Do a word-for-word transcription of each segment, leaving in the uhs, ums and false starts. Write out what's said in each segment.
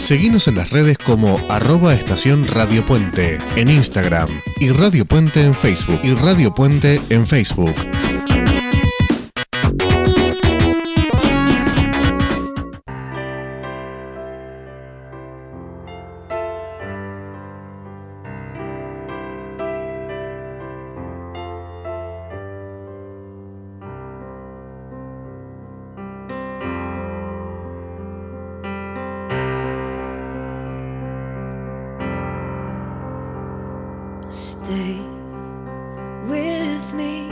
Seguinos en las redes como arroba estación Radio Puente en Instagram y Radio Puente en Facebook y Radio Puente en Facebook. Stay with me,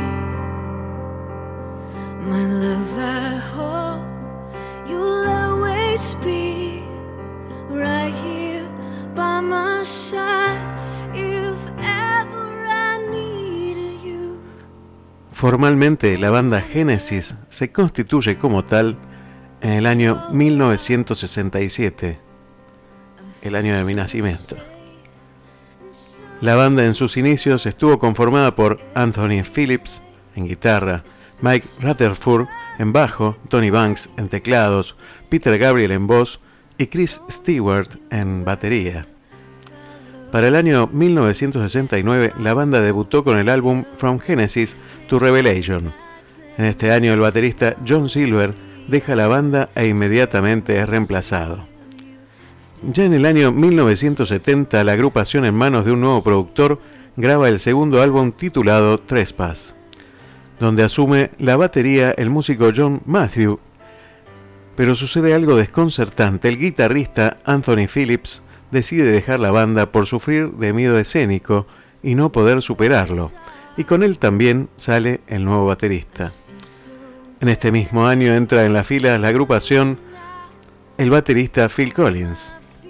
my love. I hope you'll always be right here by my side if ever I needed you. Formalmente, la banda Genesis se constituye como tal en el año mil novecientos sesenta y siete, el año de mi nacimiento. La banda en sus inicios estuvo conformada por Anthony Phillips en guitarra, Mike Rutherford en bajo, Tony Banks en teclados, Peter Gabriel en voz y Chris Stewart en batería. Para el año mil novecientos sesenta y nueve, la banda debutó con el álbum From Genesis to Revelation. En este año, el baterista John Silver deja la banda e inmediatamente es reemplazado. Ya en el año mil novecientos setenta, la agrupación en manos de un nuevo productor graba el segundo álbum titulado Trespass, donde asume la batería el músico John Matthew. Pero sucede algo desconcertante. El guitarrista Anthony Phillips decide dejar la banda por sufrir de miedo escénico y no poder superarlo, y con él también sale el nuevo baterista. En este mismo año entra en la fila la agrupación el baterista Phil Collins.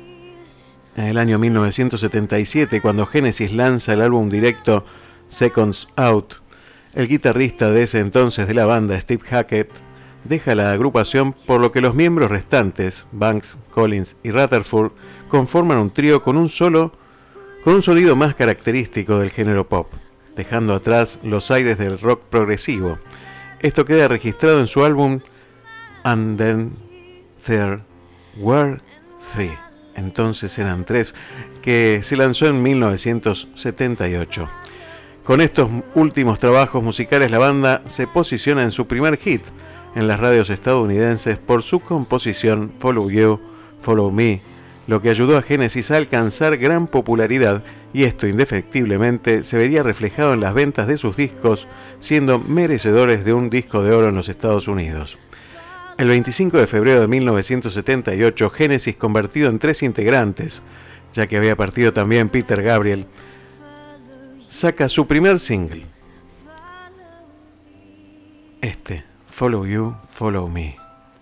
En el año mil novecientos setenta y siete, cuando Genesis lanza el álbum directo Seconds Out, el guitarrista de ese entonces de la banda, Steve Hackett, deja la agrupación, por lo que los miembros restantes, Banks, Collins y Rutherford, conforman un trío con un solo, con un sonido más característico del género pop, dejando atrás los aires del rock progresivo. Esto queda registrado en su álbum And Then There Were Three. Entonces eran tres, que se lanzó en mil novecientos setenta y ocho. Con estos últimos trabajos musicales, la banda se posiciona en su primer hit en las radios estadounidenses por su composición Follow You, Follow Me, lo que ayudó a Genesis a alcanzar gran popularidad, y esto indefectiblemente se vería reflejado en las ventas de sus discos, siendo merecedores de un disco de oro en los Estados Unidos. El veinticinco de febrero de mil novecientos setenta y ocho, Genesis, convertido en tres integrantes, ya que había partido también Peter Gabriel, saca su primer single, este, Follow You, Follow Me.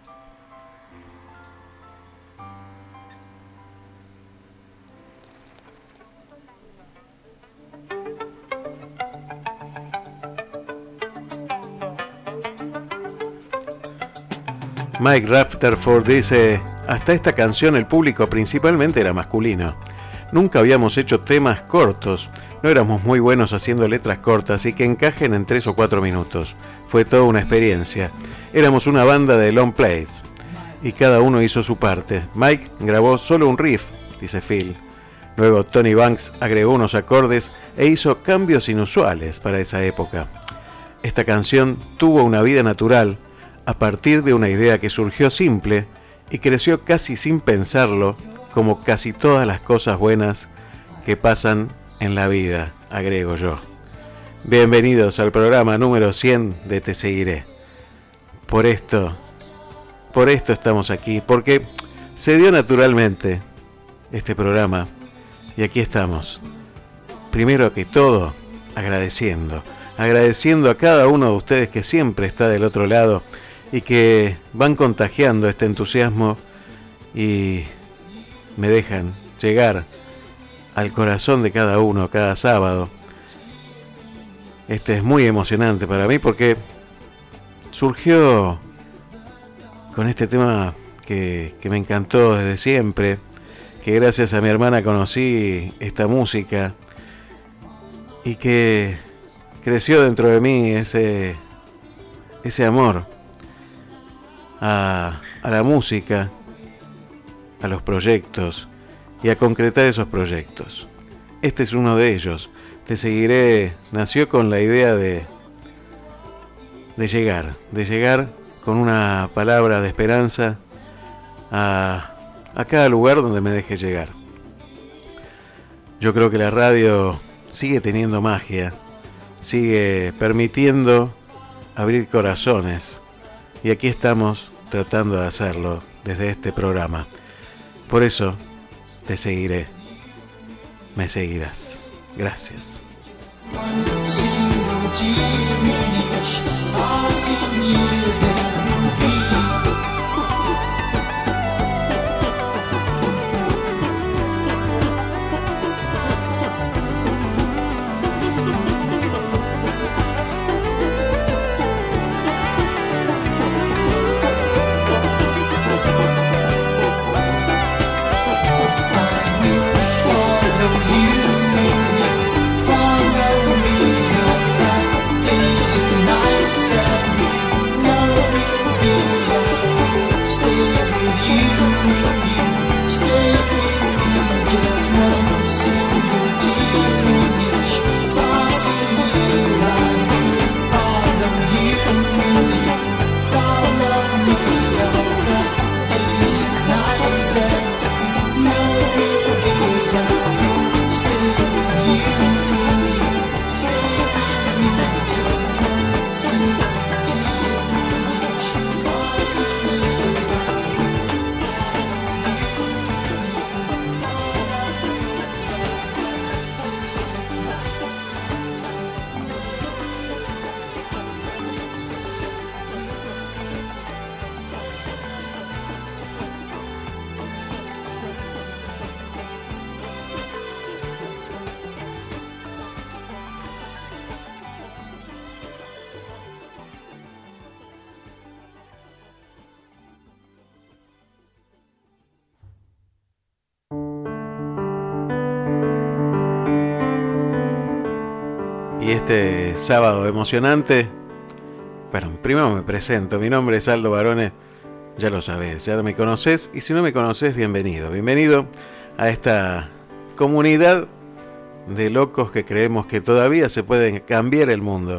Mike Rutherford dice: hasta esta canción el público principalmente era masculino. Nunca habíamos hecho temas cortos, no éramos muy buenos haciendo letras cortas y que encajen en tres o cuatro minutos. Fue toda una experiencia. Éramos una banda de long plays y cada uno hizo su parte. Mike grabó solo un riff, dice Phil. Luego Tony Banks agregó unos acordes e hizo cambios inusuales para esa época. Esta canción tuvo una vida natural a partir de una idea que surgió simple y creció casi sin pensarlo, como casi todas las cosas buenas que pasan en la vida, agrego yo. Bienvenidos al programa número cien de Te Seguiré. Por esto, por esto estamos aquí, porque se dio naturalmente este programa y aquí estamos. Primero que todo, agradeciendo, agradeciendo a cada uno de ustedes que siempre está del otro lado y que van contagiando este entusiasmo y me dejan llegar al corazón de cada uno cada sábado. Este es muy emocionante para mí porque surgió con este tema que, que me encantó desde siempre, que gracias a mi hermana conocí esta música y que creció dentro de mí ese, ese amor A, a la música, a los proyectos y a concretar esos proyectos. Este es uno de ellos. Te seguiré nació con la idea de, de llegar, de llegar con una palabra de esperanza a, a cada lugar donde me deje llegar. Yo creo que la radio sigue teniendo magia, sigue permitiendo abrir corazones, y aquí estamos tratando de hacerlo desde este programa. Por eso te seguiré, me seguirás. Gracias. Y este sábado emocionante, bueno, primero me presento, mi nombre es Aldo Barone, ya lo sabés, ya me conocés, y si no me conocés, bienvenido, bienvenido a esta comunidad de locos que creemos que todavía se puede cambiar el mundo.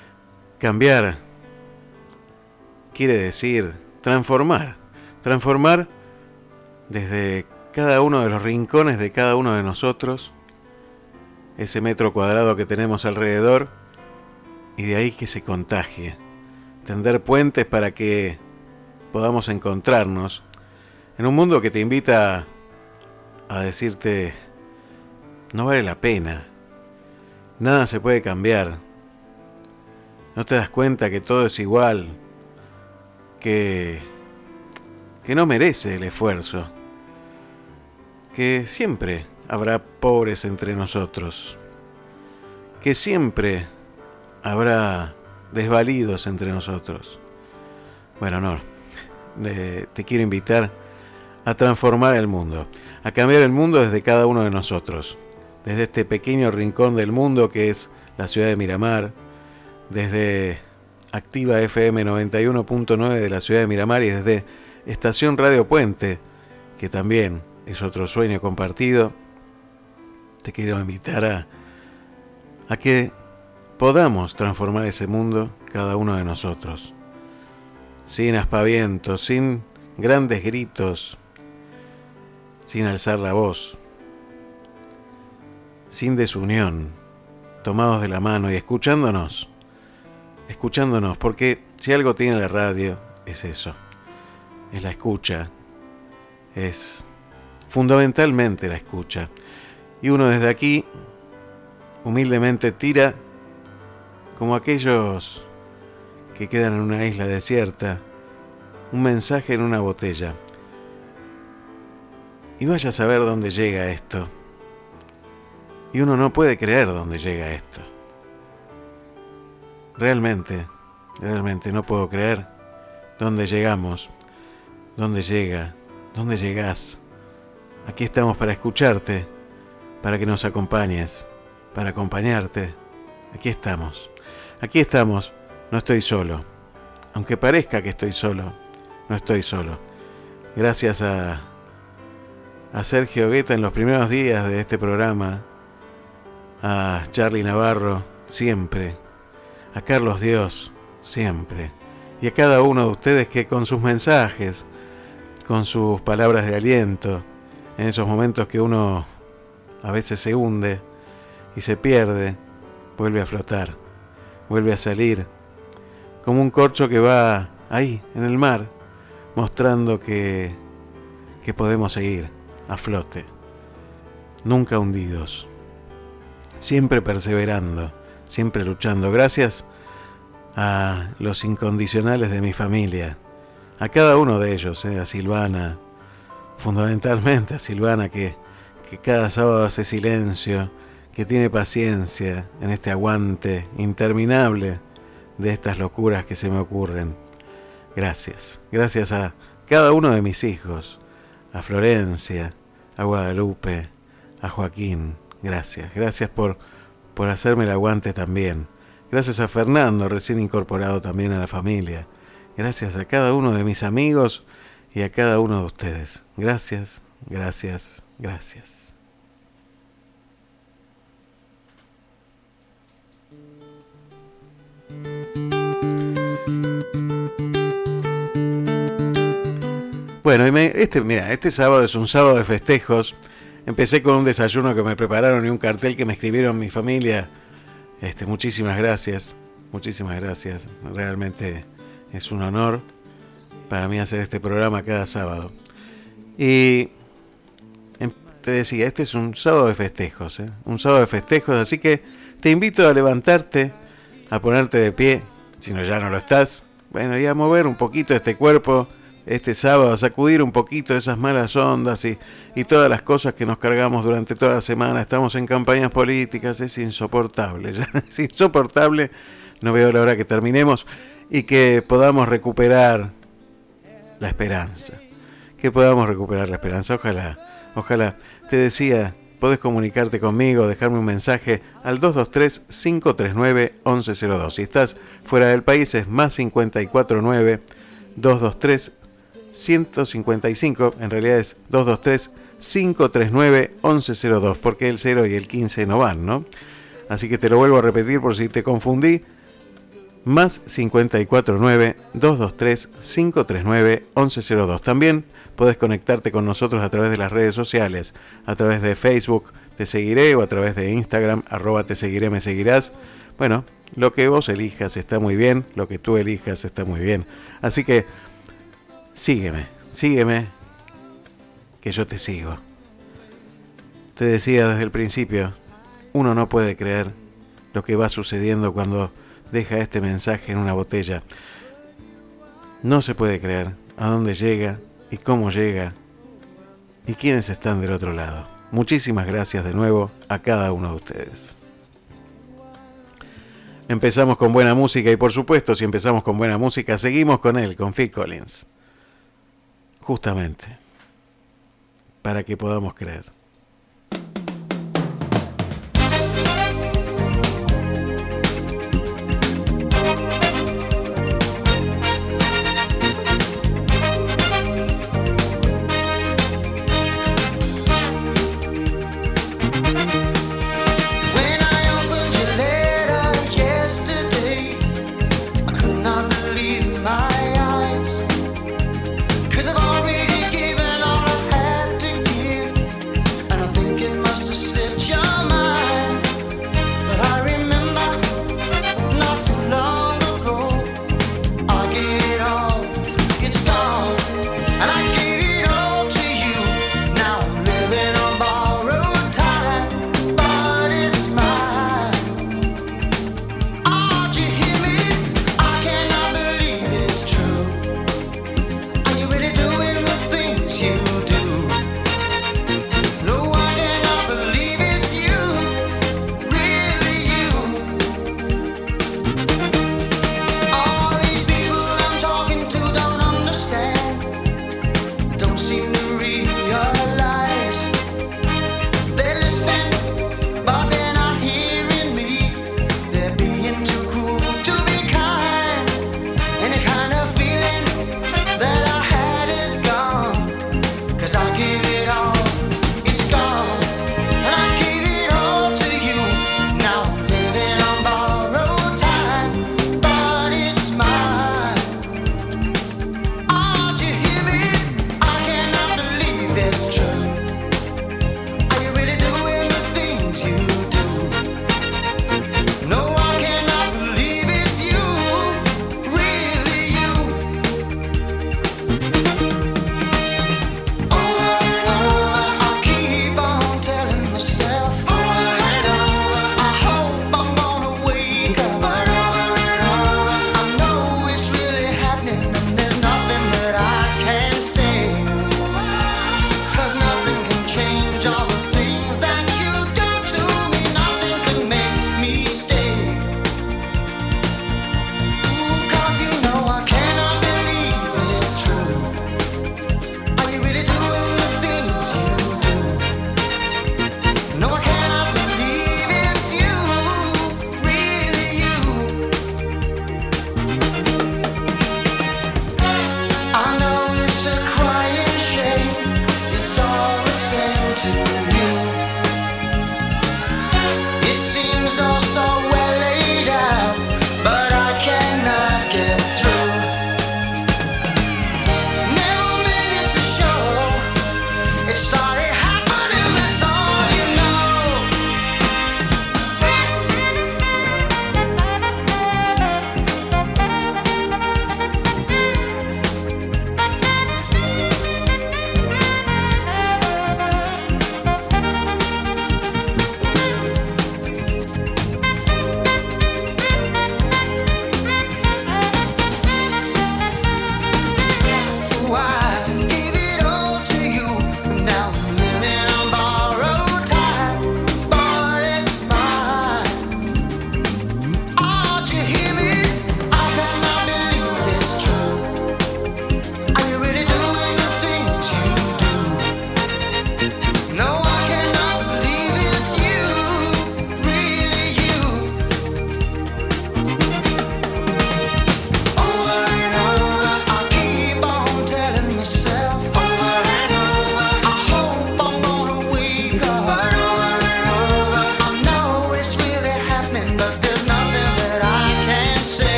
Cambiar quiere decir transformar, transformar desde cada uno de los rincones de cada uno de nosotros, ese metro cuadrado que tenemos alrededor, y de ahí que se contagie. Tender puentes para que podamos encontrarnos en un mundo que te invita a decirte: no vale la pena, nada se puede cambiar, no te das cuenta que todo es igual, que, que no merece el esfuerzo, que siempre habrá pobres entre nosotros, que siempre habrá desvalidos entre nosotros. Bueno, no, eh, te quiero invitar a transformar el mundo, a cambiar el mundo desde cada uno de nosotros, desde este pequeño rincón del mundo que es la ciudad de Miramar, desde Activa F M noventa y uno punto nueve de la ciudad de Miramar, y desde Estación Radio Puente, que también es otro sueño compartido. Te quiero invitar a, a que podamos transformar ese mundo, cada uno de nosotros, sin aspavientos, sin grandes gritos, sin alzar la voz, sin desunión, tomados de la mano y escuchándonos, escuchándonos, porque si algo tiene la radio es eso, es la escucha, es fundamentalmente la escucha. Y uno desde aquí humildemente tira, como aquellos que quedan en una isla desierta, un mensaje en una botella. Y vaya a saber dónde llega esto. Y uno no puede creer dónde llega esto. Realmente, realmente no puedo creer dónde llegamos, dónde llega, dónde llegás. Aquí estamos para escucharte, para que nos acompañes, para acompañarte. Aquí estamos, aquí estamos, no estoy solo. Aunque parezca que estoy solo, no estoy solo. Gracias a, a Sergio Guetta en los primeros días de este programa, a Charlie Navarro, siempre, a Carlos Dios, siempre, y a cada uno de ustedes que con sus mensajes, con sus palabras de aliento, en esos momentos que uno a veces se hunde y se pierde, vuelve a flotar, vuelve a salir, como un corcho que va ahí, en el mar, mostrando que, que podemos seguir a flote, nunca hundidos, siempre perseverando, siempre luchando. Gracias a los incondicionales de mi familia, a cada uno de ellos, eh, a Silvana, fundamentalmente a Silvana, que, que cada sábado hace silencio, que tiene paciencia en este aguante interminable de estas locuras que se me ocurren. Gracias, gracias a cada uno de mis hijos, a Florencia, a Guadalupe, a Joaquín, gracias, gracias por, por hacerme el aguante también. Gracias a Fernando, recién incorporado también a la familia. Gracias a cada uno de mis amigos y a cada uno de ustedes. Gracias, gracias, gracias. Bueno, y me, este, mira, este sábado es un sábado de festejos. Empecé con un desayuno que me prepararon y un cartel que me escribieron mi familia. Este, muchísimas gracias, muchísimas gracias. Realmente es un honor para mí hacer este programa cada sábado. Y te decía, este es un sábado de festejos, ¿eh? Un sábado de festejos, así que te invito a levantarte, a ponerte de pie, si no ya no lo estás, bueno, y a mover un poquito este cuerpo este sábado, a sacudir un poquito esas malas ondas y, y todas las cosas que nos cargamos durante toda la semana. Estamos en campañas políticas, es insoportable, ya es insoportable. No veo la hora que terminemos y que podamos recuperar la esperanza, que podamos recuperar la esperanza, ojalá, ojalá. Te decía, podés comunicarte conmigo, dejarme un mensaje al dos dos tres, cinco tres nueve, once cero dos. Si estás fuera del país es más cincuenta y cuatro nueve, dos dos tres, ciento cincuenta y cinco, en realidad es dos dos tres, cinco tres nueve, once cero dos, porque el cero y el quince no van, ¿no? Así que te lo vuelvo a repetir por si te confundí, más cincuenta y cuatro nueve, dos dos tres, cinco tres nueve, once cero dos. También podés conectarte con nosotros a través de las redes sociales, a través de Facebook, Te Seguiré, o a través de Instagram, arroba Te Seguiré, Me Seguirás. Bueno, lo que vos elijas está muy bien, lo que tú elijas está muy bien. Así que sígueme, sígueme, que yo te sigo. Te decía desde el principio, uno no puede creer lo que va sucediendo cuando deja este mensaje en una botella. No se puede creer a dónde llega y cómo llega y quiénes están del otro lado. Muchísimas gracias de nuevo a cada uno de ustedes. Empezamos con buena música y por supuesto, si empezamos con buena música, seguimos con él, con Phil Collins. Justamente, para que podamos creer. Cause I give it all.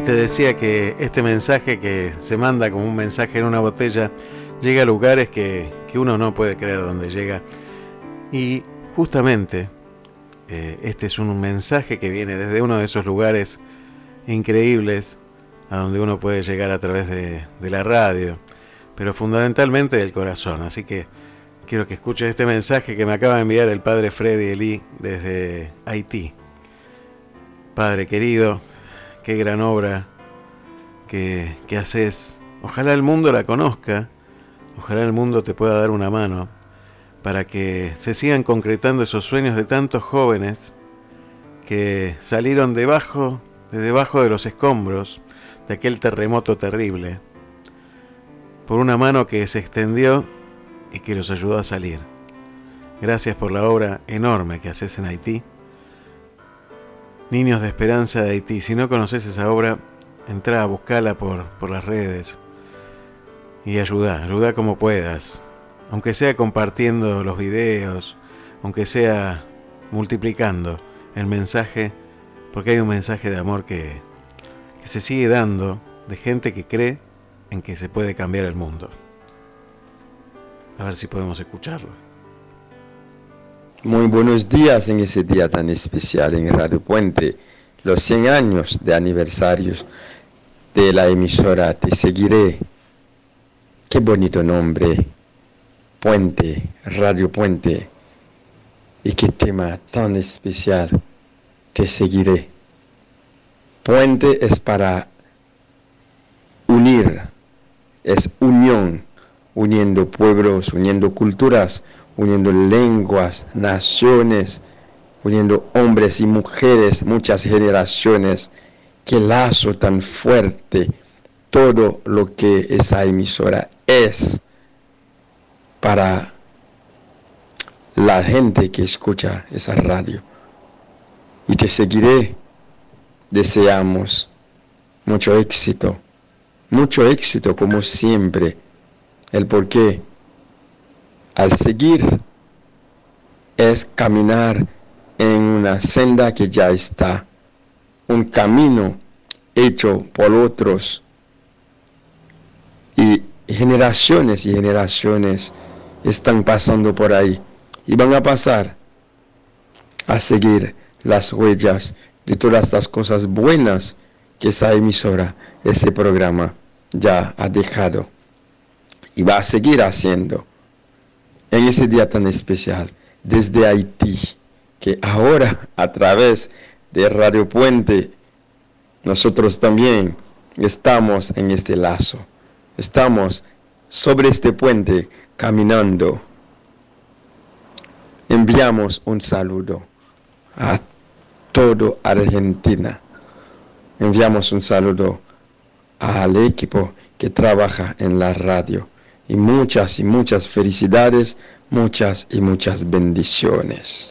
te decía que este mensaje que se manda como un mensaje en una botella llega a lugares que, que uno no puede creer dónde llega. Y justamente eh, este es un mensaje que viene desde uno de esos lugares increíbles a donde uno puede llegar a través de, de la radio, pero fundamentalmente del corazón. Así que quiero que escuches este mensaje que me acaba de enviar el padre Freddy Elí desde Haití. Padre querido, qué gran obra que, que haces. Ojalá el mundo la conozca, ojalá el mundo te pueda dar una mano para que se sigan concretando esos sueños de tantos jóvenes que salieron debajo, de debajo de los escombros de aquel terremoto terrible, por una mano que se extendió y que los ayudó a salir. Gracias por la obra enorme que haces en Haití. Niños de Esperanza de Haití. Si no conoces esa obra, entrá a buscarla por, por las redes y ayudá, ayudá como puedas, aunque sea compartiendo los videos, aunque sea multiplicando el mensaje, porque hay un mensaje de amor que, que se sigue dando de gente que cree en que se puede cambiar el mundo. A ver si podemos escucharlo. Muy buenos días en ese día tan especial en Radio Puente, los cien años de aniversarios de la emisora Te Seguiré. Qué bonito nombre, Puente, Radio Puente, y qué tema tan especial, Te Seguiré. Puente es para unir, es unión, uniendo pueblos, uniendo culturas, uniendo lenguas, naciones, uniendo hombres y mujeres, muchas generaciones. Qué lazo tan fuerte, todo lo que esa emisora es para la gente que escucha esa radio. Y Te Seguiré, deseamos mucho éxito, mucho éxito como siempre. El porqué, al seguir, es caminar en una senda que ya está, un camino hecho por otros, y generaciones y generaciones están pasando por ahí, y van a pasar a seguir las huellas de todas las cosas buenas que esa emisora, ese programa ya ha dejado, y va a seguir haciendo en ese día tan especial desde Haití, que ahora a través de Radio Puente nosotros también estamos en este lazo, estamos sobre este puente caminando. Enviamos un saludo a todo Argentina, enviamos un saludo al equipo que trabaja en la radio, y muchas y muchas felicidades, muchas y muchas bendiciones.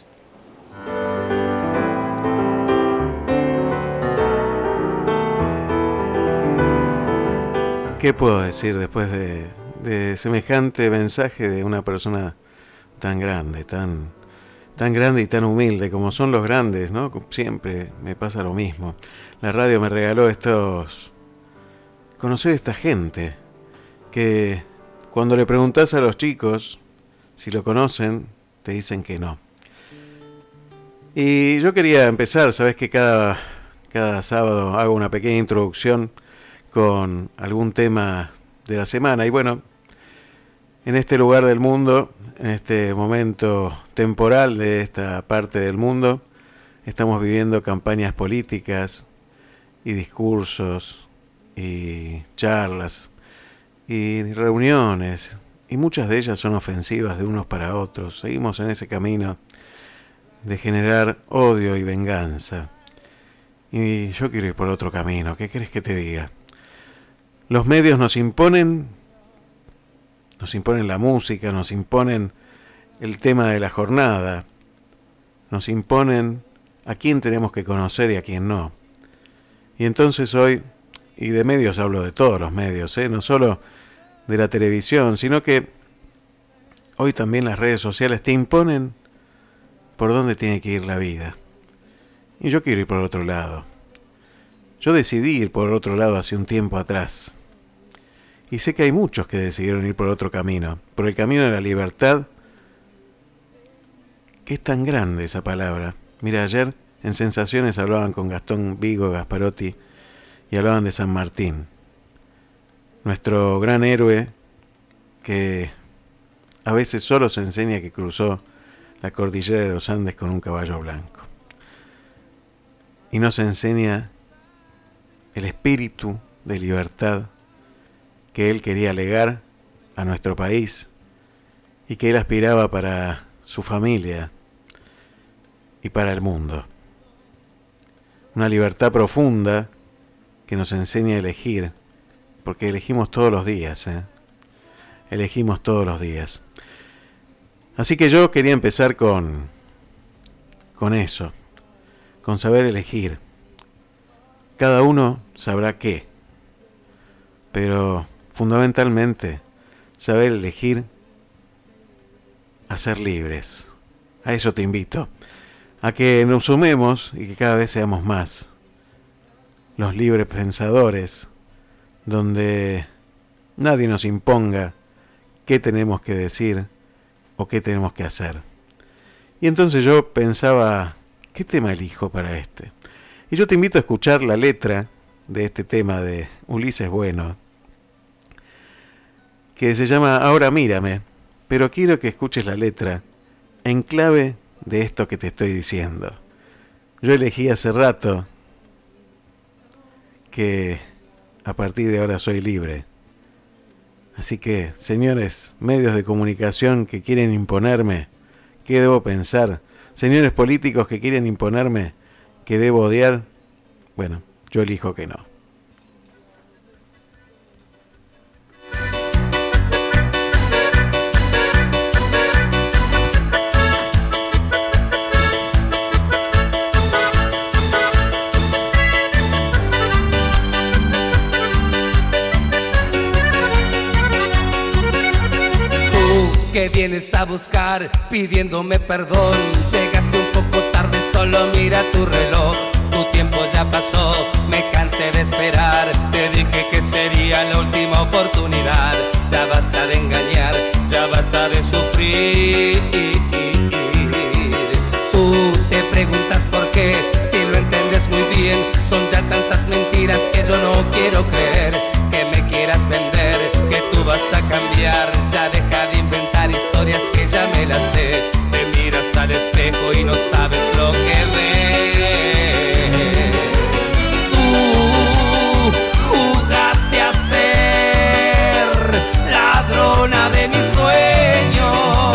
¿Qué puedo decir después de, de semejante mensaje de una persona tan grande, tan, tan grande y tan humilde como son los grandes, ¿no? Siempre me pasa lo mismo. La radio me regaló estos... conocer a esta gente que cuando le preguntas a los chicos si lo conocen, te dicen que no. Y yo quería empezar, sabes que cada, cada sábado hago una pequeña introducción con algún tema de la semana. Y bueno, en este lugar del mundo, en este momento temporal de esta parte del mundo, estamos viviendo campañas políticas y discursos y charlas y reuniones, y muchas de ellas son ofensivas de unos para otros. Seguimos en ese camino de generar odio y venganza. Y yo quiero ir por otro camino. ¿Qué querés que te diga? Los medios nos imponen, nos imponen la música, nos imponen el tema de la jornada, nos imponen a quién tenemos que conocer y a quién no. Y entonces hoy, y de medios hablo de todos los medios, ¿eh? No solo de la televisión, sino que hoy también las redes sociales te imponen por dónde tiene que ir la vida. Y yo quiero ir por otro lado. Yo decidí ir por otro lado hace un tiempo atrás. Y sé que hay muchos que decidieron ir por otro camino, por el camino de la libertad, que es tan grande esa palabra. Mira, ayer en Sensaciones hablaban con Gastón Vigo Gasparotti y hablaban de San Martín, nuestro gran héroe que a veces solo se enseña que cruzó la cordillera de los Andes con un caballo blanco. Y nos enseña el espíritu de libertad que él quería legar a nuestro país y que él aspiraba para su familia y para el mundo. Una libertad profunda que nos enseña a elegir, porque elegimos todos los días, ¿eh? Elegimos todos los días. Así que yo quería empezar con, con eso, con saber elegir. Cada uno sabrá qué, pero fundamentalmente saber elegir a ser libres. A eso te invito, a que nos sumemos y que cada vez seamos más los libres pensadores, donde nadie nos imponga qué tenemos que decir o qué tenemos que hacer. Y entonces yo pensaba, ¿qué tema elijo para este? Y yo te invito a escuchar la letra de este tema de Ulises Bueno, que se llama Ahora Mírame, pero quiero que escuches la letra en clave de esto que te estoy diciendo. Yo elegí hace rato que a partir de ahora soy libre. Así que, señores medios de comunicación que quieren imponerme qué debo pensar, señores políticos que quieren imponerme qué debo odiar, bueno, yo elijo que no. Que vienes a buscar pidiéndome perdón. Llegaste un poco tarde, solo mira tu reloj. Tu tiempo ya pasó, me cansé de esperar. Te dije que sería la última oportunidad. Ya basta de engañar, ya basta de sufrir. Tú te preguntas por qué, si lo entiendes muy bien. Son ya tantas mentiras que yo no quiero creer. Que me quieras vender, que tú vas a cambiar. Ya deja de inventar historias que ya me las sé. Te miras al espejo y no sabes lo que ves. Tú jugaste a ser ladrona de mis sueños.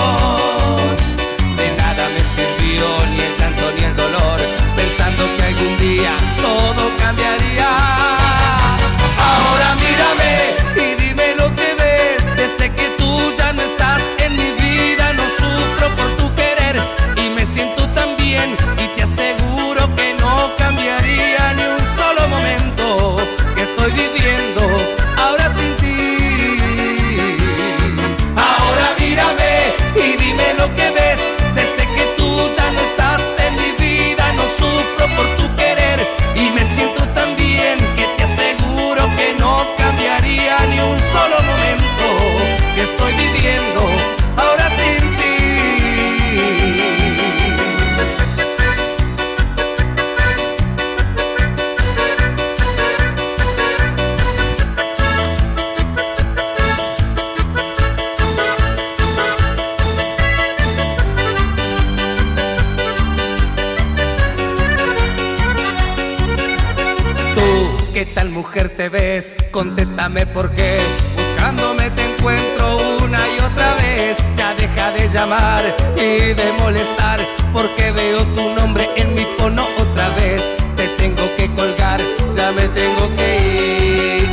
De nada me sirvió ni el llanto ni el dolor, pensando que algún día todo cambiaría. Ahora mírame y dime lo que ves. Desde que tú ya no estás en mi vida, no sufro por tu querer y me siento tan bien. Y te aseguro que no cambiaría ni un solo momento que estoy viviendo ahora sin ti. Ahora mírame y dime lo que ves. Desde que tú ya no estás en mi vida, no sufro por tu querer y me siento tan bien que te aseguro que no cambiaría ni un solo momento que estoy viviendo ahora sin ti. Tú, ¿qué tal mujer te ves? Contéstame por qué. Buscándome te encuentro una y otra vez. Ya deja de llamar y de molestar, porque veo tu nombre en mi fono otra vez. Te tengo que colgar, ya me tengo que ir.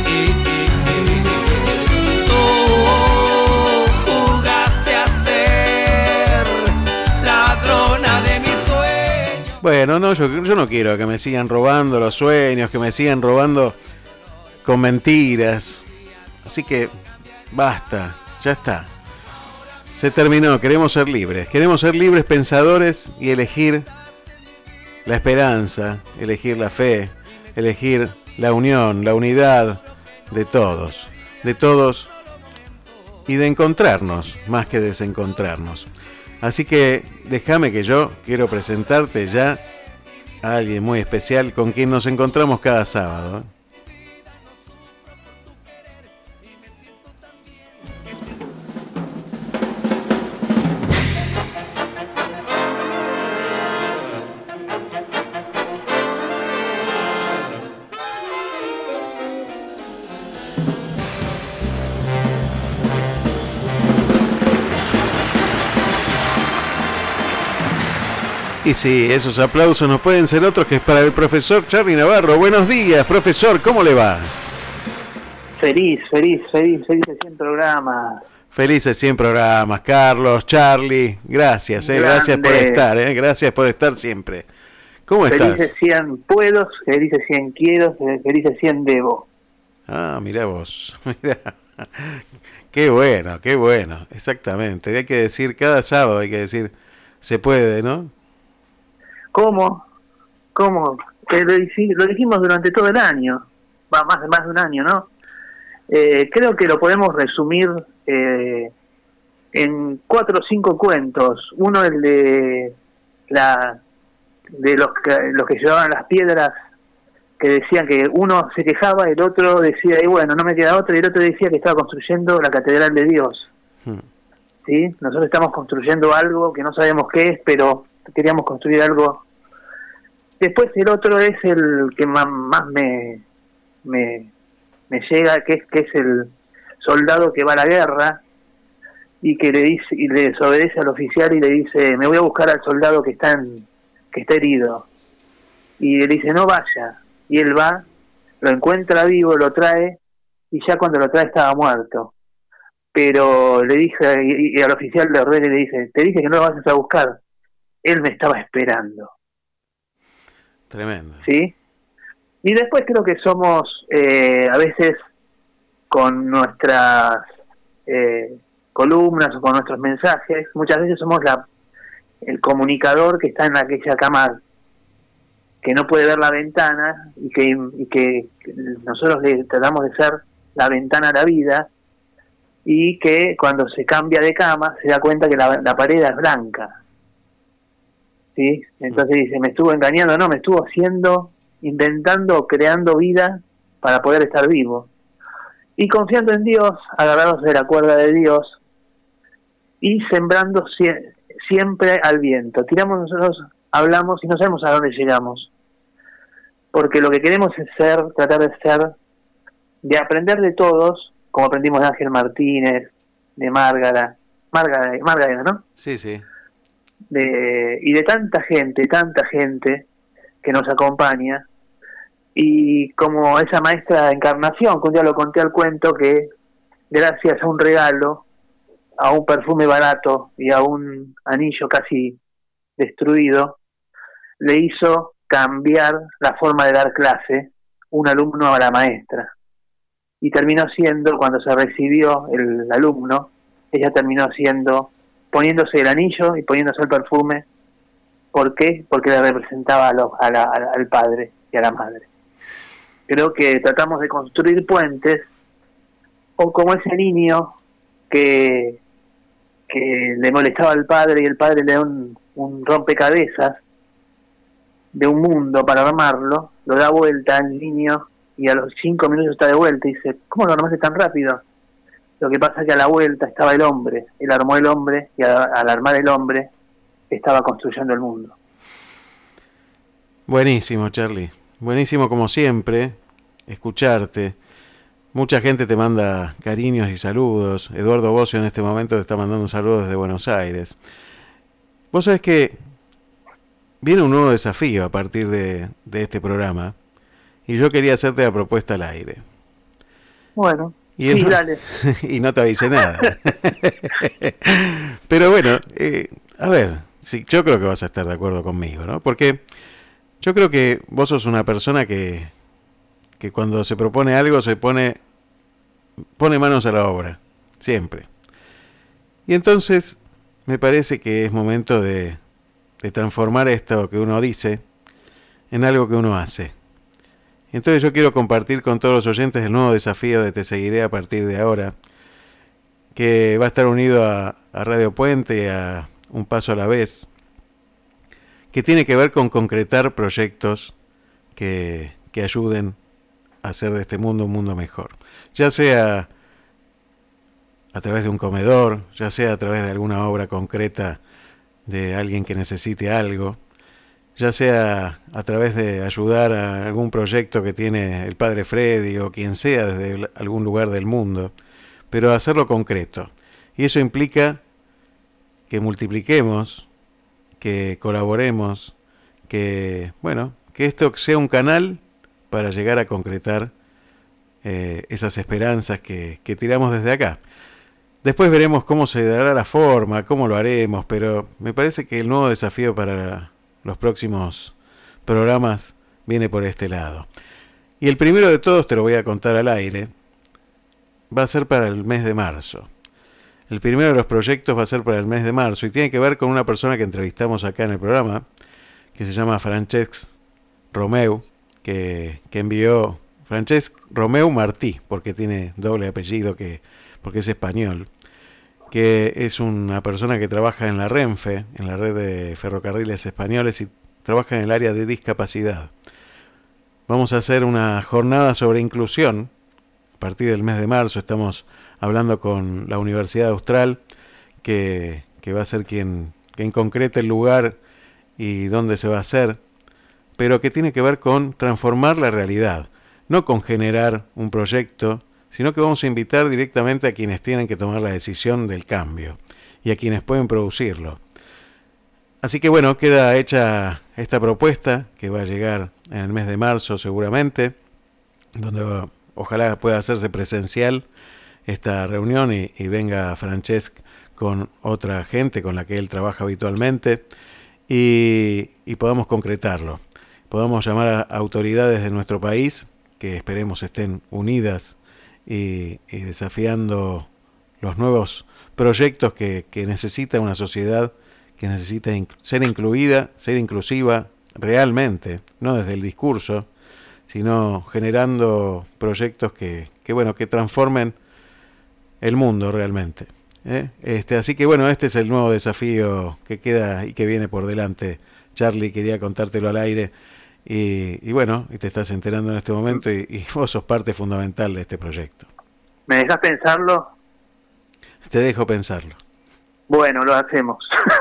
Tú jugaste a ser ladrona de mis sueños. Bueno, no, yo, yo no quiero que me sigan robando los sueños, que me sigan robando con mentiras. Así que basta, ya está. Se terminó, queremos ser libres. Queremos ser libres pensadores y elegir la esperanza, elegir la fe, elegir la unión, la unidad de todos, de todos y de encontrarnos más que desencontrarnos. Así que déjame que yo quiero presentarte ya a alguien muy especial con quien nos encontramos cada sábado. Y sí, esos aplausos no pueden ser otros que es para el profesor Charly Navarro. Buenos días, profesor, ¿cómo le va? Feliz, feliz, feliz, felices cien programas. Felices cien programas, Carlos, Charly, gracias, eh, gracias por estar, eh, gracias por estar siempre. ¿Cómo estás? Felices cien puedos, felices cien quiero, felices cien debo. Ah, mirá vos, mirá. Qué bueno, qué bueno, exactamente. Hay que decir, cada sábado hay que decir, se puede, ¿no? ¿Cómo? ¿Cómo? Eh, lo, lo dijimos durante todo el año, va más de más de un año, ¿no? Eh, creo que lo podemos resumir eh, en cuatro o cinco cuentos. Uno el de la de los que, los que llevaban las piedras, que decían que uno se quejaba, el otro decía, y bueno, no me queda otro, y el otro decía que estaba construyendo la Catedral de Dios. Hmm. ¿Sí? Nosotros estamos construyendo algo que no sabemos qué es, pero queríamos construir algo. Después el otro es el que más, más me, me me llega, que es que es el soldado que va a la guerra y que le dice y le desobedece al oficial y le dice, me voy a buscar al soldado que está en, que está herido, y él dice, no vaya, y él va, lo encuentra vivo, lo trae, y ya cuando lo trae estaba muerto. Pero le dije, y, y al oficial le ordena y le dice, te dije que no lo vayas a buscar, él me estaba esperando. Tremendo. ¿Sí? Y después creo que somos, eh, a veces, con nuestras eh, columnas o con nuestros mensajes, muchas veces somos la el comunicador que está en aquella cama que no puede ver la ventana y que, y que nosotros le tratamos de ser la ventana a la vida, y que cuando se cambia de cama se da cuenta que la, la pared es blanca. ¿Sí? Entonces dice, me estuvo engañando, no, me estuvo haciendo, inventando, creando vida para poder estar vivo. Y confiando en Dios, agarrados de la cuerda de Dios y sembrando sie- siempre al viento. Tiramos nosotros, hablamos y no sabemos a dónde llegamos. Porque lo que queremos es ser, tratar de ser, de aprender de todos, como aprendimos de Ángel Martínez, de Márgara, Márgara, Márgara, ¿no? Sí, sí. De, y de tanta gente, tanta gente que nos acompaña, y como esa maestra de Encarnación, que un día lo conté al cuento, que gracias a un regalo, a un perfume barato y a un anillo casi destruido, le hizo cambiar la forma de dar clase un alumno a la maestra, y terminó siendo, cuando se recibió el alumno, ella terminó siendo, poniéndose el anillo y poniéndose el perfume. ¿Por qué? Porque le representaba a lo, a la, a, al padre y a la madre. Creo que tratamos de construir puentes, o como ese niño que, que le molestaba al padre y el padre le da un, un rompecabezas de un mundo para armarlo, lo da vuelta al niño y a los cinco minutos está de vuelta y dice, ¿cómo lo armaste tan rápido? Lo que pasa es que a la vuelta estaba el hombre, él armó el hombre, y a, al armar el hombre estaba construyendo el mundo. Buenísimo, Charly. Buenísimo como siempre, escucharte. Mucha gente te manda cariños y saludos. Eduardo Bocio en este momento te está mandando un saludo desde Buenos Aires. Vos sabés que viene un nuevo desafío a partir de, de este programa, y yo quería hacerte la propuesta al aire. Bueno, y, sí, no, dale. y no te avisé nada. Pero bueno, eh, a ver, sí, yo creo que vas a estar de acuerdo conmigo, ¿no? Porque yo creo que vos sos una persona que, que cuando se propone algo se pone, pone manos a la obra, siempre. Y entonces me parece que es momento de, de transformar esto que uno dice en algo que uno hace. Entonces yo quiero compartir con todos los oyentes el nuevo desafío de Te Seguiré a partir de ahora, que va a estar unido a, a Radio Puente y a Un Paso a la Vez, que tiene que ver con concretar proyectos que, que ayuden a hacer de este mundo un mundo mejor. Ya sea a través de un comedor, ya sea a través de alguna obra concreta de alguien que necesite algo, ya sea a través de ayudar a algún proyecto que tiene el Padre Freddy o quien sea desde algún lugar del mundo, pero hacerlo concreto. Y eso implica que multipliquemos, que colaboremos, que, bueno, que esto sea un canal para llegar a concretar eh, esas esperanzas que, que tiramos desde acá. Después veremos cómo se dará la forma, cómo lo haremos, pero me parece que el nuevo desafío para los próximos programas viene por este lado. Y el primero de todos, te lo voy a contar al aire, va a ser para el mes de marzo. El primero de los proyectos va a ser para el mes de marzo y tiene que ver con una persona que entrevistamos acá en el programa, que se llama Francesc Romeu, que, que envió Francesc Romeu Martí, porque tiene doble apellido, que porque es español, que es una persona que trabaja en la Renfe, en la red de ferrocarriles españoles, y trabaja en el área de discapacidad. Vamos a hacer una jornada sobre inclusión. A partir del mes de marzo estamos hablando con la Universidad Austral, que, que va a ser quien, quien concrete el lugar y dónde se va a hacer, pero que tiene que ver con transformar la realidad, no con generar un proyecto, sino que vamos a invitar directamente a quienes tienen que tomar la decisión del cambio y a quienes pueden producirlo. Así que bueno, queda hecha esta propuesta que va a llegar en el mes de marzo seguramente, donde ojalá pueda hacerse presencial esta reunión y, y venga Francesc con otra gente con la que él trabaja habitualmente y, y podamos concretarlo. Podamos llamar a autoridades de nuestro país que esperemos estén unidas Y, y desafiando los nuevos proyectos que, que necesita una sociedad, que necesita inc- ser incluida, ser inclusiva realmente, no desde el discurso, sino generando proyectos que, que bueno, que transformen el mundo realmente. ¿eh? Este, así que bueno, este es el nuevo desafío que queda y que viene por delante. Charlie, quería contártelo al aire. Y, y bueno, y te estás enterando en este momento y, y vos sos parte fundamental de este proyecto. ¿Me dejas pensarlo? Te dejo pensarlo. Bueno, lo hacemos.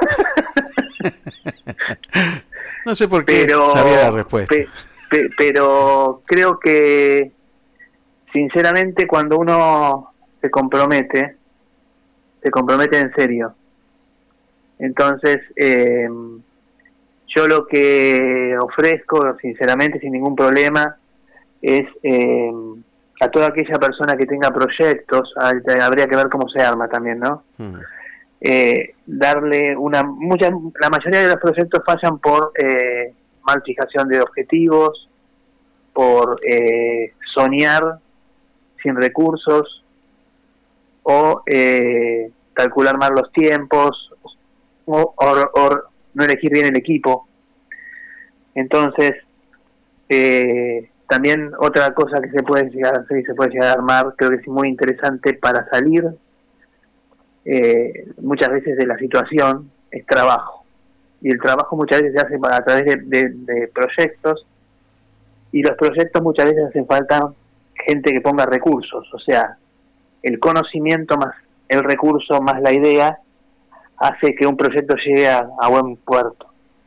No sé por qué pero, sabía la respuesta. Pe, pe, pero creo que, sinceramente, cuando uno se compromete, se compromete en serio. Entonces, eh, yo lo que ofrezco, sinceramente, sin ningún problema, es eh, a toda aquella persona que tenga proyectos, habría que ver cómo se arma también, ¿no? Mm. Eh, darle una... mucha, la mayoría de los proyectos fallan por eh, mal fijación de objetivos, por eh, soñar sin recursos, o eh, calcular mal los tiempos, o, o, o no elegir bien el equipo. Entonces, eh, también otra cosa que se puede llegar a hacer y se puede llegar a armar, creo que es muy interesante para salir eh, muchas veces de la situación, es trabajo. Y el trabajo muchas veces se hace a través de, de, de proyectos, y los proyectos muchas veces hacen falta gente que ponga recursos, o sea, el conocimiento más el recurso más la idea hace que un proyecto llegue a, a buen puerto.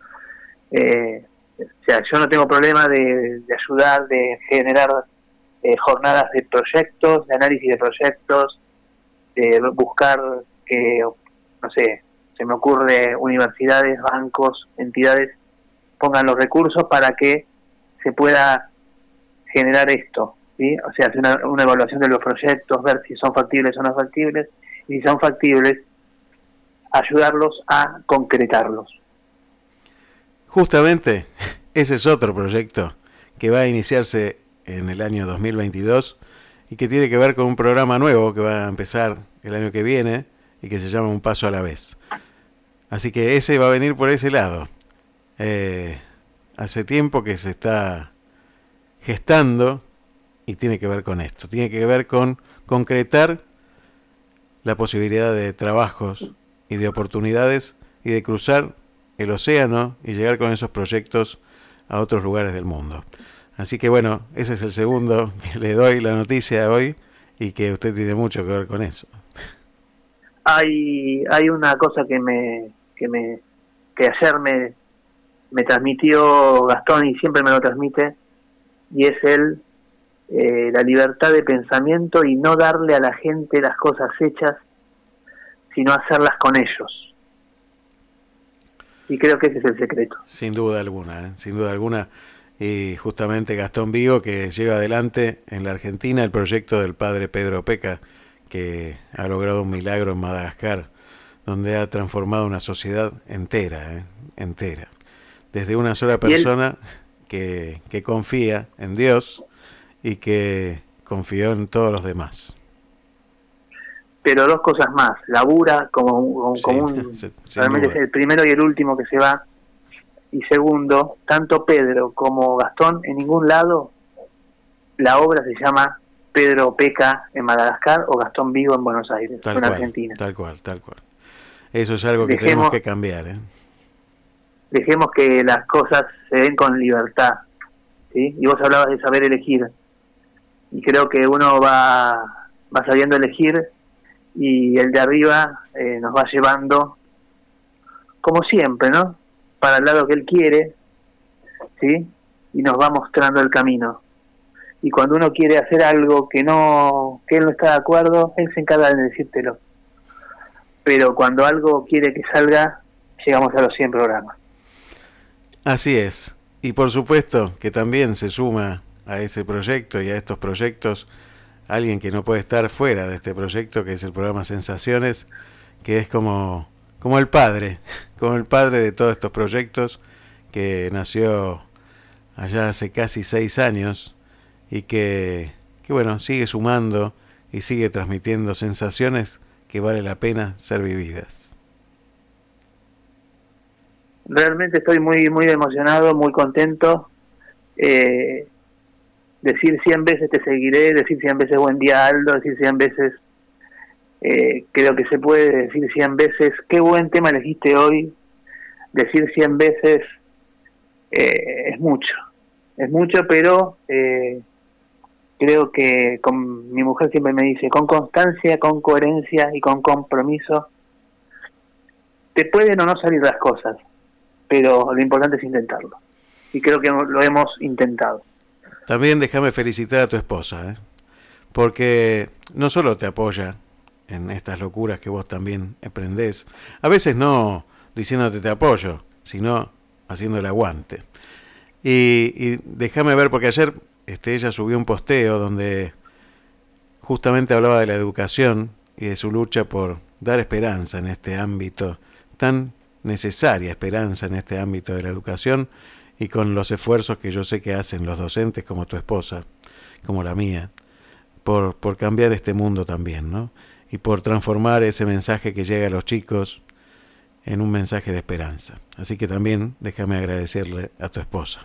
Eh, o sea, yo no tengo problema de, de ayudar, de generar eh, jornadas de proyectos, de análisis de proyectos, de buscar que, no sé, se me ocurre universidades, bancos, entidades pongan los recursos para que se pueda generar esto, ¿sí? O sea, hacer una, una evaluación de los proyectos, ver si son factibles o no factibles, y si son factibles, ayudarlos a concretarlos. Justamente, ese es otro proyecto que va a iniciarse en el año dos mil veintidós y que tiene que ver con un programa nuevo que va a empezar el año que viene y que se llama Un Paso a la Vez. Así que ese va a venir por ese lado. Eh, hace tiempo que se está gestando y tiene que ver con esto, tiene que ver con concretar la posibilidad de trabajos y de oportunidades y de cruzar el océano y llegar con esos proyectos a otros lugares del mundo. Así que bueno, ese es el segundo que le doy la noticia hoy y que usted tiene mucho que ver con eso. Hay hay una cosa que me que me que ayer me me transmitió Gastón y siempre me lo transmite, y es el eh, la libertad de pensamiento y no darle a la gente las cosas hechas, sino hacerlas con ellos. Y creo que ese es el secreto. Sin duda alguna, ¿eh? sin duda alguna. Y justamente Gastón Vigo, que lleva adelante en la Argentina el proyecto del padre Pedro Peca, que ha logrado un milagro en Madagascar, donde ha transformado una sociedad entera, ¿eh? entera. Desde una sola persona que, que confía en Dios y que confió en todos los demás. Pero dos cosas más: labura como un, Sí, como un sin realmente duda. es el primero y el último que se va. Y segundo, tanto Pedro como Gastón, en ningún lado la obra se llama Pedro Peca en Madagascar o Gastón Vigo en Buenos Aires, Tal en cual, Argentina. tal cual, tal cual. Eso es algo que Dejemos- tenemos que cambiar, ¿eh? Dejemos que las cosas se den con libertad, ¿sí? Y vos hablabas de saber elegir, y creo que uno va va sabiendo elegir, y el de arriba eh, nos va llevando, como siempre, ¿no?, para el lado que él quiere, ¿sí? Y nos va mostrando el camino. Y cuando uno quiere hacer algo que no que él no está de acuerdo, él se encarga de decírtelo. Pero cuando algo quiere que salga, llegamos a los cien programas. Así es. Y por supuesto que también se suma a ese proyecto y a estos proyectos alguien que no puede estar fuera de este proyecto, que es el programa Sensaciones, que es como, como el padre, como el padre de todos estos proyectos, que nació allá hace casi seis años y que, que bueno, sigue sumando y sigue transmitiendo sensaciones que vale la pena ser vividas. Realmente estoy muy muy emocionado, muy contento. Eh, decir cien veces te seguiré, decir cien veces buen día Aldo, decir cien veces eh, creo que se puede, decir cien veces qué buen tema elegiste hoy, decir cien veces eh, es mucho, es mucho, pero eh, creo que con, mi mujer siempre me dice, con constancia, con coherencia y con compromiso, te pueden o no salir las cosas, pero lo importante es intentarlo. Y creo que lo hemos intentado. También déjame felicitar a tu esposa, ¿eh? Porque no solo te apoya en estas locuras que vos también emprendés, a veces no diciéndote te apoyo, sino haciendo el aguante. Y, y déjame ver, porque ayer este, ella subió un posteo donde justamente hablaba de la educación y de su lucha por dar esperanza en este ámbito, tan necesaria esperanza en este ámbito de la educación, y con los esfuerzos que yo sé que hacen los docentes como tu esposa, como la mía, por, por cambiar este mundo también, ¿no? Y por transformar ese mensaje que llega a los chicos en un mensaje de esperanza. Así que también déjame agradecerle a tu esposa.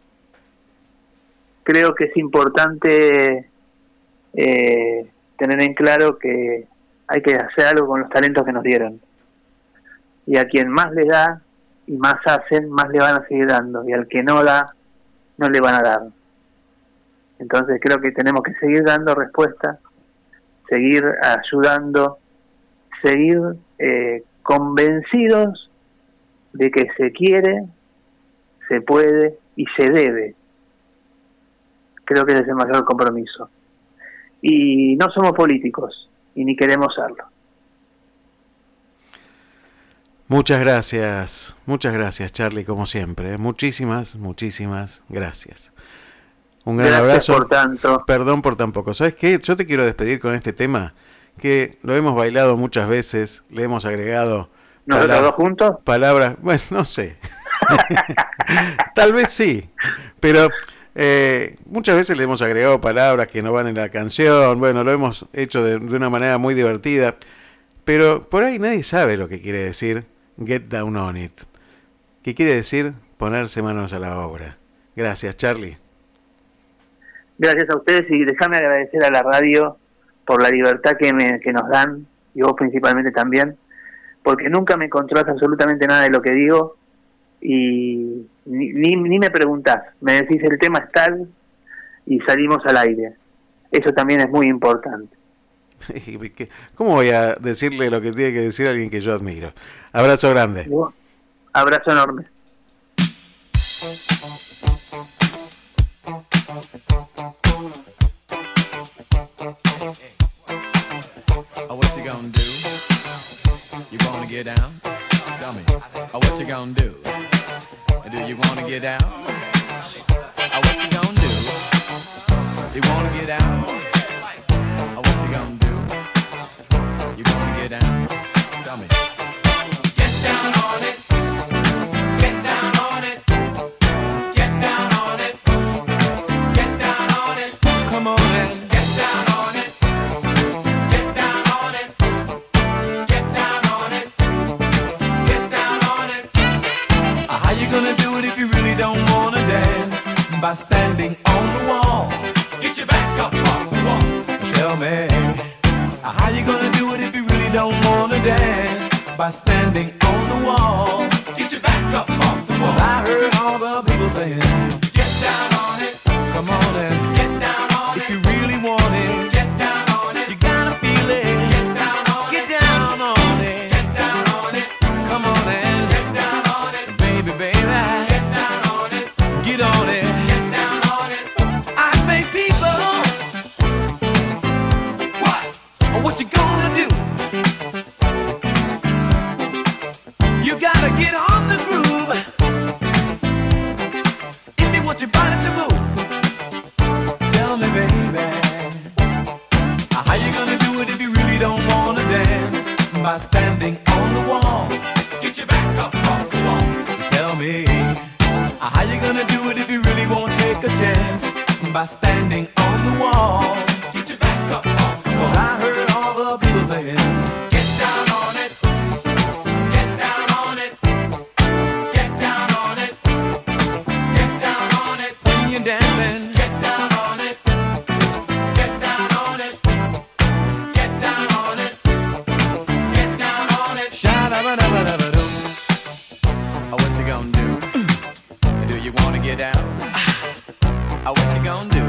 Creo que es importante eh, tener en claro que hay que hacer algo con los talentos que nos dieron. Y a quien más le da y más hacen, más le van a seguir dando. Y al que no da, no le van a dar. Entonces creo que tenemos que seguir dando respuesta, seguir ayudando, seguir eh, convencidos de que se quiere, se puede y se debe. Creo que ese es el mayor compromiso. Y no somos políticos, y ni queremos serlo. Muchas gracias, muchas gracias Charlie, como siempre, ¿eh? muchísimas, muchísimas gracias. Un gran Gracias abrazo. por tanto. Perdón por tan poco. ¿Sabes qué? Yo te quiero despedir con este tema que lo hemos bailado muchas veces, le hemos agregado ¿Nosotros palabras, dos juntos? palabras, bueno, no sé. Tal vez sí, pero eh, muchas veces le hemos agregado palabras que no van en la canción. Bueno, lo hemos hecho de, de una manera muy divertida, pero por ahí nadie sabe lo que quiere decir Get Down on It. ¿Qué quiere decir? Ponerse manos a la obra. Gracias, Charlie. Gracias a ustedes y déjame agradecer a la radio por la libertad que, me, que nos dan, y vos principalmente también, porque nunca me controlas absolutamente nada de lo que digo y ni, ni, ni me preguntás, me decís el tema es tal y salimos al aire. Eso también es muy importante. ¿Cómo voy a decirle lo que tiene que decir a alguien que yo admiro? Abrazo grande. Abrazo enorme. Oh, what you gonna do? You wanna get down? Tell me. Oh, what you gonna do? Do you wanna get down? Oh, what you gonna do? You wanna get down? Oh, what you gonna do? You wanna get down? Tell me. Get down on it. Get down on it. Get down on it. Get down on it. Come on and get down on it. Get down on it. Get down on it. Get down on it. How you gonna do it if you really don't wanna dance? By standing on the wall. Get your back up off the wall. Tell me. How you gonna do it if you really don't wanna dance? By standing on the wall. Get your back up off the wall. 'Cause I heard all the people saying, get down on it. Come on and get down on it. If you really want it, get down on it. You gotta feel it. Get down on it. Get down on it. Get down on it. Come on and get down on it. Baby, baby, get down on it. Get on it. Get down on it. I say people, what? What you gonna do? You gotta get on the groove if you want your body to move. Tell me, baby, how you gonna do it if you really don't wanna dance? By standing on the wall. Get your back up off the wall. Tell me, how you gonna do it if you really won't take a chance? By standing on the wall. Get your back up off the wall. 'Cause I heard all the people saying, get down on it. Get down on it. Get down on it. Get down on it. When you're dancing, get down on it. Get down on it. Get down on it. Get down on it. Sha-da-ba-da-ba-da-ba-doo. Oh, what you gonna do? Do you wanna get down? Oh, what you gonna do?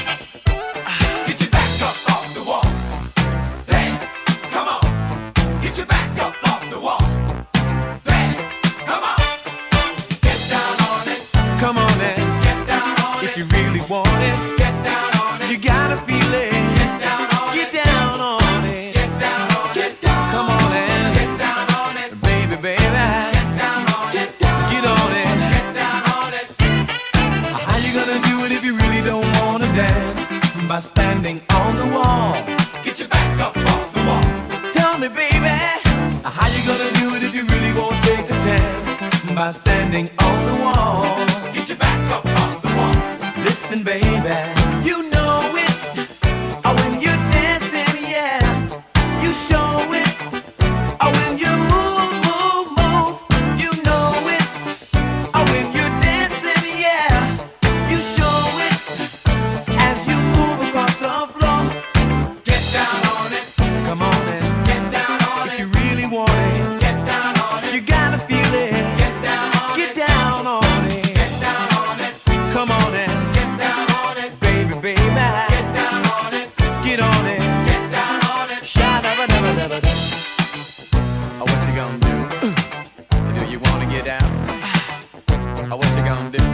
Get your back up off the wall. Dance, come on. Get your back up off the wall. Dance, come on. Get down on it. Come on and get down on it. If you really want it, get down on it. You gotta feel it. Get down on it. Get down on it. Get down on it. Get down. Come on and get down on it. Baby, baby, get down on it. Get on it. Get down on it. How you gonna do it if you really don't wanna dance? By standing on the wall. Get your back up off the wall. Tell me, baby, how you gonna do it if you really won't take a chance? By standing on the wall. Get your back up off the wall. Listen, baby, you know it. Oh, when you're dancing, yeah, you show it. Oh, when you move, move, move, you know it. Oh, when you're dancing, yeah, you show it. As you move across the floor, get down on it. Come on and get down on it. If you really want it, get down on it. You gotta feel it. Get down on it. Get down on it. Get down on it. Come on and get down on it. Baby, baby, get down on it. Get on it. Get down on it. Sha-da-ba-da-ba-da-ba-da. Oh, what you gonna do? Do you wanna get down? Oh, what you gonna do?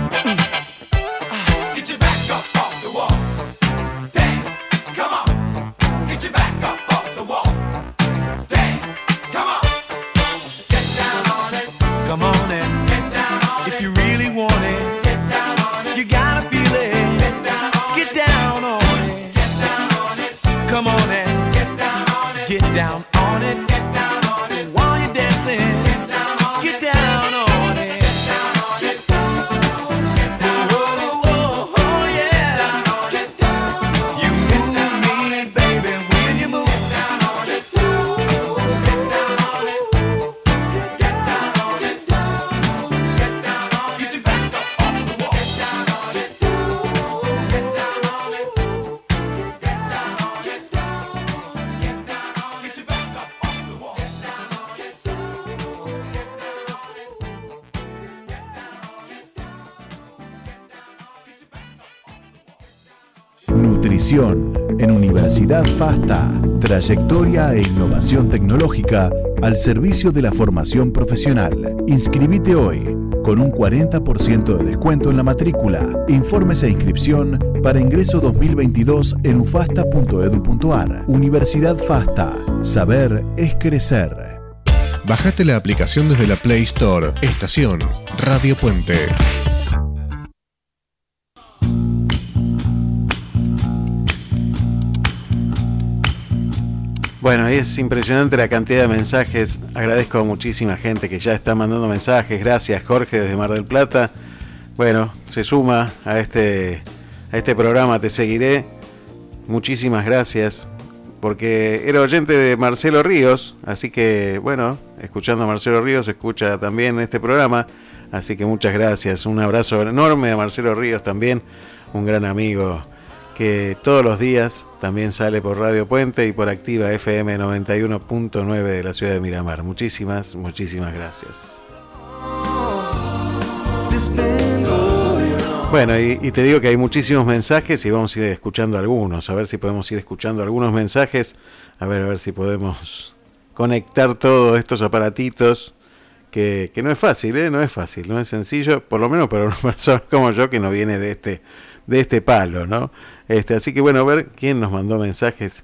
Get your back up off the wall. Dance, come on. Get your back up off the wall. Dance, come on. Get down on it. Come on and get down on it. If you really want it, get down on it. You gotta feel it. Get down on it. Get down on it. Get down on it. Come on and get down on it. Get down on it. Get down on it. While you're dancing, get down on it. Get down on it. Get down on it. Oh, oh, oh, yeah. Get down on it. You move me, baby, when you move. Get down on it. Get down on it. Get down on it. Get down on it. Get down on it. Get your back up off the wall. Get down on it. Get down on it. Supervisión en Universidad FASTA. Trayectoria e innovación tecnológica al servicio de la formación profesional. Inscribite hoy con un cuarenta por ciento de descuento en la matrícula. Informes e inscripción para ingreso dos mil veintidós en ufasta punto edu punto ar. Universidad FASTA. Saber es crecer. Bajate la aplicación desde la Play Store. Estación Radio Puente. Bueno, es impresionante la cantidad de mensajes. Agradezco a muchísima gente que ya está mandando mensajes. Gracias, Jorge, desde Mar del Plata. Bueno, se suma a este, a este programa Te Seguiré. Muchísimas gracias, porque era oyente de Marcelo Ríos. Así que, bueno, escuchando a Marcelo Ríos, escucha también este programa. Así que muchas gracias. Un abrazo enorme a Marcelo Ríos también, un gran amigo que todos los días también sale por Radio Puente y por Activa F M noventa y uno punto nueve de la ciudad de Miramar. Muchísimas, muchísimas gracias. Bueno, y, y te digo que hay muchísimos mensajes y vamos a ir escuchando algunos, a ver si podemos ir escuchando algunos mensajes, a ver, a ver si podemos conectar todos estos aparatitos, que, que no es fácil, ¿eh? No es fácil, no es sencillo, por lo menos para una persona como yo que no viene de este, de este palo, ¿no? Este, así que bueno, a ver quién nos mandó mensajes.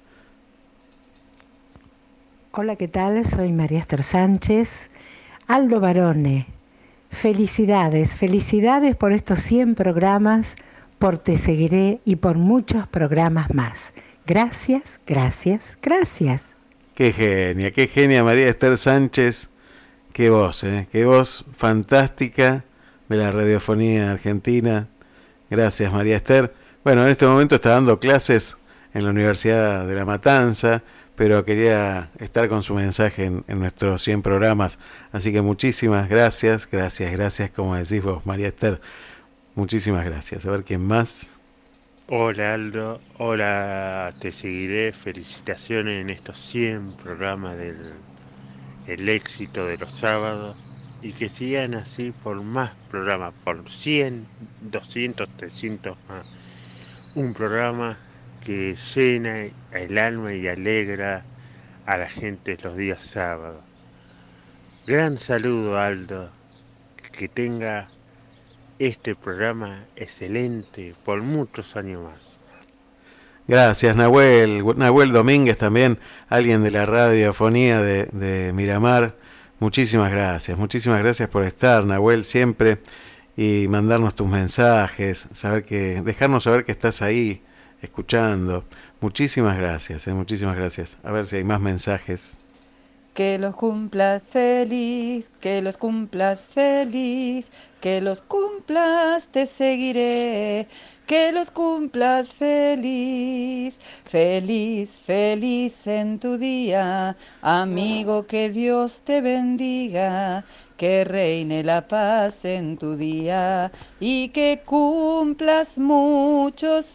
Hola, ¿qué tal? Soy María Esther Sánchez. Aldo Barone, felicidades, felicidades por estos cien programas, por Te Seguiré y por muchos programas más. Gracias, gracias, gracias. Qué genia, qué genia María Esther Sánchez. Qué voz, ¿eh? Qué voz fantástica de la radiofonía argentina. Gracias, María Esther. Bueno, en este momento está dando clases en la Universidad de La Matanza, pero quería estar con su mensaje en, en nuestros cien programas. Así que muchísimas gracias, gracias, gracias, como decís vos, María Esther. Muchísimas gracias. A ver quién más. Hola, Aldo. Hola, Te Seguiré. Felicitaciones en estos cien programas del el éxito de los sábados. Y que sigan así por más programas, por cien, doscientos, trescientos más. Un programa que llena el alma y alegra a la gente los días sábados. Gran saludo, Aldo. Que tenga este programa excelente por muchos años más. Gracias, Nahuel. Nahuel Domínguez también, alguien de la radiofonía de, de Miramar. Muchísimas gracias, muchísimas gracias por estar, Nahuel, siempre, y mandarnos tus mensajes, saber que, dejarnos saber que estás ahí, escuchando. Muchísimas gracias, eh, muchísimas gracias. A ver si hay más mensajes. Que los cumplas feliz, que los cumplas feliz, que los cumplas, te seguiré. Que los cumplas feliz, feliz, feliz en tu día. Amigo, que Dios te bendiga, que reine la paz en tu día y que cumplas muchos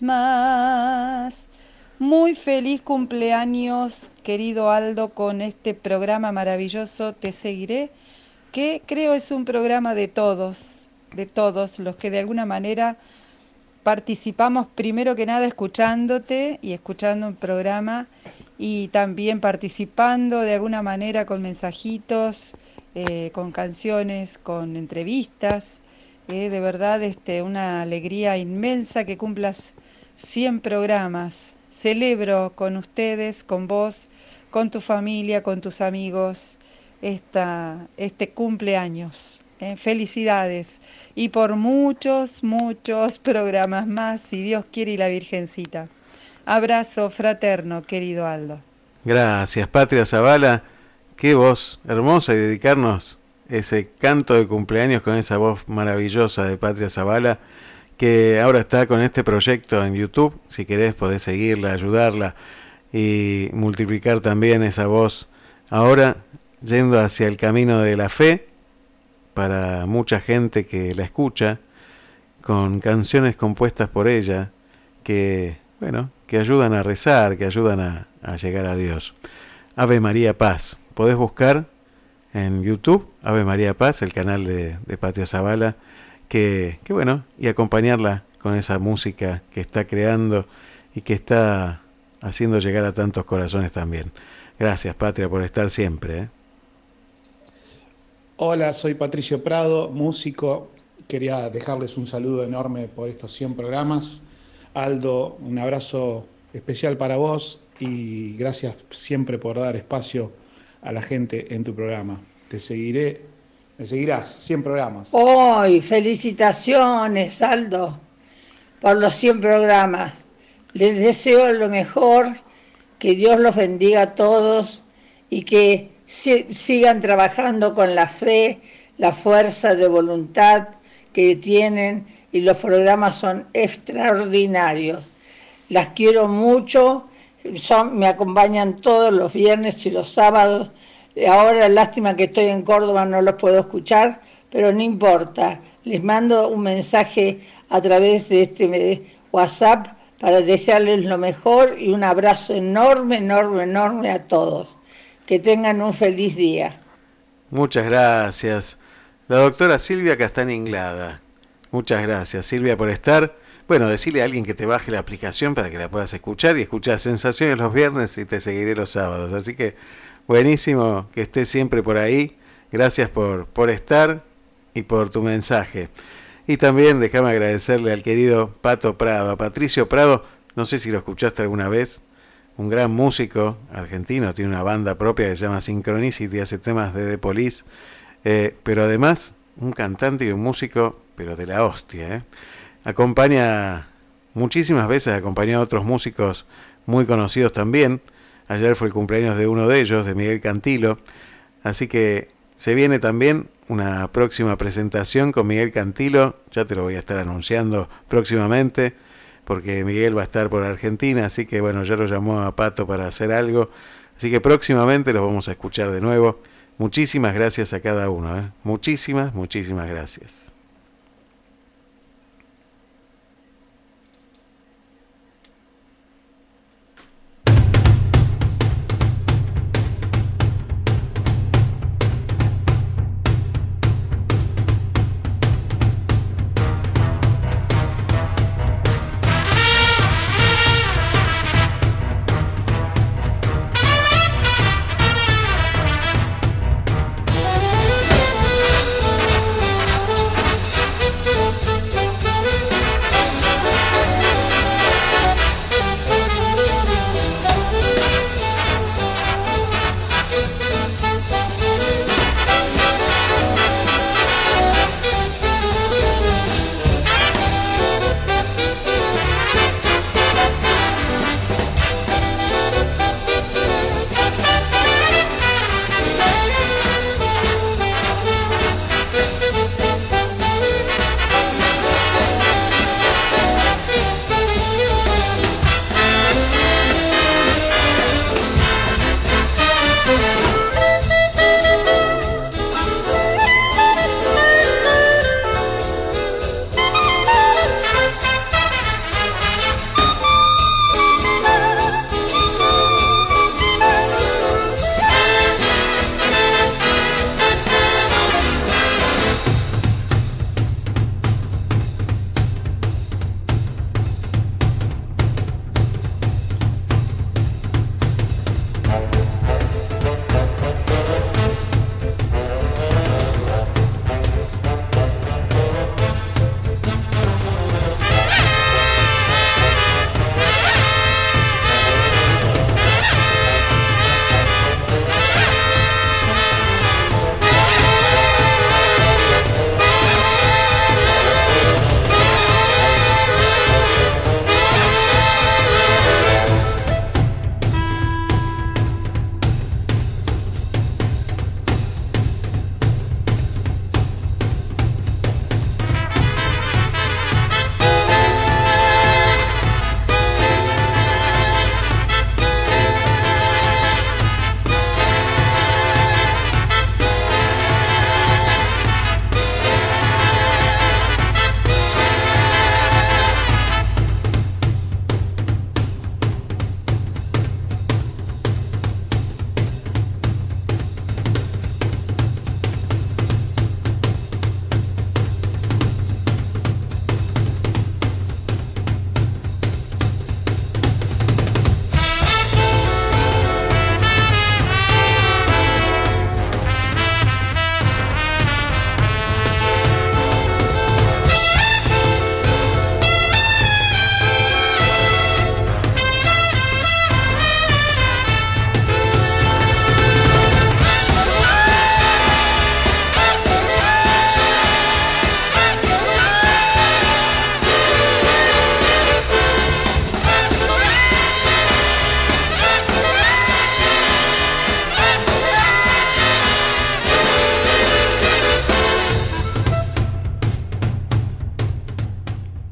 más. Muy feliz cumpleaños, querido Aldo, con este programa maravilloso Te Seguiré, que creo es un programa de todos, de todos los que de alguna manera participamos primero que nada escuchándote y escuchando un programa y también participando de alguna manera con mensajitos, eh, con canciones, con entrevistas. Eh, de verdad, este, una alegría inmensa que cumplas cien programas. Celebro con ustedes, con vos, con tu familia, con tus amigos, esta, este cumpleaños. Eh, felicidades y por muchos, muchos programas más, si Dios quiere y la Virgencita. Abrazo fraterno, querido Aldo. Gracias, Patria Zavala. Qué voz hermosa, y dedicarnos ese canto de cumpleaños con esa voz maravillosa de Patria Zavala, que ahora está con este proyecto en YouTube. Si querés podés seguirla, ayudarla y multiplicar también esa voz ahora yendo hacia el camino de la fe para mucha gente que la escucha, con canciones compuestas por ella que, bueno, que ayudan a rezar, que ayudan a, a llegar a Dios. Ave María Paz, podés buscar en YouTube Ave María Paz, el canal de, de Patria Zavala, que, que bueno, y acompañarla con esa música que está creando y que está haciendo llegar a tantos corazones también. Gracias, Patria, por estar siempre, ¿eh? Hola, soy Patricio Prado, músico. Quería dejarles un saludo enorme por estos cien programas. Aldo, un abrazo especial para vos y gracias siempre por dar espacio a la gente en tu programa. Te seguiré, me seguirás, cien programas. Hoy, felicitaciones, Aldo, por los cien programas. Les deseo lo mejor, que Dios los bendiga a todos y que si- sigan trabajando con la fe, la fuerza de voluntad que tienen, y los programas son extraordinarios. Las quiero mucho, son, me acompañan todos los viernes y los sábados. Ahora, lástima que estoy en Córdoba, no los puedo escuchar, pero no importa. Les mando un mensaje a través de este WhatsApp para desearles lo mejor y un abrazo enorme, enorme, enorme a todos. Que tengan un feliz día. Muchas gracias. La doctora Silvia Castán Inglada. Muchas gracias, Silvia, por estar. Bueno, decirle a alguien que te baje la aplicación para que la puedas escuchar y escuchar Sensaciones los viernes y te seguiré los sábados. Así que buenísimo que estés siempre por ahí. Gracias por, por estar y por tu mensaje. Y también déjame agradecerle al querido Pato Prado, a Patricio Prado. No sé si lo escuchaste alguna vez. Un gran músico argentino, tiene una banda propia que se llama Synchronicity, hace temas de The Police, eh, pero además un cantante y un músico, pero de la hostia, ¿eh? Acompaña, muchísimas veces acompañó a otros músicos muy conocidos también. Ayer fue el cumpleaños de uno de ellos, de Miguel Cantilo, así que se viene también una próxima presentación con Miguel Cantilo, ya te lo voy a estar anunciando próximamente, porque Miguel va a estar por Argentina, así que bueno, ya lo llamó a Pato para hacer algo, así que próximamente los vamos a escuchar de nuevo. Muchísimas gracias a cada uno, ¿eh? Muchísimas, muchísimas gracias.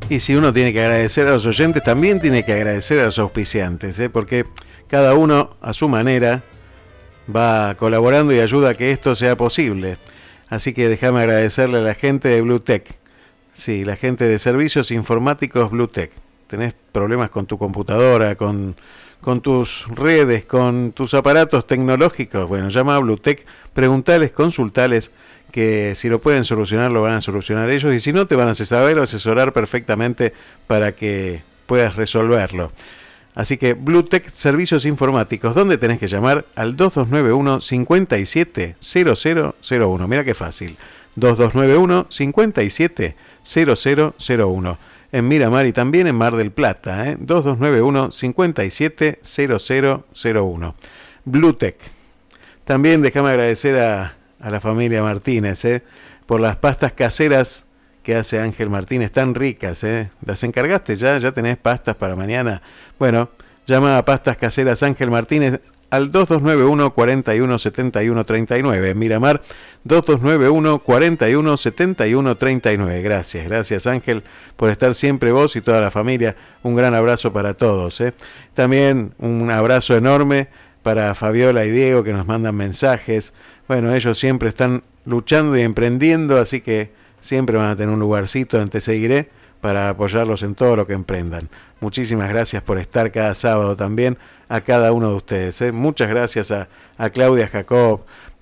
Y si uno tiene que agradecer a los oyentes, también tiene que agradecer a los auspiciantes, ¿eh? Porque cada uno a su manera va colaborando y ayuda a que esto sea posible. Así que déjame agradecerle a la gente de Bluetech. Sí, la gente de servicios informáticos Bluetech. Tenés problemas con tu computadora, con, con tus redes, con tus aparatos tecnológicos. Bueno, llama a Bluetech, preguntales, consultales, que si lo pueden solucionar, lo van a solucionar ellos. Y si no, te van a saber o asesorar perfectamente para que puedas resolverlo. Así que Bluetech Servicios Informáticos, ¿dónde tenés que llamar? Al dos dos nueve uno, cinco siete cero cero cero uno. Mira qué fácil. dos dos nueve uno, cinco siete cero cero cero uno. En Miramar y también en Mar del Plata, ¿eh? dos dos nueve uno, cinco siete cero cero cero uno. Bluetech. También déjame agradecer a, a la familia Martínez, ¿eh? por las pastas caseras que hace Ángel Martínez, tan ricas, ¿eh? ¿Las encargaste ya? ¿Ya tenés pastas para mañana? Bueno, llama a Pastas Caseras Ángel Martínez al dos dos nueve uno, cuatro uno siete uno tres nueve. En Miramar, dos dos nueve uno, cuatro uno siete uno tres nueve. Gracias, gracias Ángel por estar siempre vos y toda la familia. Un gran abrazo para todos, ¿eh? También un abrazo enorme para Fabiola y Diego que nos mandan mensajes. Bueno, ellos siempre están luchando y emprendiendo, así que siempre van a tener un lugarcito donde Te Seguiré para apoyarlos en todo lo que emprendan. Muchísimas gracias por estar cada sábado también a cada uno de ustedes, ¿eh? Muchas gracias a, a Claudia Jacob,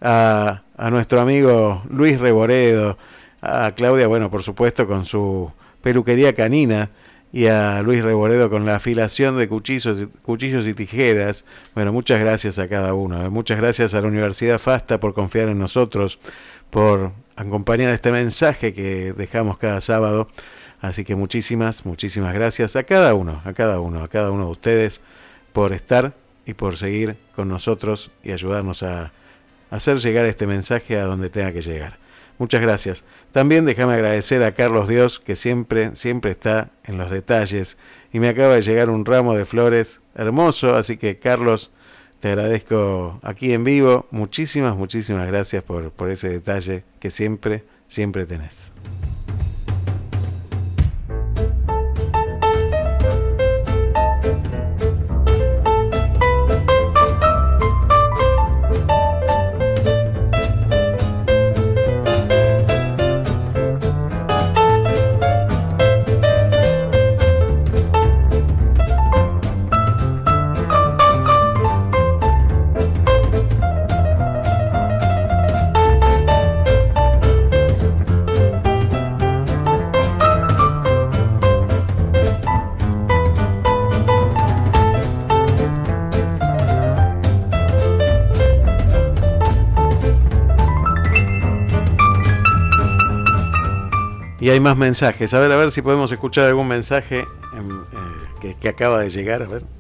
a, a nuestro amigo Luis Reboredo, a Claudia, bueno, por supuesto, con su peluquería canina, y a Luis Reboredo con la afilación de cuchillos, cuchillos y tijeras. Bueno, muchas gracias a cada uno, ¿eh? Muchas gracias a la Universidad FASTA por confiar en nosotros, por acompañar este mensaje que dejamos cada sábado. Así que muchísimas, muchísimas gracias a cada uno, a cada uno, a cada uno de ustedes por estar y por seguir con nosotros y ayudarnos a hacer llegar este mensaje a donde tenga que llegar. Muchas gracias. También déjame agradecer a Carlos Dios, que siempre, siempre está en los detalles, y me acaba de llegar un ramo de flores hermoso, así que Carlos, te agradezco aquí en vivo. Muchísimas, muchísimas gracias por, por ese detalle que siempre, siempre tenés. Y hay más mensajes. A ver, a ver si podemos escuchar algún mensaje eh, que, que acaba de llegar. A ver.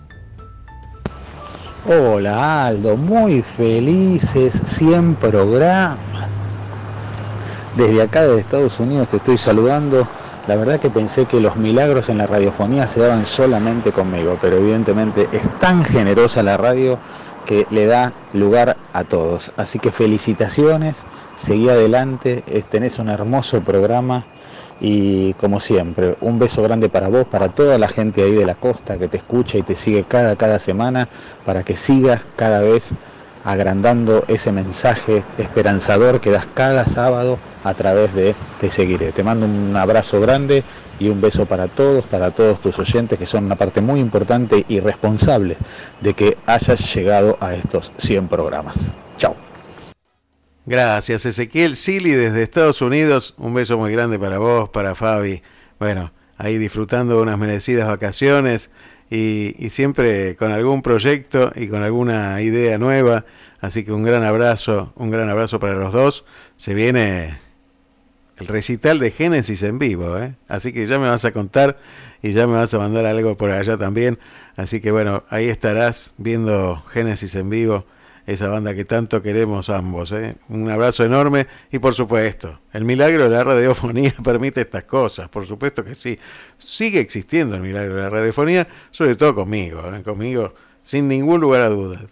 Hola Aldo, muy felices cien programas. Desde acá de Estados Unidos te estoy saludando. La verdad que pensé que los milagros en la radiofonía se daban solamente conmigo, pero evidentemente es tan generosa la radio que le da lugar a todos. Así que felicitaciones. Seguí adelante, tenés un hermoso programa y como siempre, un beso grande para vos, para toda la gente ahí de la costa que te escucha y te sigue cada, cada semana, para que sigas cada vez agrandando ese mensaje esperanzador que das cada sábado a través de Te Seguiré. Te mando un abrazo grande y un beso para todos, para todos tus oyentes que son una parte muy importante y responsable de que hayas llegado a estos cien programas. Chao. Gracias, Ezequiel Sili desde Estados Unidos. Un beso muy grande para vos, para Fabi. Bueno, ahí disfrutando de unas merecidas vacaciones y, y siempre con algún proyecto y con alguna idea nueva. Así que un gran abrazo, un gran abrazo para los dos. Se viene el recital de Génesis en vivo, ¿eh? Así que ya me vas a contar y ya me vas a mandar algo por allá también. Así que bueno, ahí estarás viendo Génesis en vivo. Esa banda que tanto queremos ambos, ¿eh? Un abrazo enorme y por supuesto, el milagro de la radiofonía permite estas cosas, por supuesto que sí. Sigue existiendo el milagro de la radiofonía, sobre todo conmigo, ¿eh? Conmigo sin ningún lugar a dudas.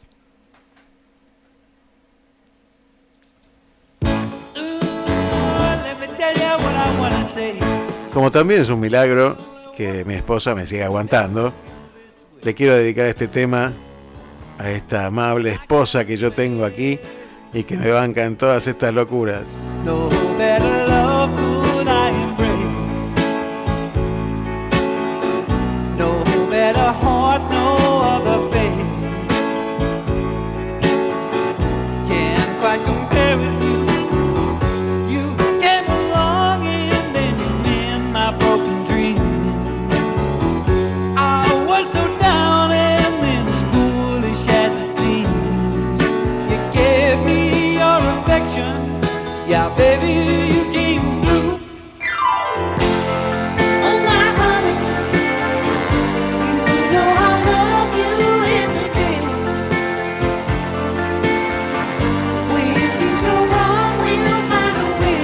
Ooh, let me tell you what I wanna say. Como también es un milagro que mi esposa me siga aguantando, le quiero dedicar este tema a esta amable esposa que yo tengo aquí y que me banca en todas estas locuras. No better love could I embrace. No better heart, no other face can't quite compare with you. You came along and then you mend my broken dream. I was so down and then as foolish as it seems. You gave me your affection, yeah, baby, you came through. Oh my honey, you know I love you every day. When things go wrong, we'll find a way.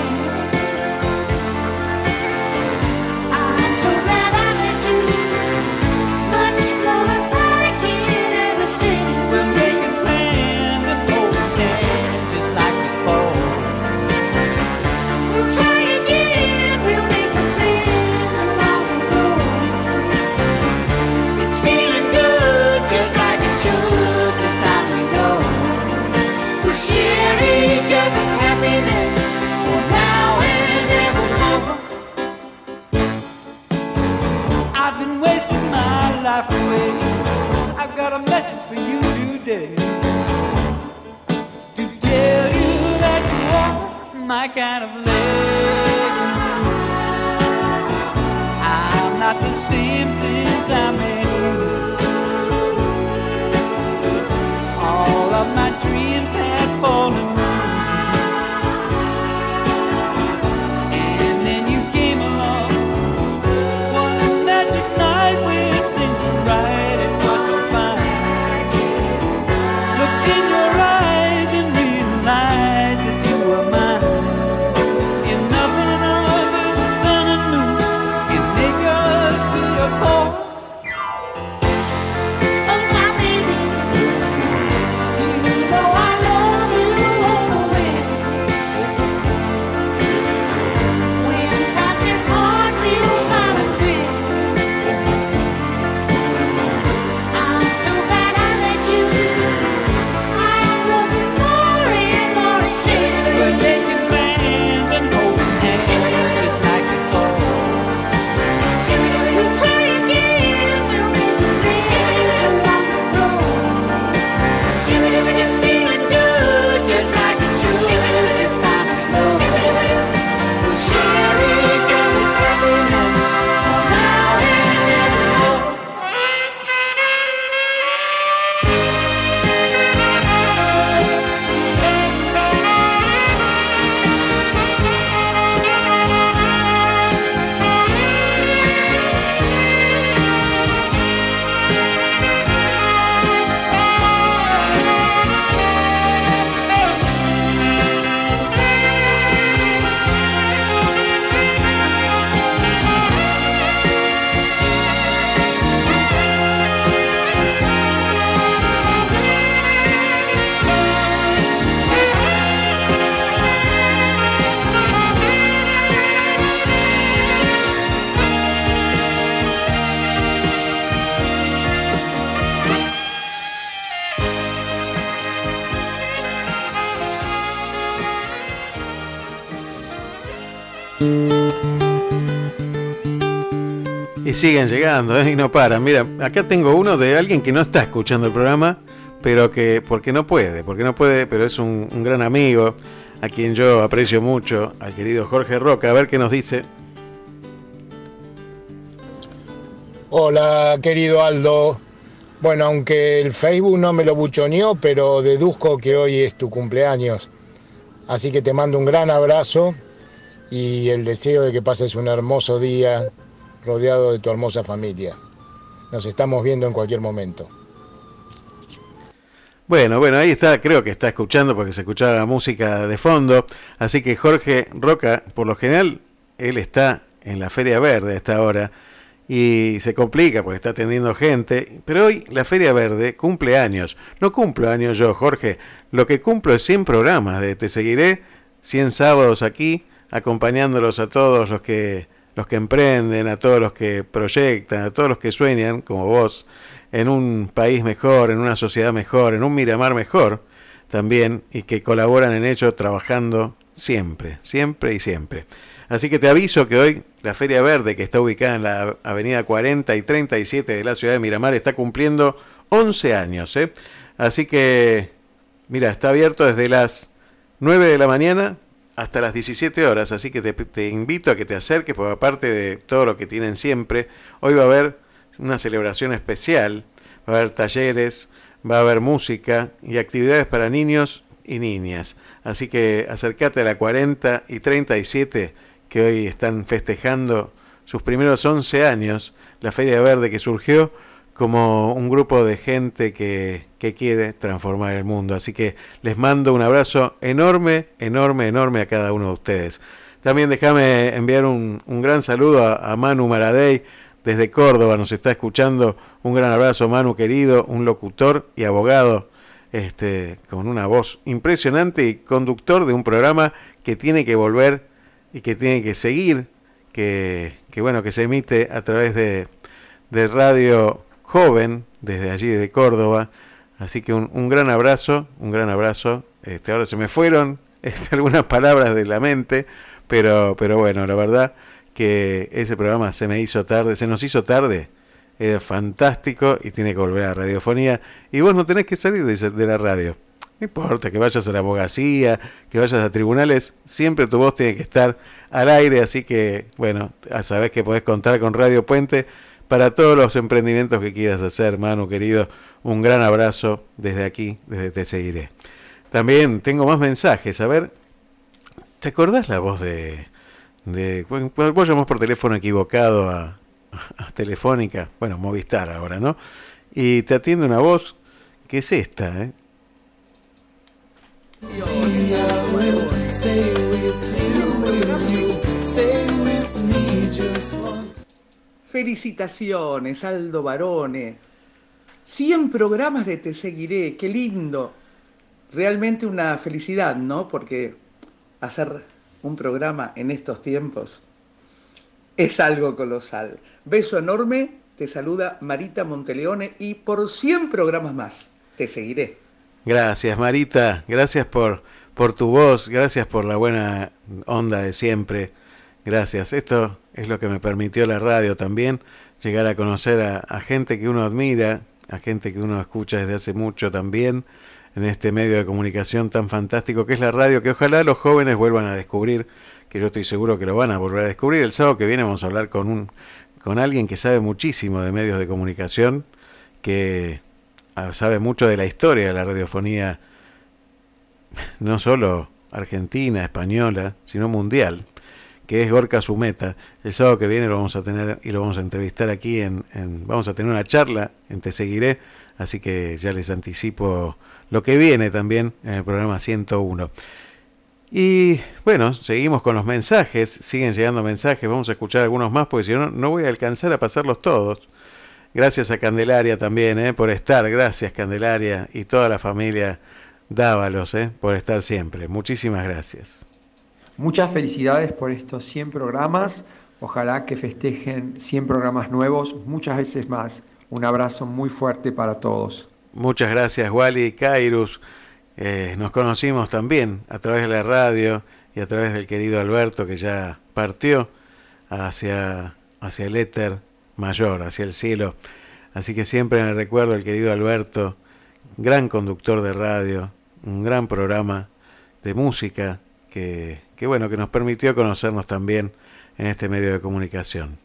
I'm so glad I met you, much more than I can ever say. We're making plans and holding hands just like before. We'll try again, we'll make the plans along the road. It's feeling good, just like it should, this time we know. We'll share each other's happiness for now and evermore. I've been wasting my life away. I've got a message for you today, to tell you that you are my kind of lady. I'm not the same since I met you. All of my dreams had fallen through, and then you came along one magic night when things were right. It was so fine. Look in your eyes and realize that you were mine. And nothing other than sun and moon can make us feel apart. Oh my baby, you know I love you all the way. When times get hard, we'll smile and sing. I'm so glad I met you. I love you more and more each day. We're making plans and holding hands just like before. We'll try again, we'll make the plans along the road. It's feeling good, just like it should, this time we know. We'll share each other's happiness for now and evermore. Y siguen llegando, ¿eh? Y no paran. Mira, acá tengo uno de alguien que no está escuchando el programa, pero que, porque no puede, porque no puede, pero es un, un gran amigo, a quien yo aprecio mucho, al querido Jorge Roca. A ver qué nos dice. Hola, querido Aldo. Bueno, aunque el Facebook no me lo buchoneó, pero deduzco que hoy es tu cumpleaños. Así que te mando un gran abrazo y el deseo de que pases un hermoso día rodeado de tu hermosa familia. Nos estamos viendo en cualquier momento. Bueno, bueno, ahí está, creo que está escuchando porque se escuchaba la música de fondo. Así que Jorge Roca, por lo general, él está en la Feria Verde a esta hora y se complica porque está atendiendo gente. Pero hoy la Feria Verde cumple años. No cumplo años yo, Jorge. Lo que cumplo es cien programas de Te Seguiré, cien sábados aquí, acompañándolos a todos los que los que emprenden, a todos los que proyectan, a todos los que sueñan, como vos, en un país mejor, en una sociedad mejor, en un Miramar mejor también, y que colaboran en ello trabajando siempre, siempre y siempre. Así que te aviso que hoy la Feria Verde, que está ubicada en la avenida cuarenta y treinta y siete de la ciudad de Miramar, está cumpliendo once años, ¿eh? Así que, mira, está abierto desde las nueve de la mañana hasta las diecisiete horas, así que te, te invito a que te acerques, porque aparte de todo lo que tienen siempre, hoy va a haber una celebración especial, va a haber talleres, va a haber música y actividades para niños y niñas. Así que acércate a la cuarenta y treinta y siete, que hoy están festejando sus primeros once años, la Feria Verde, que surgió como un grupo de gente que, que quiere transformar el mundo. Así que les mando un abrazo enorme, enorme, enorme a cada uno de ustedes. También déjame enviar un, un gran saludo a, a Manu Maradei desde Córdoba, nos está escuchando. Un gran abrazo, Manu querido, un locutor y abogado este, con una voz impresionante y conductor de un programa que tiene que volver y que tiene que seguir, que, que bueno, que se emite a través de, de Radio Joven, desde allí de Córdoba. Así que un, un gran abrazo, un gran abrazo. Este, ahora se me fueron este, algunas palabras de la mente, pero, pero bueno, la verdad que ese programa se me hizo tarde, se nos hizo tarde, es fantástico y tiene que volver a la radiofonía. Y vos no tenés que salir de, de la radio. No importa que vayas a la abogacía, que vayas a tribunales, siempre tu voz tiene que estar al aire. Así que, bueno, sabés que podés contar con Radio Puente para todos los emprendimientos que quieras hacer, Manu querido. Un gran abrazo desde aquí, desde Te Seguiré. También tengo más mensajes. A ver, ¿te acordás la voz de... de bueno, vos llamás por teléfono equivocado a, a Telefónica, bueno, Movistar ahora, ¿no? Y te atiende una voz que es esta, ¿eh? Felicitaciones, Aldo Barone. cien programas de Te Seguiré, qué lindo. Realmente una felicidad, ¿no? Porque hacer un programa en estos tiempos es algo colosal. Beso enorme, te saluda Marita Monteleone y por cien programas más, Te Seguiré. Gracias, Marita, gracias por, por tu voz, gracias por la buena onda de siempre. Gracias, esto es lo que me permitió la radio también, llegar a conocer a, a gente que uno admira, a gente que uno escucha desde hace mucho también, en este medio de comunicación tan fantástico que es la radio, que ojalá los jóvenes vuelvan a descubrir, que yo estoy seguro que lo van a volver a descubrir. El sábado que viene vamos a hablar con un con alguien que sabe muchísimo de medios de comunicación, que sabe mucho de la historia de la radiofonía, no solo argentina, española, sino mundial, que es Gorka Zumeta. El sábado que viene lo vamos a tener y lo vamos a entrevistar aquí, en, en vamos a tener una charla en Te Seguiré, así que ya les anticipo lo que viene también en el programa ciento uno. Y bueno, seguimos con los mensajes, siguen llegando mensajes, vamos a escuchar algunos más porque si no, no voy a alcanzar a pasarlos todos. Gracias a Candelaria también, eh, por estar, gracias Candelaria y toda la familia Dávalos, eh, por estar siempre. Muchísimas gracias. Muchas felicidades por estos cien programas, ojalá que festejen cien programas nuevos, muchas veces más. Un abrazo muy fuerte para todos. Muchas gracias, Wally, Kairus. Eh, nos conocimos también a través de la radio y a través del querido Alberto, que ya partió hacia, hacia el éter mayor, hacia el cielo. Así que siempre me recuerdo el querido Alberto, gran conductor de radio, un gran programa de música que, que bueno, que nos permitió conocernos también en este medio de comunicación.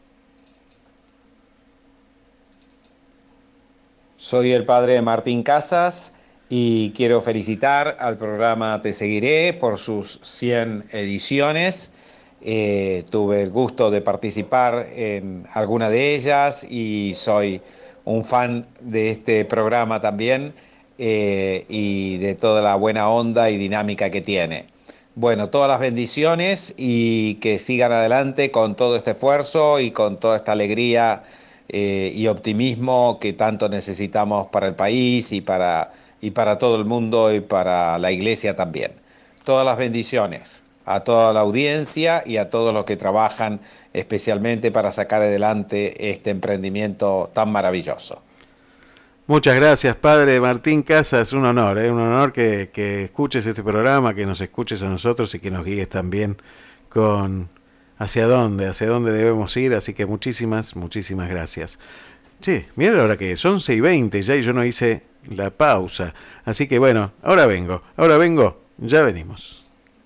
Soy el padre Martín Casas y quiero felicitar al programa Te Seguiré por sus cien ediciones. Eh, tuve el gusto de participar en alguna de ellas y soy un fan de este programa también eh, y de toda la buena onda y dinámica que tiene. Bueno, todas las bendiciones y que sigan adelante con todo este esfuerzo y con toda esta alegría Eh, y optimismo que tanto necesitamos para el país y para, y para todo el mundo y para la iglesia también. Todas las bendiciones. a toda la audiencia y a todos los que trabajan especialmente para sacar adelante este emprendimiento tan maravilloso. Muchas gracias, padre Martín Casas, un honor, ¿eh? un honor que, que escuches este programa, que nos escuches a nosotros y que nos guíes también con hacia dónde, hacia dónde debemos ir, así que muchísimas, muchísimas gracias. Che, mira la hora que es, once y veinte ya y yo no hice la pausa, así que bueno, ahora vengo, ahora vengo, ya venimos.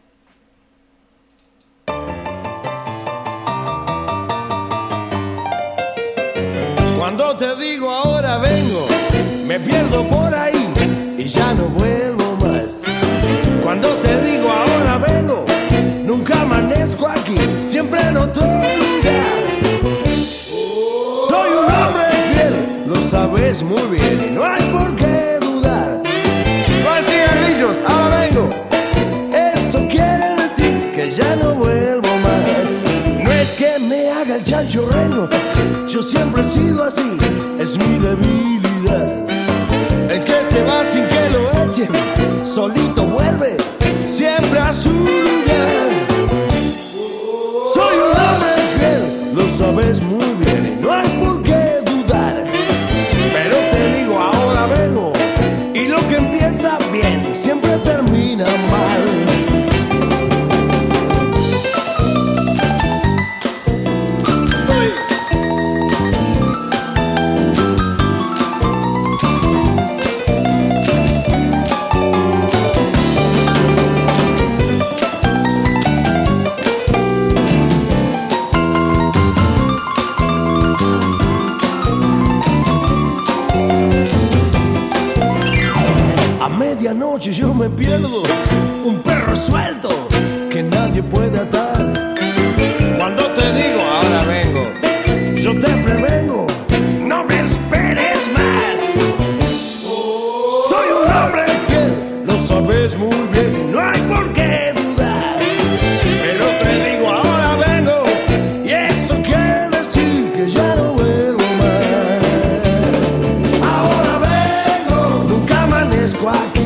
Cuando te digo ahora vengo, me pierdo por ahí y ya no vuelvo más. Cuando te digo ahora vengo, nunca amanezco aquí, siempre en otro lugar. Soy un hombre fiel, lo sabes muy bien y no hay por qué dudar. No hay cigarrillos, ahora vengo, eso quiere decir que ya no vuelvo más. No es que me haga el chancho rengo, yo siempre he sido así, es mi debilidad. El que se va sin que lo echen, solito vuelve, siempre a su lugar. Soy un hombre fiel, lo sabes muy bien y no hay por qué dudar. Pero te digo ahora vengo, y lo que empieza bien siempre termina mal. Medianoche yo me pierdo, un perro suelto que nadie puede atar. Cuando te digo ahora vengo, yo te prevengo, no me esperes más. Soy un hombre fiel, lo sabes muy bien, no hay por qué dudar. Pero te digo ahora vengo, y eso quiere decir que ya no vuelvo más. Ahora vengo, nunca amanezco aquí.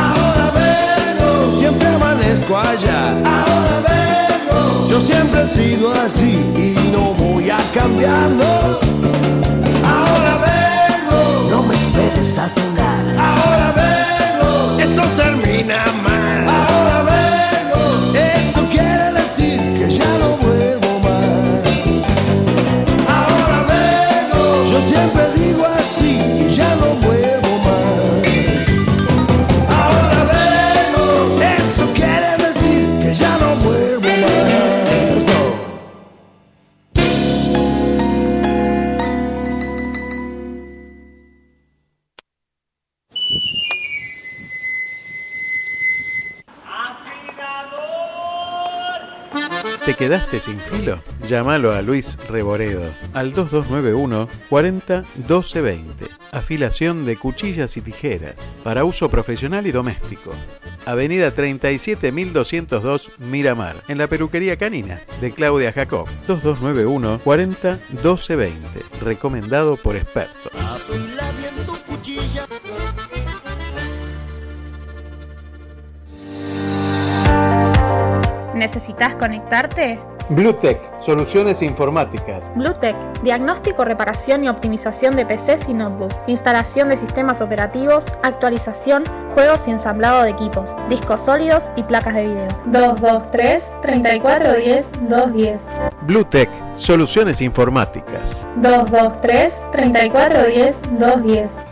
Allá. Ahora vengo, yo siempre he sido así y no voy a cambiarlo. Ahora vengo, no me esperes a cenar. Ahora vengo, esto termina mal. Ahora vengo, esto quiere decir que ya no vuelvo más. Ahora vengo, yo siempre digo así y ya no vuelvo más. Ahora vengo, eso quiere ya no vuelvo más, no. ¿Te quedaste sin filo? Llámalo a Luis Reboredo al dos dos nueve uno, cuarenta, doce veinte. Afilación de cuchillas y tijeras para uso profesional y doméstico. Avenida treinta y siete mil doscientos dos, Miramar, en la peluquería canina de Claudia Jacob. dos dos nueve uno, cuarenta, doce veinte. Recomendado por expertos. Afila bien tu cuchilla. ¿Necesitas conectarte? Bluetech, soluciones informáticas. Bluetech, diagnóstico, reparación y optimización de P Cs y notebooks, instalación de sistemas operativos, actualización, juegos y ensamblado de equipos, discos sólidos y placas de video. dos dos tres, treinta y cuatro diez, doscientos diez. Bluetech, soluciones informáticas. dos dos tres, treinta y cuatro diez, doscientos diez.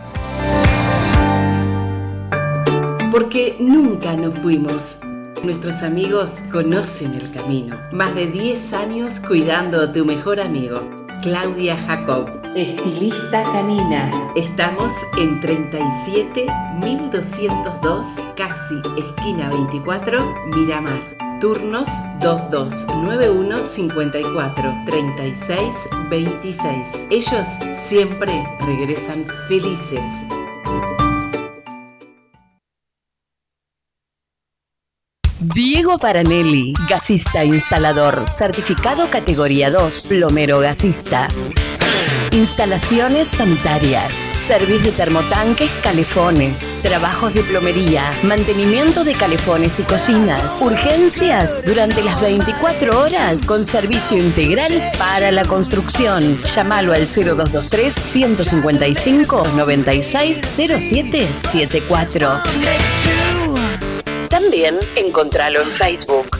Porque nunca nos fuimos. Nuestros amigos conocen el camino. Más de diez años cuidando a tu mejor amigo. Claudia Jacob, estilista canina. Estamos en treinta y siete mil doscientos dos, casi esquina veinticuatro, Miramar. Turnos dos dos nueve uno, cincuenta y cuatro, treinta y seis, veintiséis. Ellos siempre regresan felices. Diego Paranelli, gasista instalador, certificado categoría dos, plomero gasista. Instalaciones sanitarias, servicio de termotanques, calefones, trabajos de plomería, mantenimiento de calefones y cocinas, urgencias durante las veinticuatro horas con servicio integral para la construcción. Llámalo al cero dos dos tres, ciento cincuenta y cinco, noventa y seis, cero siete siete cuatro. También encontralo en Facebook.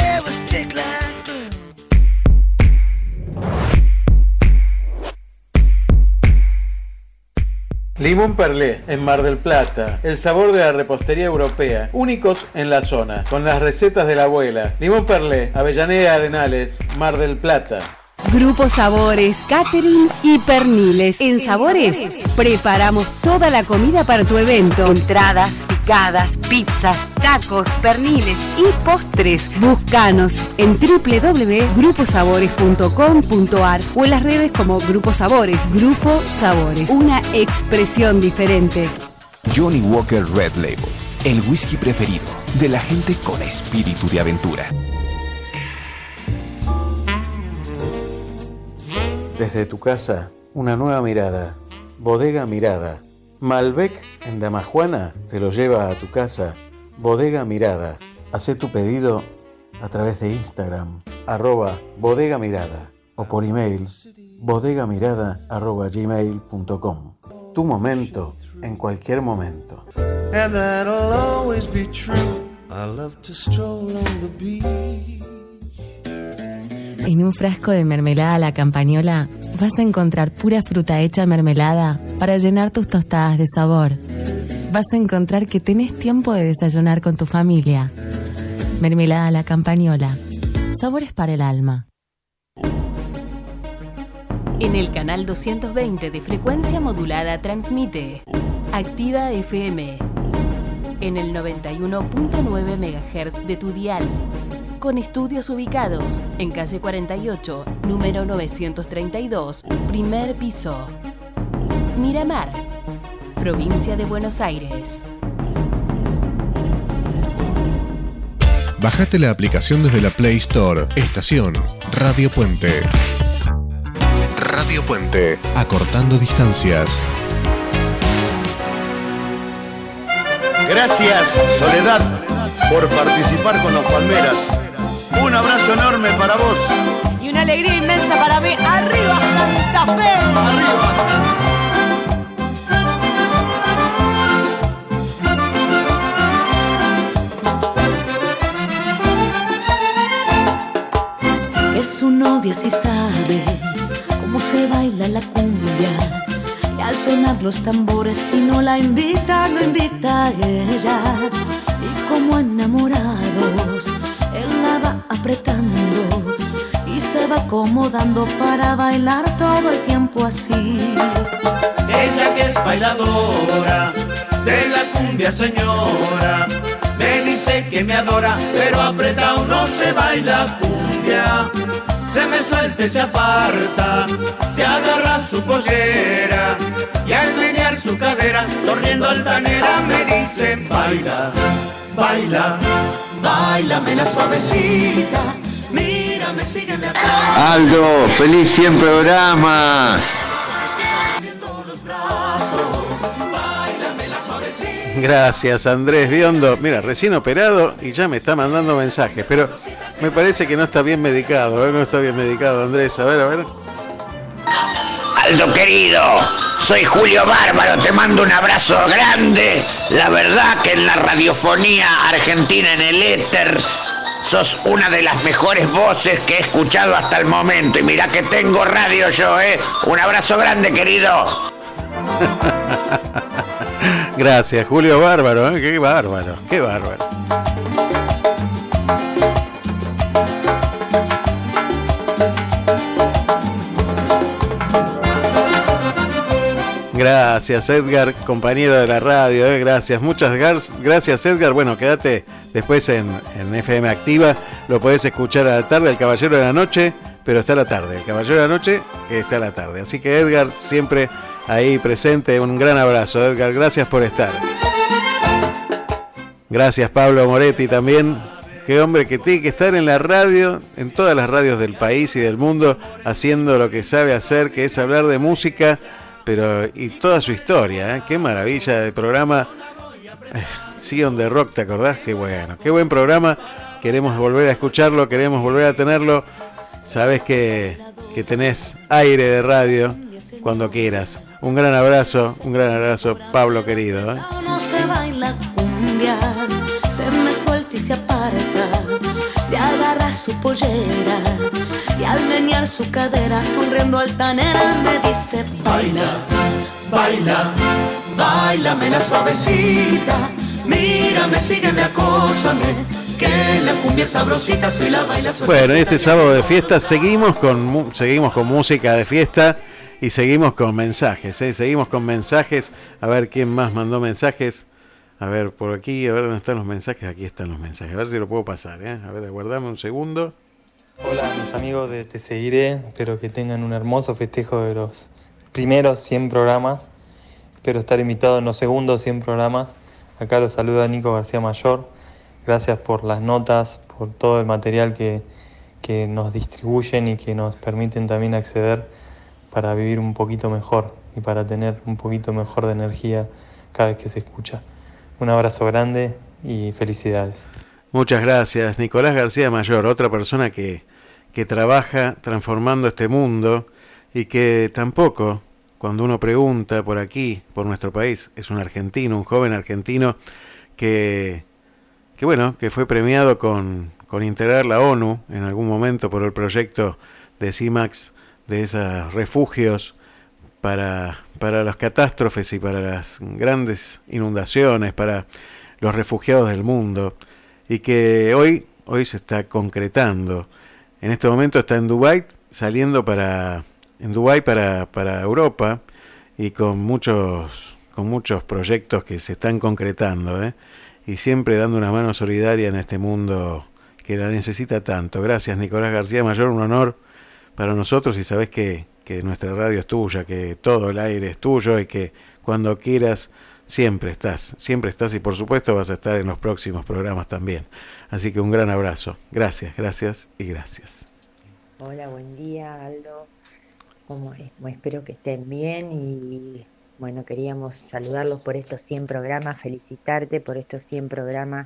Limón Perlé, en Mar del Plata. El sabor de la repostería europea. Únicos en la zona, con las recetas de la abuela. Limón Perlé, Avellaneda Arenales, Mar del Plata. Grupo Sabores, Catering y Perniles. En Sabores preparamos toda la comida para tu evento. Entradas, picadas, pizzas, tacos, perniles y postres. Búscanos en doble u doble u doble u punto grupo sabores punto com punto a r o en las redes como Grupo Sabores. Grupo Sabores, una expresión diferente. Johnny Walker Red Label, el whisky preferido de la gente con espíritu de aventura. Desde tu casa, una nueva mirada. Bodega Mirada. Malbec en Damajuana te lo lleva a tu casa. Bodega Mirada. Hacé tu pedido a través de Instagram, arroba Bodega Mirada, o por email, bodegamirada arroba gmail punto com. Tu momento, en cualquier momento. And that'll always be true. I love to stroll on the beach. En un frasco de mermelada a la campañola vas a encontrar pura fruta hecha mermelada para llenar tus tostadas de sabor. Vas a encontrar que tenés tiempo de desayunar con tu familia. Mermelada a la campañola. Sabores para el alma. En el canal doscientos veinte de frecuencia modulada transmite Activa F M. En el noventa y uno punto nueve megahertz de tu dial. Con estudios ubicados en calle cuarenta y ocho, número novecientos treinta y dos, primer piso. Miramar, provincia de Buenos Aires. Bajate la aplicación desde la Play Store. Estación Radio Puente. Radio Puente, acortando distancias. Gracias, Soledad, por participar con los Palmeras. Un abrazo enorme para vos. Y una alegría inmensa para mí. ¡Arriba, Santa Fe! ¡Arriba! Que su novia sí sabe cómo se baila la cumbia. Y al sonar los tambores, si no la invita, lo invita a ella. Y como enamorados, él la va apretando y se va acomodando para bailar todo el tiempo así. Ella que es bailadora de la cumbia, señora, me dice que me adora, pero apretado no se baila cumbia. Se me suelta y se aparta, se agarra su pollera y al menear su cadera, sonriendo altanera, me dice baila, baila, báilame la suavecita, mírame, sígueme acá. Aldo, feliz cien programas. Gracias, Andrés Diondo. Mira, recién operado y ya me está mandando mensajes, pero me parece que no está bien medicado, ¿eh? No está bien medicado, Andrés. A ver, a ver. Aldo querido, soy Julio Bárbaro, te mando un abrazo grande. La verdad que en la radiofonía argentina, en el éter, sos una de las mejores voces que he escuchado hasta el momento. Y mirá que tengo radio yo, ¿eh? Un abrazo grande, querido. Gracias, Julio Bárbaro, ¿eh? Qué bárbaro, qué bárbaro. Gracias, Edgar, compañero de la radio, ¿eh? Gracias, muchas gracias, Edgar. Bueno, quédate después en, en F M Activa, lo podés escuchar a la tarde, El Caballero de la Noche, pero está a la tarde, El Caballero de la Noche, que está a la tarde. Así que Edgar, siempre ahí presente, un gran abrazo, Edgar, gracias por estar. Gracias, Pablo Moretti también, qué hombre que tiene que estar en la radio, en todas las radios del país y del mundo, haciendo lo que sabe hacer, que es hablar de música, pero y toda su historia, ¿eh? Qué maravilla de programa. Eh, Sion de Rock, ¿te acordás? Qué bueno, qué buen programa. Queremos volver a escucharlo, queremos volver a tenerlo. Sabes que, que tenés aire de radio cuando quieras. Un gran abrazo, un gran abrazo, Pablo querido, ¿eh? No se baila cumbia, se me suelta y se aparta, se agarra su pollera y al menear su cadera sonriendo altanera me dice baila, baila, báilame la suavecita, mírame, sígueme, acósame, que la cumbia es sabrosita si la baila suavecita. Bueno, este sábado de fiesta seguimos con seguimos con música de fiesta. Y seguimos con mensajes, ¿eh? Seguimos con mensajes. A ver quién más mandó mensajes. A ver, por aquí, a ver dónde están los mensajes. Aquí están los mensajes. A ver si lo puedo pasar, ¿eh? A ver, aguardame un segundo. Hola, mis amigos de Te Seguiré. Espero que tengan un hermoso festejo de los primeros cien programas. Espero estar invitado en los segundos cien programas. Acá los saluda Nico García Mayor. Gracias por las notas, por todo el material que, que nos distribuyen y que nos permiten también acceder para vivir un poquito mejor y para tener un poquito mejor de energía cada vez que se escucha. Un abrazo grande y felicidades. Muchas gracias, Nicolás García Mayor, otra persona que, que trabaja transformando este mundo y que tampoco, cuando uno pregunta por aquí, por nuestro país, es un argentino, un joven argentino que, que bueno, que fue premiado con, con integrar la ONU en algún momento por el proyecto de CIMAX, de esos refugios para, para las catástrofes y para las grandes inundaciones, para los refugiados del mundo, y que hoy, hoy se está concretando. En este momento está en Dubái, saliendo para, en Dubái para, para Europa, y con muchos, con muchos proyectos que se están concretando, ¿eh? Y siempre dando una mano solidaria en este mundo que la necesita tanto. Gracias, Nicolás García Mayor, un honor para nosotros, y sabes que, que nuestra radio es tuya, que todo el aire es tuyo y que cuando quieras siempre estás, siempre estás y por supuesto vas a estar en los próximos programas también. Así que un gran abrazo. Gracias, gracias y gracias. Hola, buen día, Aldo. Como, espero que estén bien y bueno, queríamos saludarlos por estos cien programas, felicitarte por estos cien programas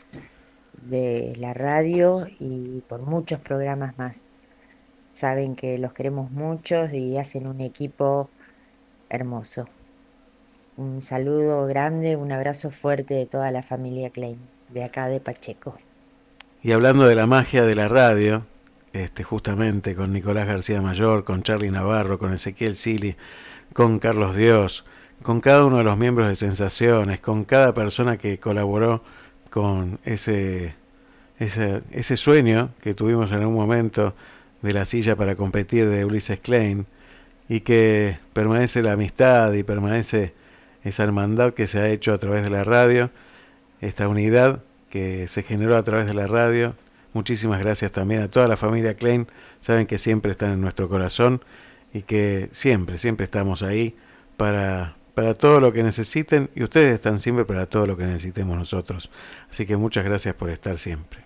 de la radio y por muchos programas más. Saben que los queremos mucho y hacen un equipo hermoso. Un saludo grande, un abrazo fuerte de toda la familia Klein, de acá de Pacheco. Y hablando de la magia de la radio, este, justamente con Nicolás García Mayor, con Charly Navarro, con Ezequiel Sili, con Carlos Dios, con cada uno de los miembros de Sensaciones, con cada persona que colaboró con ese, ese, ese sueño que tuvimos en un momento de la silla para competir de Ulises Klein, y que permanece la amistad y permanece esa hermandad que se ha hecho a través de la radio, esta unidad que se generó a través de la radio. Muchísimas gracias también a toda la familia Klein, saben que siempre están en nuestro corazón y que siempre, siempre estamos ahí para, para todo lo que necesiten, y ustedes están siempre para todo lo que necesitemos nosotros. Así que muchas gracias por estar siempre.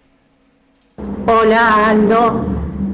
Hola, Aldo.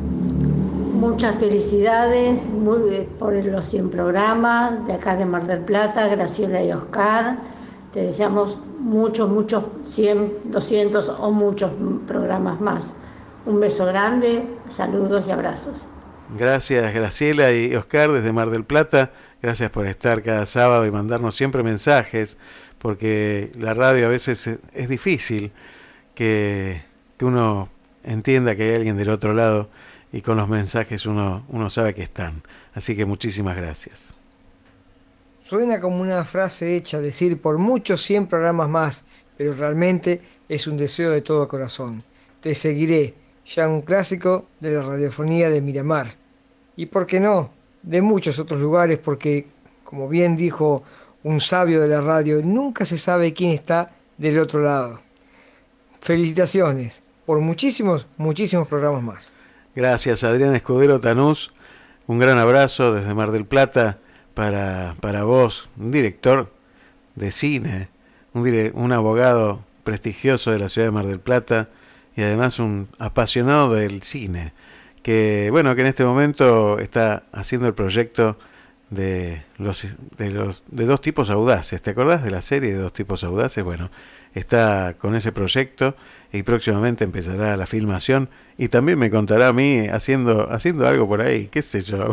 Muchas felicidades muy, por los cien programas de acá de Mar del Plata, Graciela y Oscar. Te deseamos muchos, muchos, cien, doscientos o muchos programas más. Un beso grande, saludos y abrazos. Gracias, Graciela y Oscar desde Mar del Plata. Gracias por estar cada sábado y mandarnos siempre mensajes, porque la radio a veces es difícil que, que uno entienda que hay alguien del otro lado, y con los mensajes uno, uno sabe que están. Así que muchísimas gracias. Suena como una frase hecha, decir por muchos cien programas más, pero realmente es un deseo de todo corazón. Te seguiré, ya un clásico de la radiofonía de Miramar. Y por qué no, de muchos otros lugares, porque, como bien dijo un sabio de la radio, nunca se sabe quién está del otro lado. Felicitaciones por muchísimos, muchísimos programas más. Gracias, Adrián Escudero Tanús. Un gran abrazo desde Mar del Plata para, para vos, un director de cine, un, dire, un abogado prestigioso de la ciudad de Mar del Plata, y además un apasionado del cine, que bueno, que en este momento está haciendo el proyecto de los de los de Dos Tipos Audaces. ¿Te acordás de la serie de Dos Tipos Audaces? Bueno, está con ese proyecto y próximamente empezará la filmación y también me contará a mí haciendo haciendo algo por ahí, qué sé yo.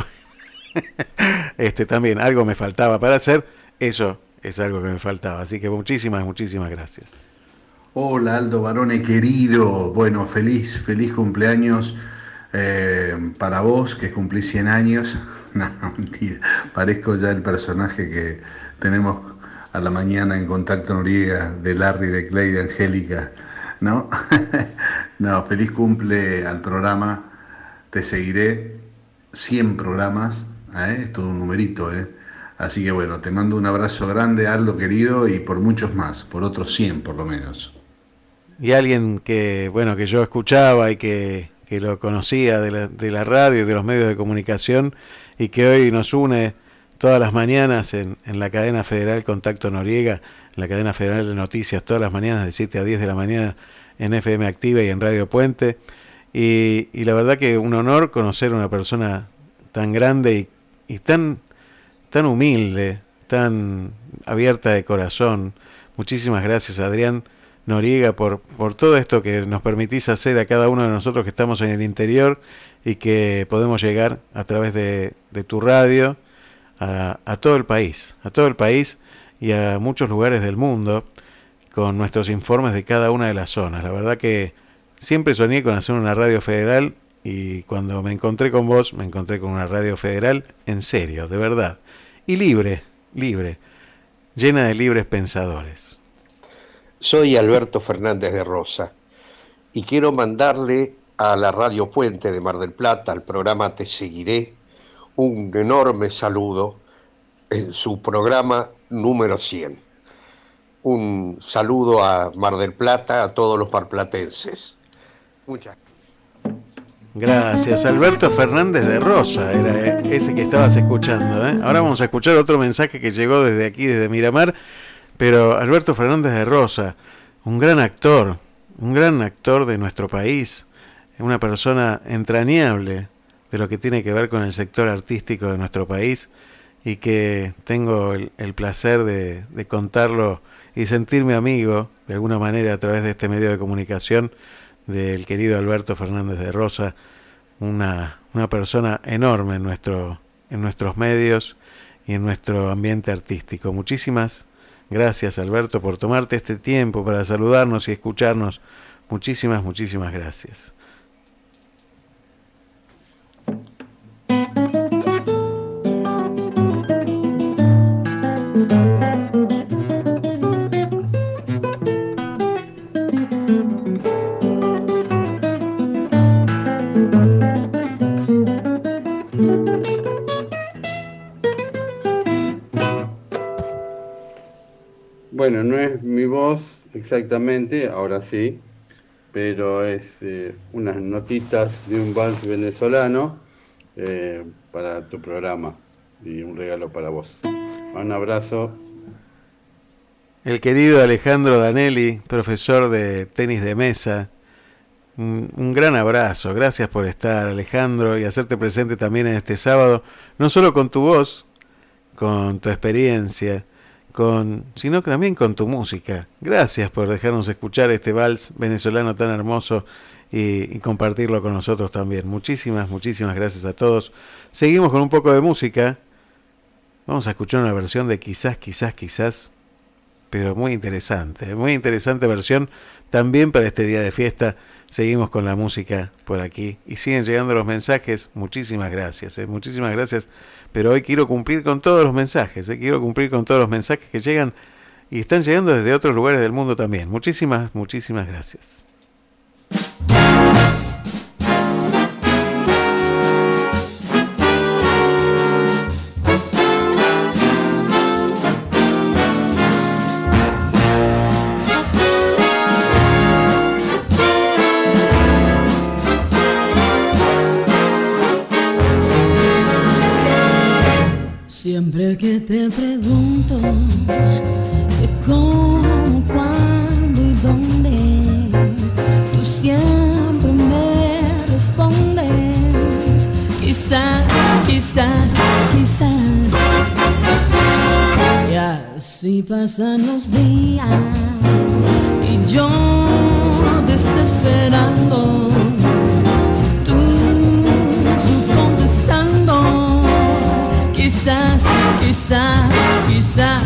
Este también algo me faltaba para hacer, eso es algo que me faltaba, así que muchísimas muchísimas gracias. Hola Aldo Barone querido, bueno, feliz feliz cumpleaños eh, para vos que cumplís cien años. No, mentira, parezco ya el personaje que tenemos a la mañana en Contacto Noriega, de Larry, de Clay, de Angélica, ¿no? No, feliz cumple al programa, te seguiré, cien programas, ¿eh? Es todo un numerito, ¿eh? Así que bueno, te mando un abrazo grande, Aldo querido, y por muchos más, por otros cien por lo menos. Y alguien que, bueno, que yo escuchaba y que, que lo conocía de la, de la radio y de los medios de comunicación, y que hoy nos une todas las mañanas en, en la cadena federal Contacto Noriega, en la cadena federal de noticias, todas las mañanas de siete a diez de la mañana en F M Activa y en Radio Puente. Y, y la verdad que un honor conocer a una persona tan grande y, y tan, tan humilde, tan abierta de corazón. Muchísimas gracias, Adrián Noriega, por, por todo esto que nos permitís hacer a cada uno de nosotros que estamos en el interior y que podemos llegar a través de, de tu radio a, a todo el país, a todo el país y a muchos lugares del mundo con nuestros informes de cada una de las zonas. La verdad que siempre soñé con hacer una radio federal y cuando me encontré con vos, me encontré con una radio federal en serio, de verdad, y libre, libre, llena de libres pensadores. Soy Alberto Fernández de Rosa y quiero mandarle a la Radio Puente de Mar del Plata, al programa Te Seguiré, un enorme saludo en su programa número cien. Un saludo a Mar del Plata, a todos los marplatenses. Muchas gracias. Alberto Fernández de Rosa era ese que estabas escuchando, ¿eh? Ahora vamos a escuchar otro mensaje que llegó desde aquí, desde Miramar, pero Alberto Fernández de Rosa, un gran actor, un gran actor de nuestro país, una persona entrañable de lo que tiene que ver con el sector artístico de nuestro país y que tengo el, el placer de, de contarlo y sentirme amigo de alguna manera a través de este medio de comunicación del querido Alberto Fernández de Rosa, una, una persona enorme en, nuestro, en nuestros medios y en nuestro ambiente artístico. Muchísimas gracias, Alberto, por tomarte este tiempo para saludarnos y escucharnos. Muchísimas, muchísimas gracias. Bueno, no es mi voz exactamente, ahora sí, pero es eh, unas notitas de un vals venezolano eh, para tu programa y un regalo para vos. Un abrazo. El querido Alejandro Danelli, profesor de tenis de mesa, un, un gran abrazo. Gracias por estar, Alejandro, y hacerte presente también en este sábado, no solo con tu voz, con tu experiencia, Con, sino que también con tu música. Gracias por dejarnos escuchar este vals venezolano tan hermoso y, y compartirlo con nosotros también. Muchísimas, muchísimas gracias a todos. Seguimos con un poco de música. Vamos a escuchar una versión de Quizás, Quizás, Quizás, pero muy interesante, muy interesante versión también para este día de fiesta. Seguimos con la música por aquí y siguen llegando los mensajes. Muchísimas gracias, eh, muchísimas gracias. Pero hoy quiero cumplir con todos los mensajes, eh, quiero cumplir con todos los mensajes que llegan y están llegando desde otros lugares del mundo también. Muchísimas, muchísimas gracias. Siempre que te pregunto de cómo, cuándo y dónde, quizás, quizás, quizás. Y así pasan los días y yo desesperando, tú, tú contestando, quizás, quizás, quizás.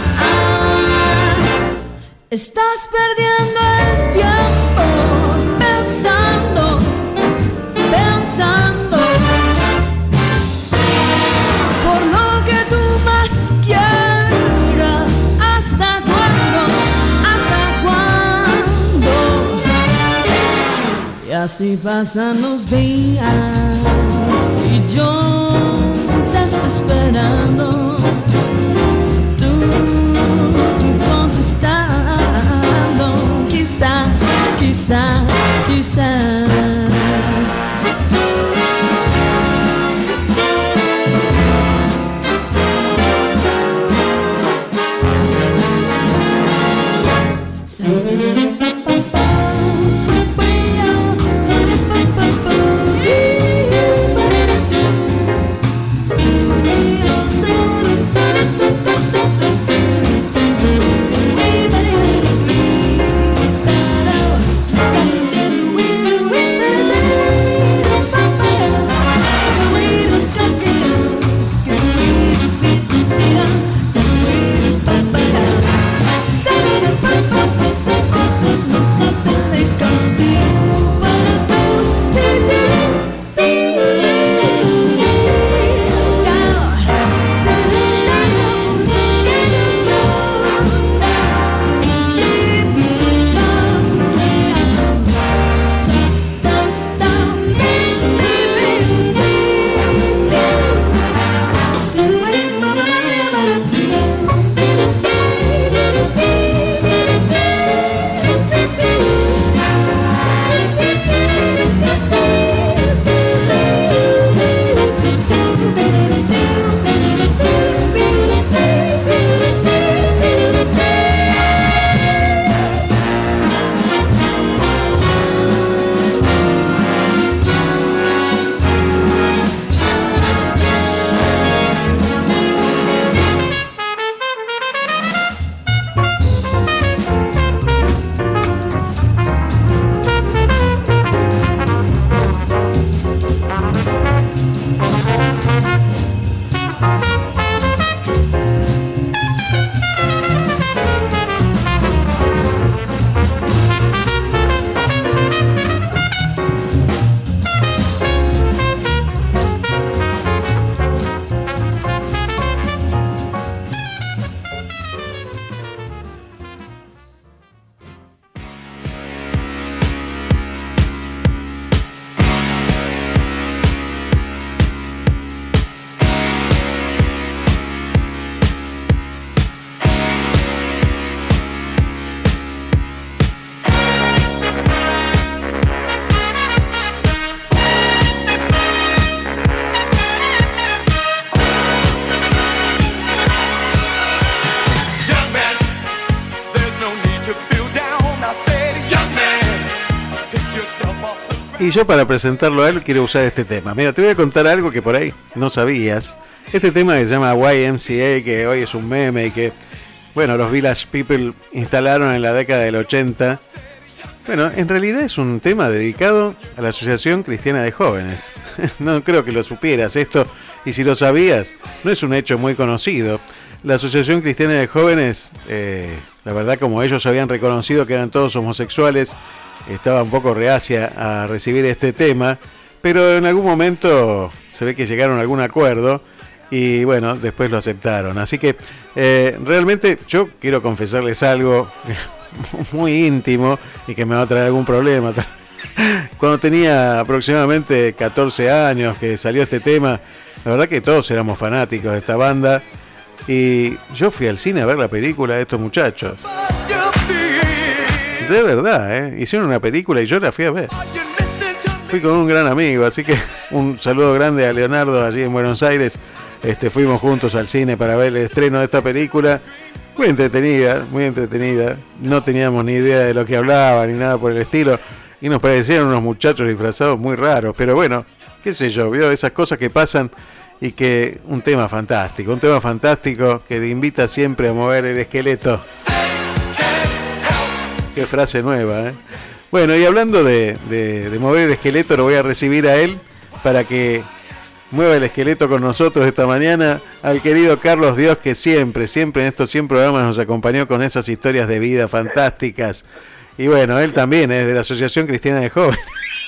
Estás perdiendo el tiempo pensando, pensando por lo que tú más quieras. ¿Hasta cuándo? ¿Hasta cuándo? Y así pasan los días y yo desesperando, tú, tú contestando. Quizás, quizás, quizás. Y yo para presentarlo a él quiero usar este tema. Mira, te voy a contar algo que por ahí no sabías. Este tema que se llama Y M C A, que hoy es un meme y que, bueno, los Village People instalaron en la década del ochenta. Bueno, en realidad es un tema dedicado a la Asociación Cristiana de Jóvenes. No creo que lo supieras esto, y si lo sabías, no es un hecho muy conocido. La Asociación Cristiana de Jóvenes, eh, la verdad, como ellos habían reconocido que eran todos homosexuales, estaba un poco reacia a recibir este tema, pero en algún momento se ve que llegaron a algún acuerdo y bueno, después lo aceptaron. Así que eh, realmente yo quiero confesarles algo muy íntimo y que me va a traer algún problema. Cuando tenía aproximadamente catorce años que salió este tema, la verdad que todos éramos fanáticos de esta banda y yo fui al cine a ver la película de estos muchachos. De verdad, ¿eh? Hicieron una película y yo la fui a ver. Fui con un gran amigo, así que un saludo grande a Leonardo allí en Buenos Aires. Este, fuimos juntos al cine para ver el estreno de esta película. Muy entretenida, muy entretenida. No teníamos ni idea de lo que hablaba ni nada por el estilo. Y nos parecieron unos muchachos disfrazados muy raros. Pero bueno, qué sé yo, vio esas cosas que pasan y que un tema fantástico, un tema fantástico que te invita siempre a mover el esqueleto. Qué frase nueva, ¿eh? Bueno, y hablando de, de, de mover el esqueleto, lo voy a recibir a él para que mueva el esqueleto con nosotros esta mañana, al querido Carlos Dios, que siempre, siempre en estos cien programas nos acompañó con esas historias de vida fantásticas. Y bueno, él también es de la Asociación Cristiana de Jóvenes.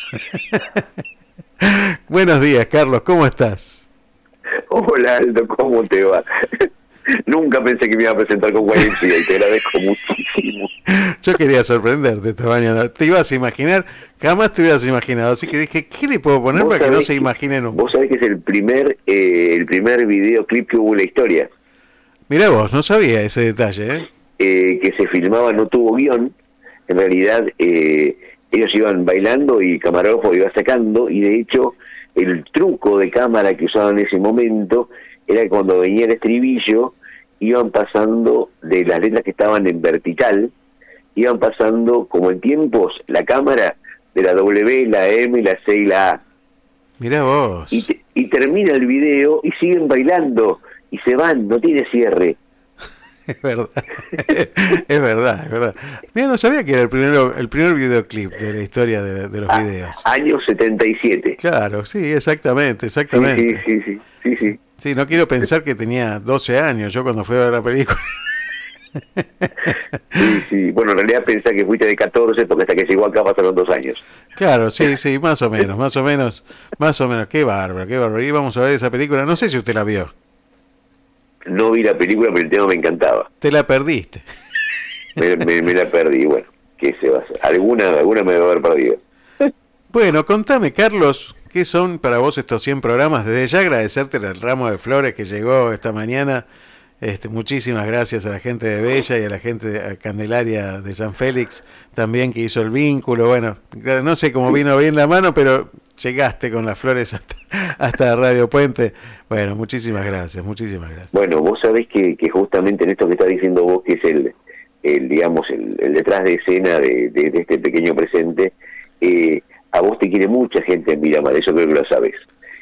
Buenos días, Carlos, ¿cómo estás? Hola, Aldo, ¿cómo te va? Nunca pensé que me iba a presentar con Guay y te agradezco muchísimo. Yo quería sorprenderte esta mañana. Te ibas a imaginar, jamás te hubieras imaginado. Así que dije, ¿qué le puedo poner para que no se imagine nunca? Vos sabés que es el primer eh, el primer videoclip que hubo en la historia. Mirá vos, no sabía ese detalle, ¿eh? Eh, que se filmaba, no tuvo guión. En realidad, eh, ellos iban bailando y el camarógrafo iba sacando. Y de hecho, el truco de cámara que usaban en ese momento era que cuando venía el estribillo, iban pasando de las letras que estaban en vertical, iban pasando como en tiempos la cámara de la W, la M, la C y la A. Mirá vos. Y, te, y termina el video y siguen bailando y se van, no tiene cierre. Es verdad, es verdad, es verdad. Mira, no sabía que era el primero, el primer videoclip de la historia de, de los ah, videos. Año setenta y siete. Claro, sí, exactamente, exactamente. Sí, sí, sí, sí, sí, sí. Sí, no quiero pensar que tenía doce años yo cuando fui a ver la película. Sí, sí. Bueno, en realidad pensé que fuiste de catorce porque hasta que llegó acá pasaron dos años. Claro, sí, sí, más o menos, más o menos, más o menos. Qué bárbaro, qué bárbaro. Y vamos a ver esa película. No sé si usted la vio. No vi la película, pero el tema me encantaba. Te la perdiste. Me, me, me la perdí, bueno, ¿qué se va a hacer? Alguna, alguna me va a haber perdido. Bueno, contame, Carlos, ¿qué son para vos estos cien programas? Desde ya agradecerte el ramo de flores que llegó esta mañana. Este, muchísimas gracias a la gente de Bella y a la gente de Candelaria de San Félix también, que hizo el vínculo. Bueno, no sé cómo vino bien la mano, pero llegaste con las flores hasta, hasta Radio Puente. Bueno, muchísimas gracias, muchísimas gracias. Bueno, vos sabés que, que justamente en esto que estás diciendo vos, que es el, el digamos, el, el detrás de escena de, de, de este pequeño presente, eh, a vos te quiere mucha gente en Miramar, eso creo que lo sabes.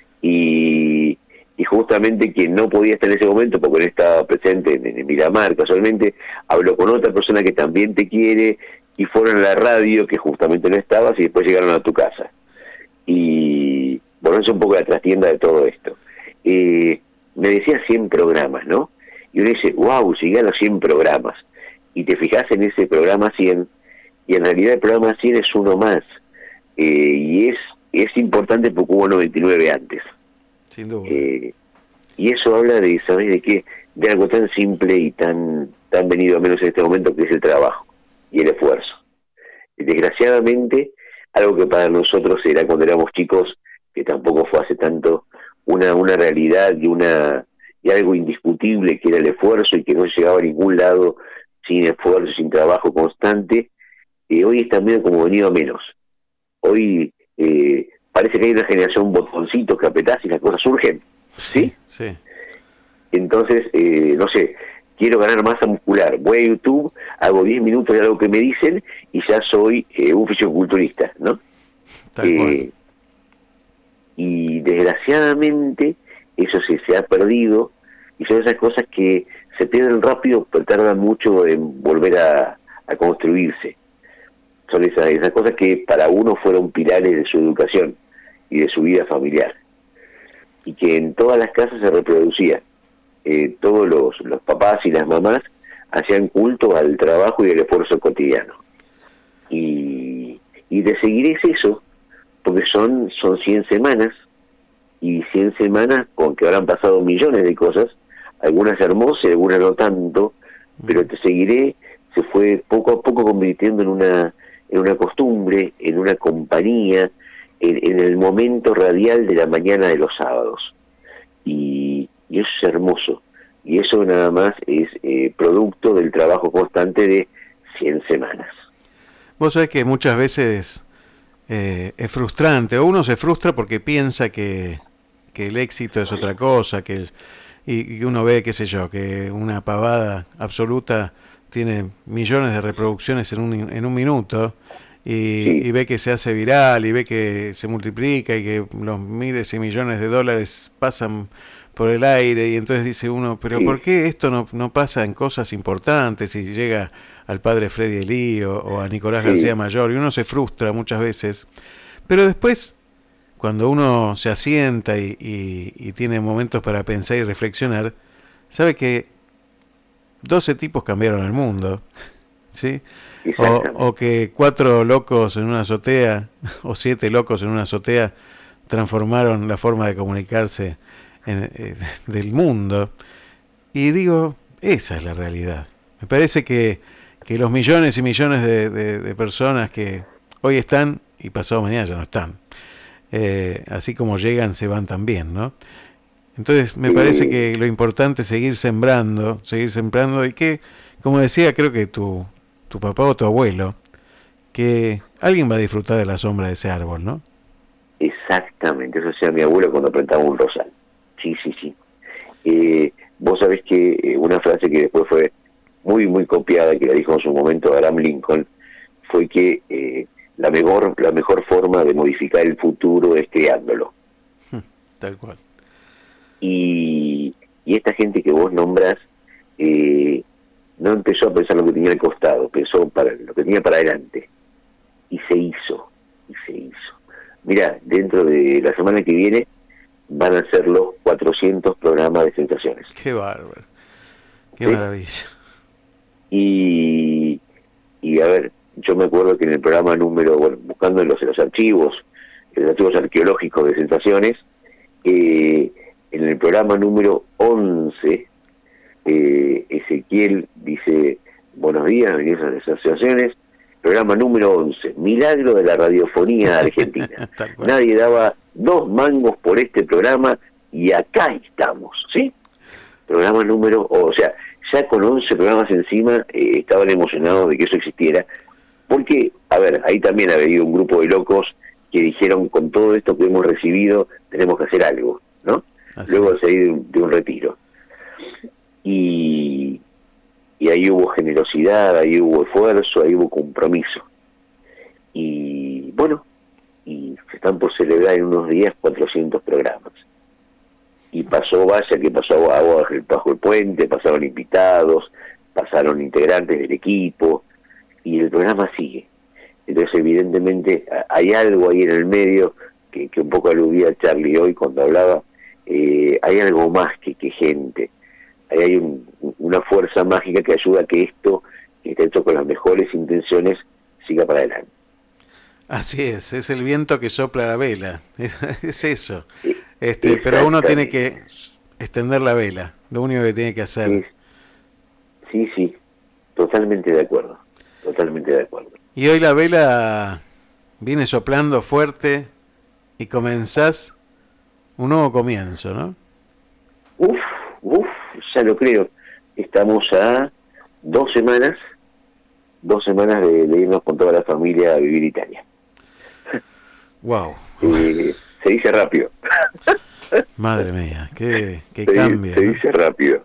Y, y justamente quien no podía estar en ese momento, porque no estaba presente en, en Miramar, casualmente habló con otra persona que también te quiere, y fueron a la radio, que justamente no estabas, y después llegaron a tu casa. Y bueno, es un poco la trastienda de todo esto. Eh, me decía cien programas, ¿no? Y uno dice, wow, llegué a los cien programas. Y te fijas en ese programa cien, y en realidad el programa cien es uno más. Eh, y es es importante porque hubo noventa y nueve antes. Sin duda. Eh, y eso habla de, ¿sabes de qué? De algo tan simple y tan tan venido a menos en este momento, que es el trabajo y el esfuerzo. Y desgraciadamente, algo que para nosotros era cuando éramos chicos, que tampoco fue hace tanto, una una realidad y una y algo indiscutible, que era el esfuerzo y que no llegaba a ningún lado sin esfuerzo, sin trabajo constante, eh, hoy está medio como venido a menos. Hoy eh, parece que hay una generación botoncitos que apretás y las cosas surgen, ¿sí? Sí. Entonces, eh, no sé, quiero ganar masa muscular, voy a YouTube, hago diez minutos de algo que me dicen y ya soy eh, un fisioculturista, ¿no? Eh, y desgraciadamente eso se, se ha perdido, y son esas cosas que se pierden rápido pero tardan mucho en volver a, a construirse. Son esas, esas cosas que para uno fueron pilares de su educación y de su vida familiar, y que en todas las casas se reproducía. Eh, todos los, los papás y las mamás hacían culto al trabajo y al esfuerzo cotidiano. Y, y de seguir es eso, porque son, son cien semanas, y cien semanas con que habrán pasado millones de cosas, algunas hermosas y algunas no tanto, pero Te Seguiré se fue poco a poco convirtiendo en una en una costumbre, en una compañía, en, en el momento radial de la mañana de los sábados. Y, y eso es hermoso. Y eso nada más es eh, producto del trabajo constante de cien semanas. Vos sabés que muchas veces eh, es frustrante, o uno se frustra porque piensa que, que el éxito es otra cosa, que el, y, y uno ve, qué sé yo, que una pavada absoluta tiene millones de reproducciones en un, en un minuto, y, Sí. y ve que se hace viral y ve que se multiplica y que los miles y millones de dólares pasan por el aire, y entonces dice uno, pero Sí. ¿por qué esto no, no pasa en cosas importantes y llega al padre Freddy Elí o, o a Nicolás Sí. García Mayor? Y uno se frustra muchas veces, pero después, cuando uno se asienta y, y, y tiene momentos para pensar y reflexionar, sabe que doce tipos cambiaron el mundo, ¿sí? O, o que cuatro locos en una azotea o siete locos en una azotea transformaron la forma de comunicarse en, eh, del mundo. Y digo, esa es la realidad. Me parece que, que los millones y millones de, de, de personas que hoy están y pasado mañana ya no están, eh, así como llegan se van también, ¿no? Entonces me parece que lo importante es seguir sembrando, seguir sembrando, y que, como decía, creo que tu, tu papá o tu abuelo, que alguien va a disfrutar de la sombra de ese árbol, ¿no? Exactamente, eso hacía mi abuelo cuando plantaba un rosal. Sí, sí, sí. Eh, vos sabés que eh, una frase que después fue muy, muy copiada, que la dijo en su momento Abraham Lincoln, fue que eh, la mejor, la mejor forma de modificar el futuro es creándolo. Tal cual. Y, y esta gente que vos nombrás eh, no empezó a pensar lo que tenía al costado, pensó para lo que tenía para adelante, y se hizo, y se hizo. Mira, dentro de la semana que viene van a ser los cuatrocientos programas de sensaciones. Qué bárbaro, qué ¿Sí? maravilla. Y, y a ver, yo me acuerdo que en el programa número, bueno, buscando en los, en los archivos, en los archivos arqueológicos de sensaciones, eh, en el programa número once, eh, Ezequiel dice, buenos días, bienvenidos a las sensaciones, programa número once, Milagro de la Radiofonía Argentina. Nadie daba dos mangos por este programa y acá estamos, ¿sí? Programa número, o sea, ya con once programas encima eh, estaban emocionados de que eso existiera, porque, a ver, ahí también ha habido un grupo de locos que dijeron, con todo esto que hemos recibido, tenemos que hacer algo, ¿no? Así Luego de es. salir de un, de un retiro. Y, y ahí hubo generosidad, ahí hubo esfuerzo, ahí hubo compromiso. Y bueno, y se están por celebrar en unos días cuatrocientos programas. Y pasó, vaya que pasó agua bajo el puente, pasaron invitados, pasaron integrantes del equipo, y el programa sigue. Entonces, evidentemente, hay algo ahí en el medio que, que un poco aludía a Charlie hoy cuando hablaba, eh, hay algo más que, que gente. Ahí hay un, una fuerza mágica que ayuda a que esto, que está hecho con las mejores intenciones, siga para adelante. Así es, es el viento que sopla la vela, es, es eso. Este, pero uno tiene que extender la vela, lo único que tiene que hacer. Sí, sí, totalmente de acuerdo, totalmente de acuerdo. Y hoy la vela viene soplando fuerte y comenzás un nuevo comienzo, ¿no? Uf, uf, ya lo creo. Estamos a dos semanas, dos semanas de, de irnos con toda la familia a vivir Italia. Wow. Eh, se dice rápido. Madre mía, qué, qué se, cambio. Se ¿no? dice rápido.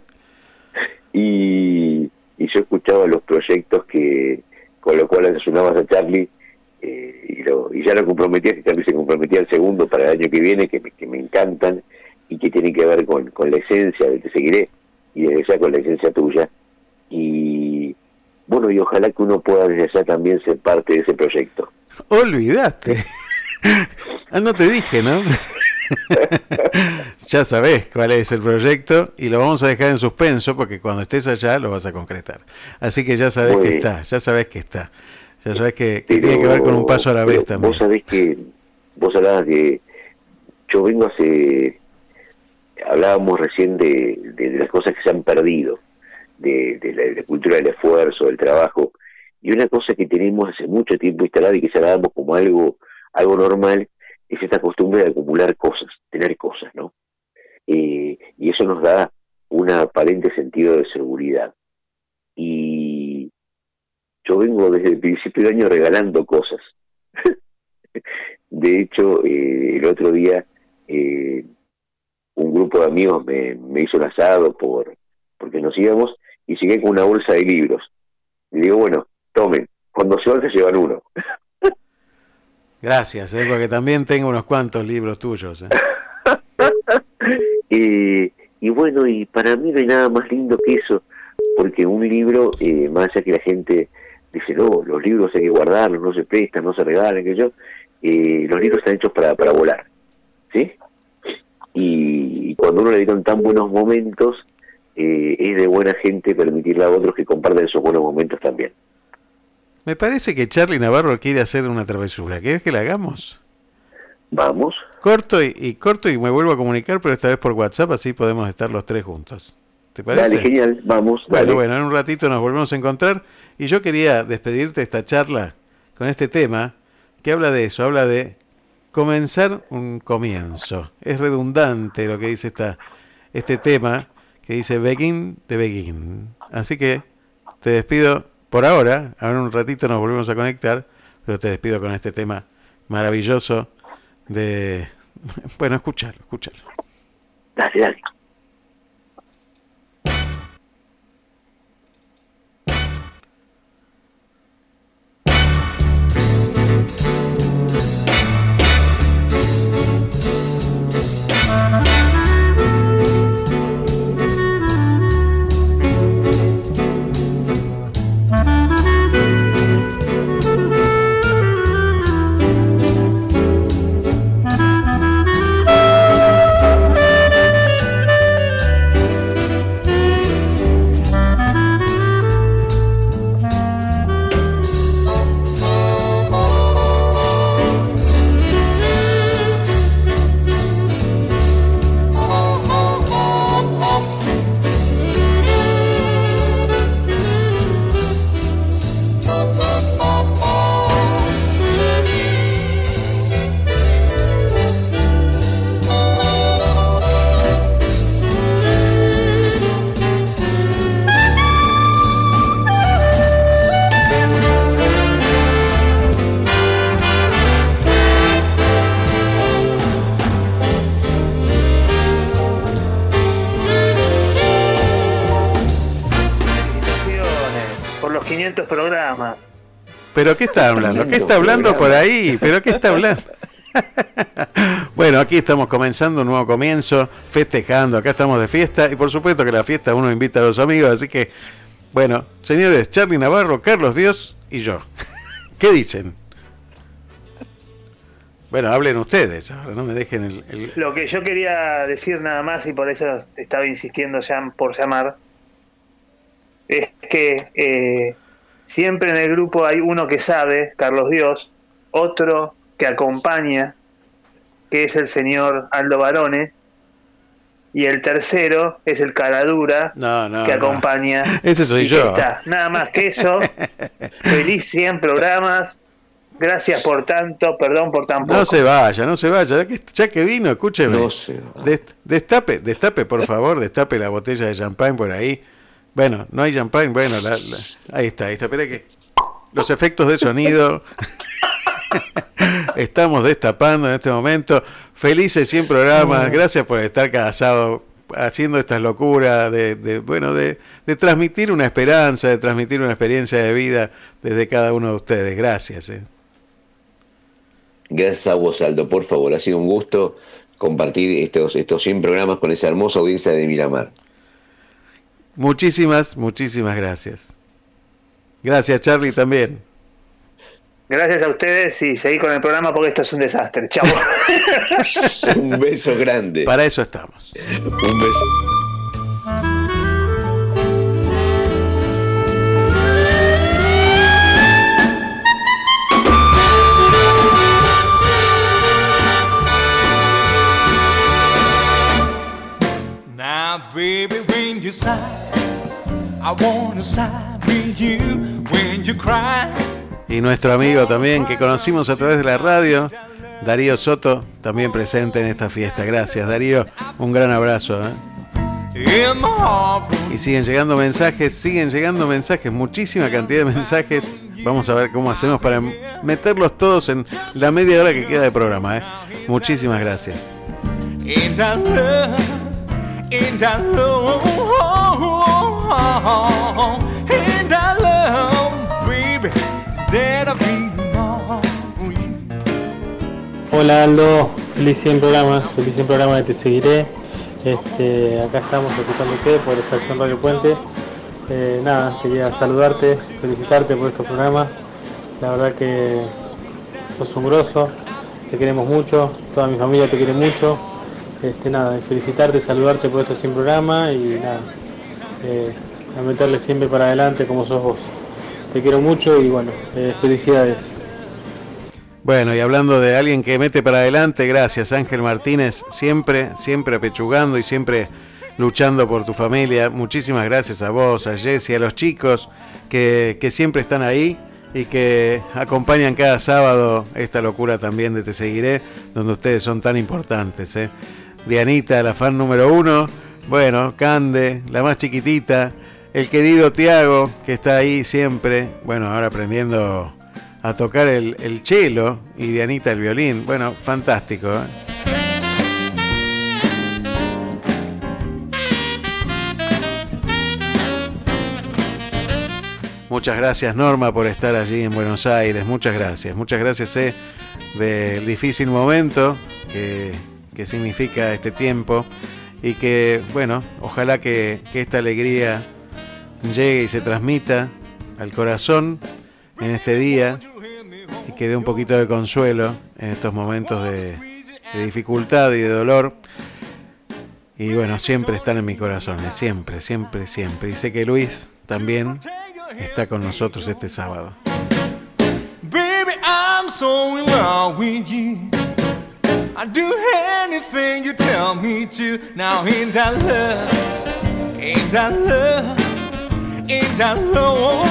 y, y yo escuchaba los proyectos que con los cuales asesorabas a Charlie, eh, y, lo, y ya lo comprometía, que Charlie se comprometía al segundo para el año que viene, que me, que me encantan y que tienen que ver con, con la esencia de Te Seguiré, y desde ya con la esencia tuya. Y bueno, y ojalá que uno pueda desde allá también ser parte de ese proyecto. Olvídate. Ah, no te dije, ¿no? Ya sabés cuál es el proyecto y lo vamos a dejar en suspenso porque cuando estés allá lo vas a concretar. Así que ya sabés que está, ya sabés que está. Ya sabés que, que Pero, tiene que ver con un paso a la vez también. Vos sabés que, vos hablabas de, yo vengo hace, hablábamos recién de, de, de las cosas que se han perdido, de, de la de la cultura del esfuerzo, del trabajo, y una cosa que tenemos hace mucho tiempo instalada y que ya la damos como algo, algo normal, es esta costumbre de acumular cosas, tener cosas, ¿no? Eh, y eso nos da un aparente sentido de seguridad. Y yo vengo desde el principio del año regalando cosas. De hecho, eh, el otro día eh, un grupo de amigos me, me hizo un asado por porque nos íbamos y llegué con una bolsa de libros. Y digo, bueno, tomen, cuando se van se llevan uno. Gracias, ¿eh? Porque también tengo unos cuantos libros tuyos. ¿eh? eh, y bueno, y para mí no hay nada más lindo que eso, porque un libro, eh, más allá que la gente dice, no, los libros hay que guardarlos, no se prestan, no se regalan, que yo, eh, los libros están hechos para, para volar, ¿sí? Y, y cuando uno le dieron tan buenos momentos, eh, es de buena gente permitirle a otros que compartan esos buenos momentos también. Me parece que Charly Navarro quiere hacer una travesura. ¿Quieres que la hagamos? Vamos. Corto y, y corto y me vuelvo a comunicar, pero esta vez por WhatsApp, así podemos estar los tres juntos. ¿Te parece? Dale, genial, vamos. Bueno, dale. bueno, en un ratito nos volvemos a encontrar y yo quería despedirte de esta charla con este tema que habla de eso, habla de comenzar un comienzo. Es redundante lo que dice esta, este tema que dice begin the begin. Así que te despido por ahora, ahora en un ratito nos volvemos a conectar, pero te despido con este tema maravilloso de... Bueno, escúchalo, escúchalo. Dale, dale. Programas. ¿Pero qué está hablando? ¿Qué está hablando por ahí? ¿Pero qué está hablando? Bueno, aquí estamos comenzando un nuevo comienzo, festejando, acá estamos de fiesta y por supuesto que la fiesta uno invita a los amigos, así que, bueno, señores, Charly Navarro, Carlos Dios y yo. ¿Qué dicen? Bueno, hablen ustedes, ahora no me dejen el, el... Lo que yo quería decir nada más, y por eso estaba insistiendo ya por llamar, es que eh, siempre en el grupo hay uno que sabe, Carlos Dios, otro que acompaña, que es el señor Aldo Barone, y el tercero es el Caradura, no, no, que no. acompaña. Ese soy y yo. Está. Nada más que eso. Feliz cien programas. Gracias por tanto, perdón por tan poco. No se vaya, no se vaya. Ya que, ya que vino, escúcheme. No se va. Dest, destape, destape, por favor, destape la botella de champán por ahí. Bueno, no hay champán, bueno, la, la, ahí está, ahí está. Espera que los efectos de sonido. Estamos destapando en este momento. Felices cien programas. Gracias por estar cada sábado haciendo estas locuras de, de bueno, de, de transmitir una esperanza, de transmitir una experiencia de vida desde cada uno de ustedes. Gracias. Eh. Gracias a vos, Aldo, por favor. Ha sido un gusto compartir estos, estos cien programas con esa hermosa audiencia de Miramar. Muchísimas, muchísimas gracias. Gracias, Charly, también. Gracias a ustedes y seguí con el programa porque esto es un desastre. Chau. Un beso grande. Para eso estamos. Un beso. Now, baby, when you sigh, I wanna sigh with you when you cry. Y nuestro amigo también que conocimos a través de la radio, Darío Soto, también presente en esta fiesta. Gracias, Darío. Un gran abrazo. ¿eh? Y siguen llegando mensajes, siguen llegando mensajes, muchísima cantidad de mensajes. Vamos a ver cómo hacemos para meterlos todos en la media hora que queda de programa. ¿eh? Muchísimas gracias. And I love, and I love, and I love, baby. that I feel more for you. Hola Aldo, feliz cien programas, feliz cien programas de Te Seguiré. Este, acá estamos escuchándote por Estación Radio Puente. Eh, nada, quería saludarte, felicitarte por estos programas. La verdad que sos un grosso, te queremos mucho, toda mi familia te quiere mucho. Este, nada, felicitarte, saludarte por estos cien programas y nada, eh, a meterle siempre para adelante como sos vos. Te quiero mucho y bueno, eh, felicidades. Bueno, y hablando de alguien que mete para adelante, gracias Ángel Martínez, siempre, siempre apechugando y siempre luchando por tu familia. Muchísimas gracias a vos, a Jessy, a los chicos que, que siempre están ahí y que acompañan cada sábado esta locura también de Te Seguiré, donde ustedes son tan importantes, ¿eh? Dianita, la fan número uno, bueno, Cande, la más chiquitita, el querido Tiago, que está ahí siempre, bueno, ahora aprendiendo a tocar el, el cello, y Dianita el violín, bueno, fantástico, ¿eh? Muchas gracias Norma por estar allí en Buenos Aires, muchas gracias, muchas gracias eh, del difícil momento que, que significa este tiempo y que, bueno, ojalá que, que esta alegría llegue y se transmita al corazón en este día y que dé un poquito de consuelo en estos momentos de, de dificultad y de dolor. Y bueno, siempre están en mi corazón, siempre, siempre, siempre. Y sé que Luis también está con nosotros este sábado. Baby, I'm so in love with you. I'd do anything you tell me to. Now ain't that love? Ain't that love? Ain't that love?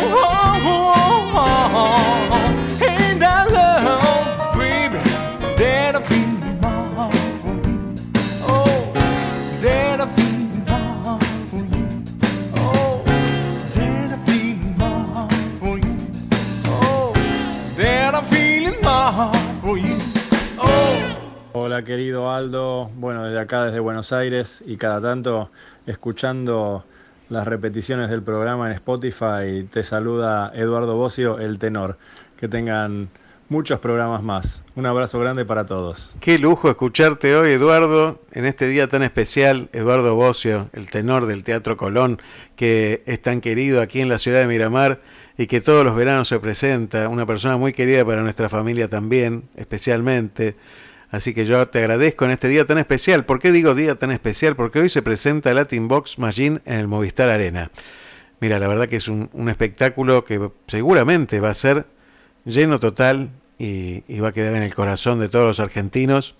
Ain't that love, baby? That I feel more for you. Oh, that I feel more for you. Oh, that I feel more for you. Oh, that I'm feeling more for you. Oh. Hola querido Aldo, bueno, desde acá, desde Buenos Aires, y cada tanto escuchando las repeticiones del programa en Spotify, te saluda Eduardo Bocio, el tenor. Que tengan muchos programas más. Un abrazo grande para todos. Qué lujo escucharte hoy, Eduardo, en este día tan especial. Eduardo Bocio, el tenor del Teatro Colón, que es tan querido aquí en la ciudad de Miramar y que todos los veranos se presenta. Una persona muy querida para nuestra familia también, especialmente. Así que yo te agradezco en este día tan especial. ¿Por qué digo día tan especial? Porque hoy se presenta Latin Box Machine en el Movistar Arena. Mira, la verdad que es un, un espectáculo que seguramente va a ser lleno total y, y va a quedar en el corazón de todos los argentinos.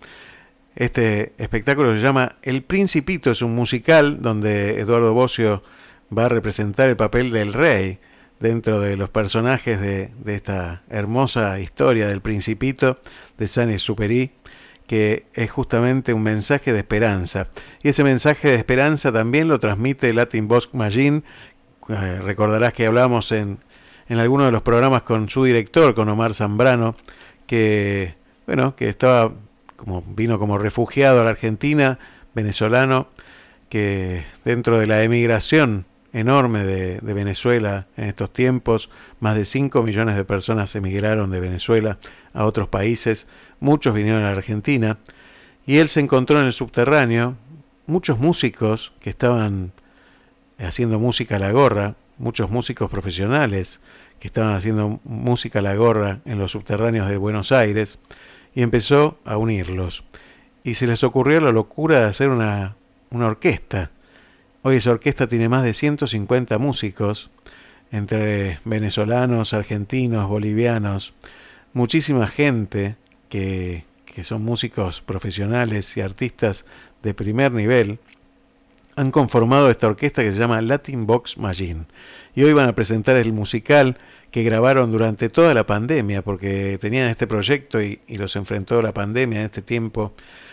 Este espectáculo se llama El Principito, es un musical donde Eduardo Bocio va a representar el papel del rey dentro de los personajes de, de esta hermosa historia del Principito de Saint-Exupéry, que es justamente un mensaje de esperanza. Y ese mensaje de esperanza también lo transmite Latin Box Machine. Eh, recordarás que hablamos en, en alguno de los programas con su director, con Omar Zambrano, que, bueno, que estaba como, vino como refugiado a la Argentina, venezolano, que dentro de la emigración enorme de, de Venezuela en estos tiempos, más de cinco millones de personas emigraron de Venezuela a otros países, muchos vinieron a la Argentina, y él se encontró en el subterráneo muchos músicos que estaban haciendo música a la gorra, muchos músicos profesionales que estaban haciendo música a la gorra en los subterráneos de Buenos Aires, y empezó a unirlos. Y se les ocurrió la locura de hacer una, una orquesta. Hoy esa orquesta tiene más de ciento cincuenta músicos, entre venezolanos, argentinos, bolivianos, muchísima gente que, que son músicos profesionales y artistas de primer nivel, han conformado esta orquesta que se llama Latin Box Machine. Y hoy van a presentar el musical que grabaron durante toda la pandemia, porque tenían este proyecto y, y los enfrentó la pandemia en este tiempo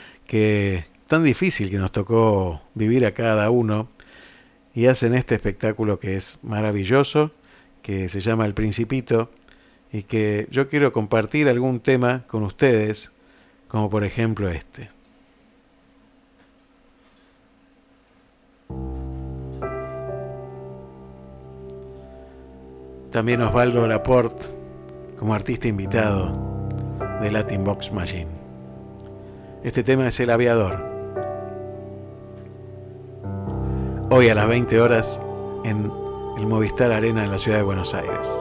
que tan difícil que nos tocó vivir a cada uno, y hacen este espectáculo que es maravilloso, que se llama El Principito, y que yo quiero compartir algún tema con ustedes, como por ejemplo este. También Osvaldo Laporte como artista invitado de Latin Box Machine. Este tema es El Aviador. Hoy a las veinte horas en el Movistar Arena en la ciudad de Buenos Aires.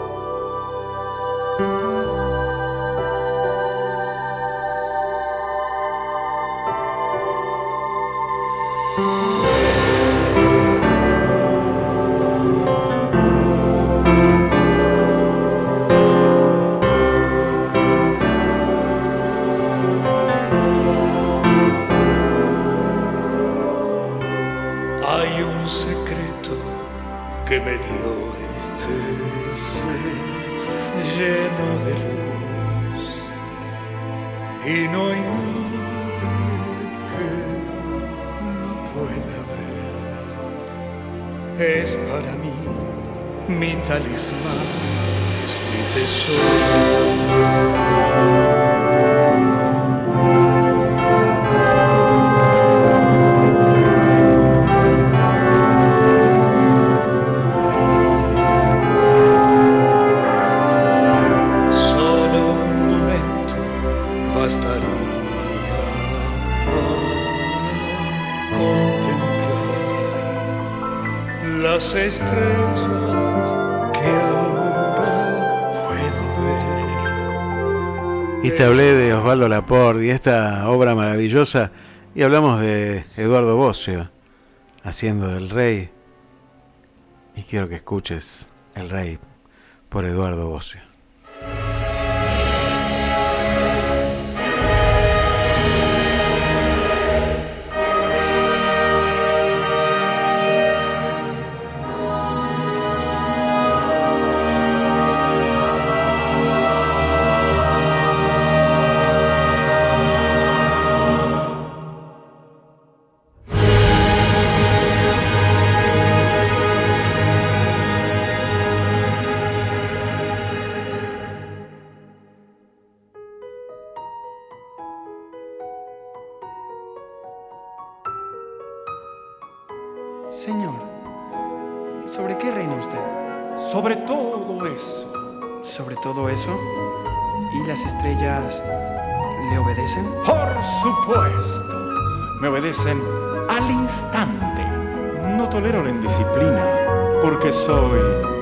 Laporte y esta obra maravillosa, y hablamos de Eduardo Bossio haciendo del Rey, y quiero que escuches El Rey por Eduardo Bossio. Señor, ¿sobre qué reina usted? Sobre todo eso. ¿Sobre todo eso? ¿Y las estrellas le obedecen? Por supuesto. Me obedecen al instante. No tolero la indisciplina, porque soy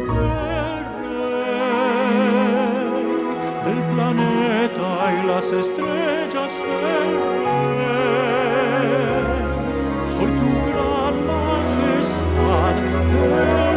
el rey del planeta y las estrellas el rey. Soy tu gran majestad, el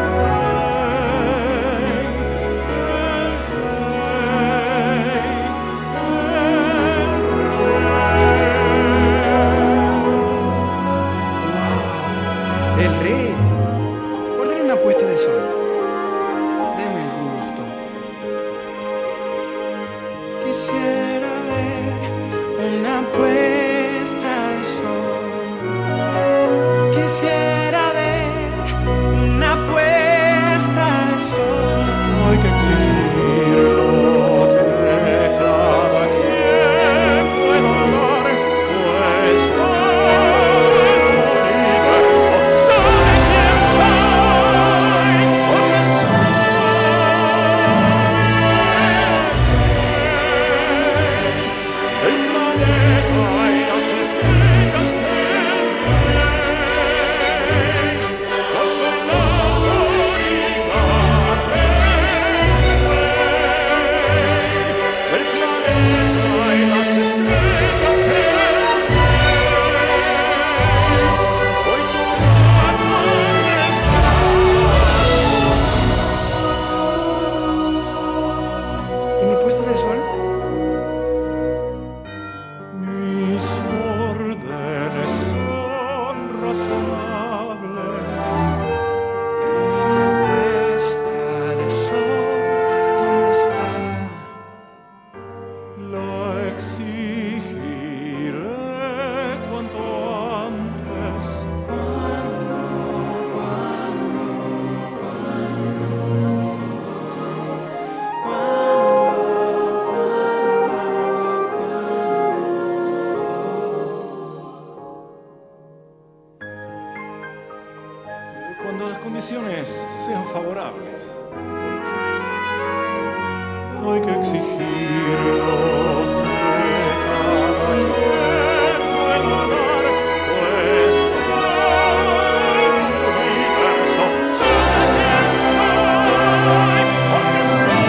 hay que exigirlo que cada quien pueda dar, pues todo el universo sabe quién soy, porque soy.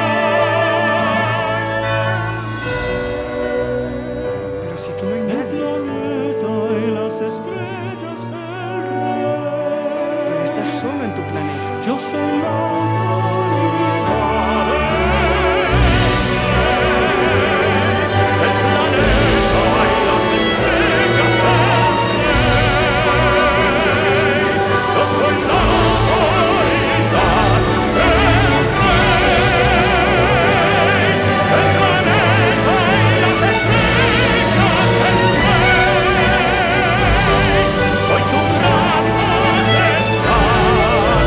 Pero si aquí no hay nadie. El planeta y las estrellas, el rey. Pero estás solo en tu planeta. Yo soy la autoridad. El planeta y las estrellas, el rey. Yo soy la autoridad. El rey. El planeta y las estrellas, el rey. Soy tu gran majestad.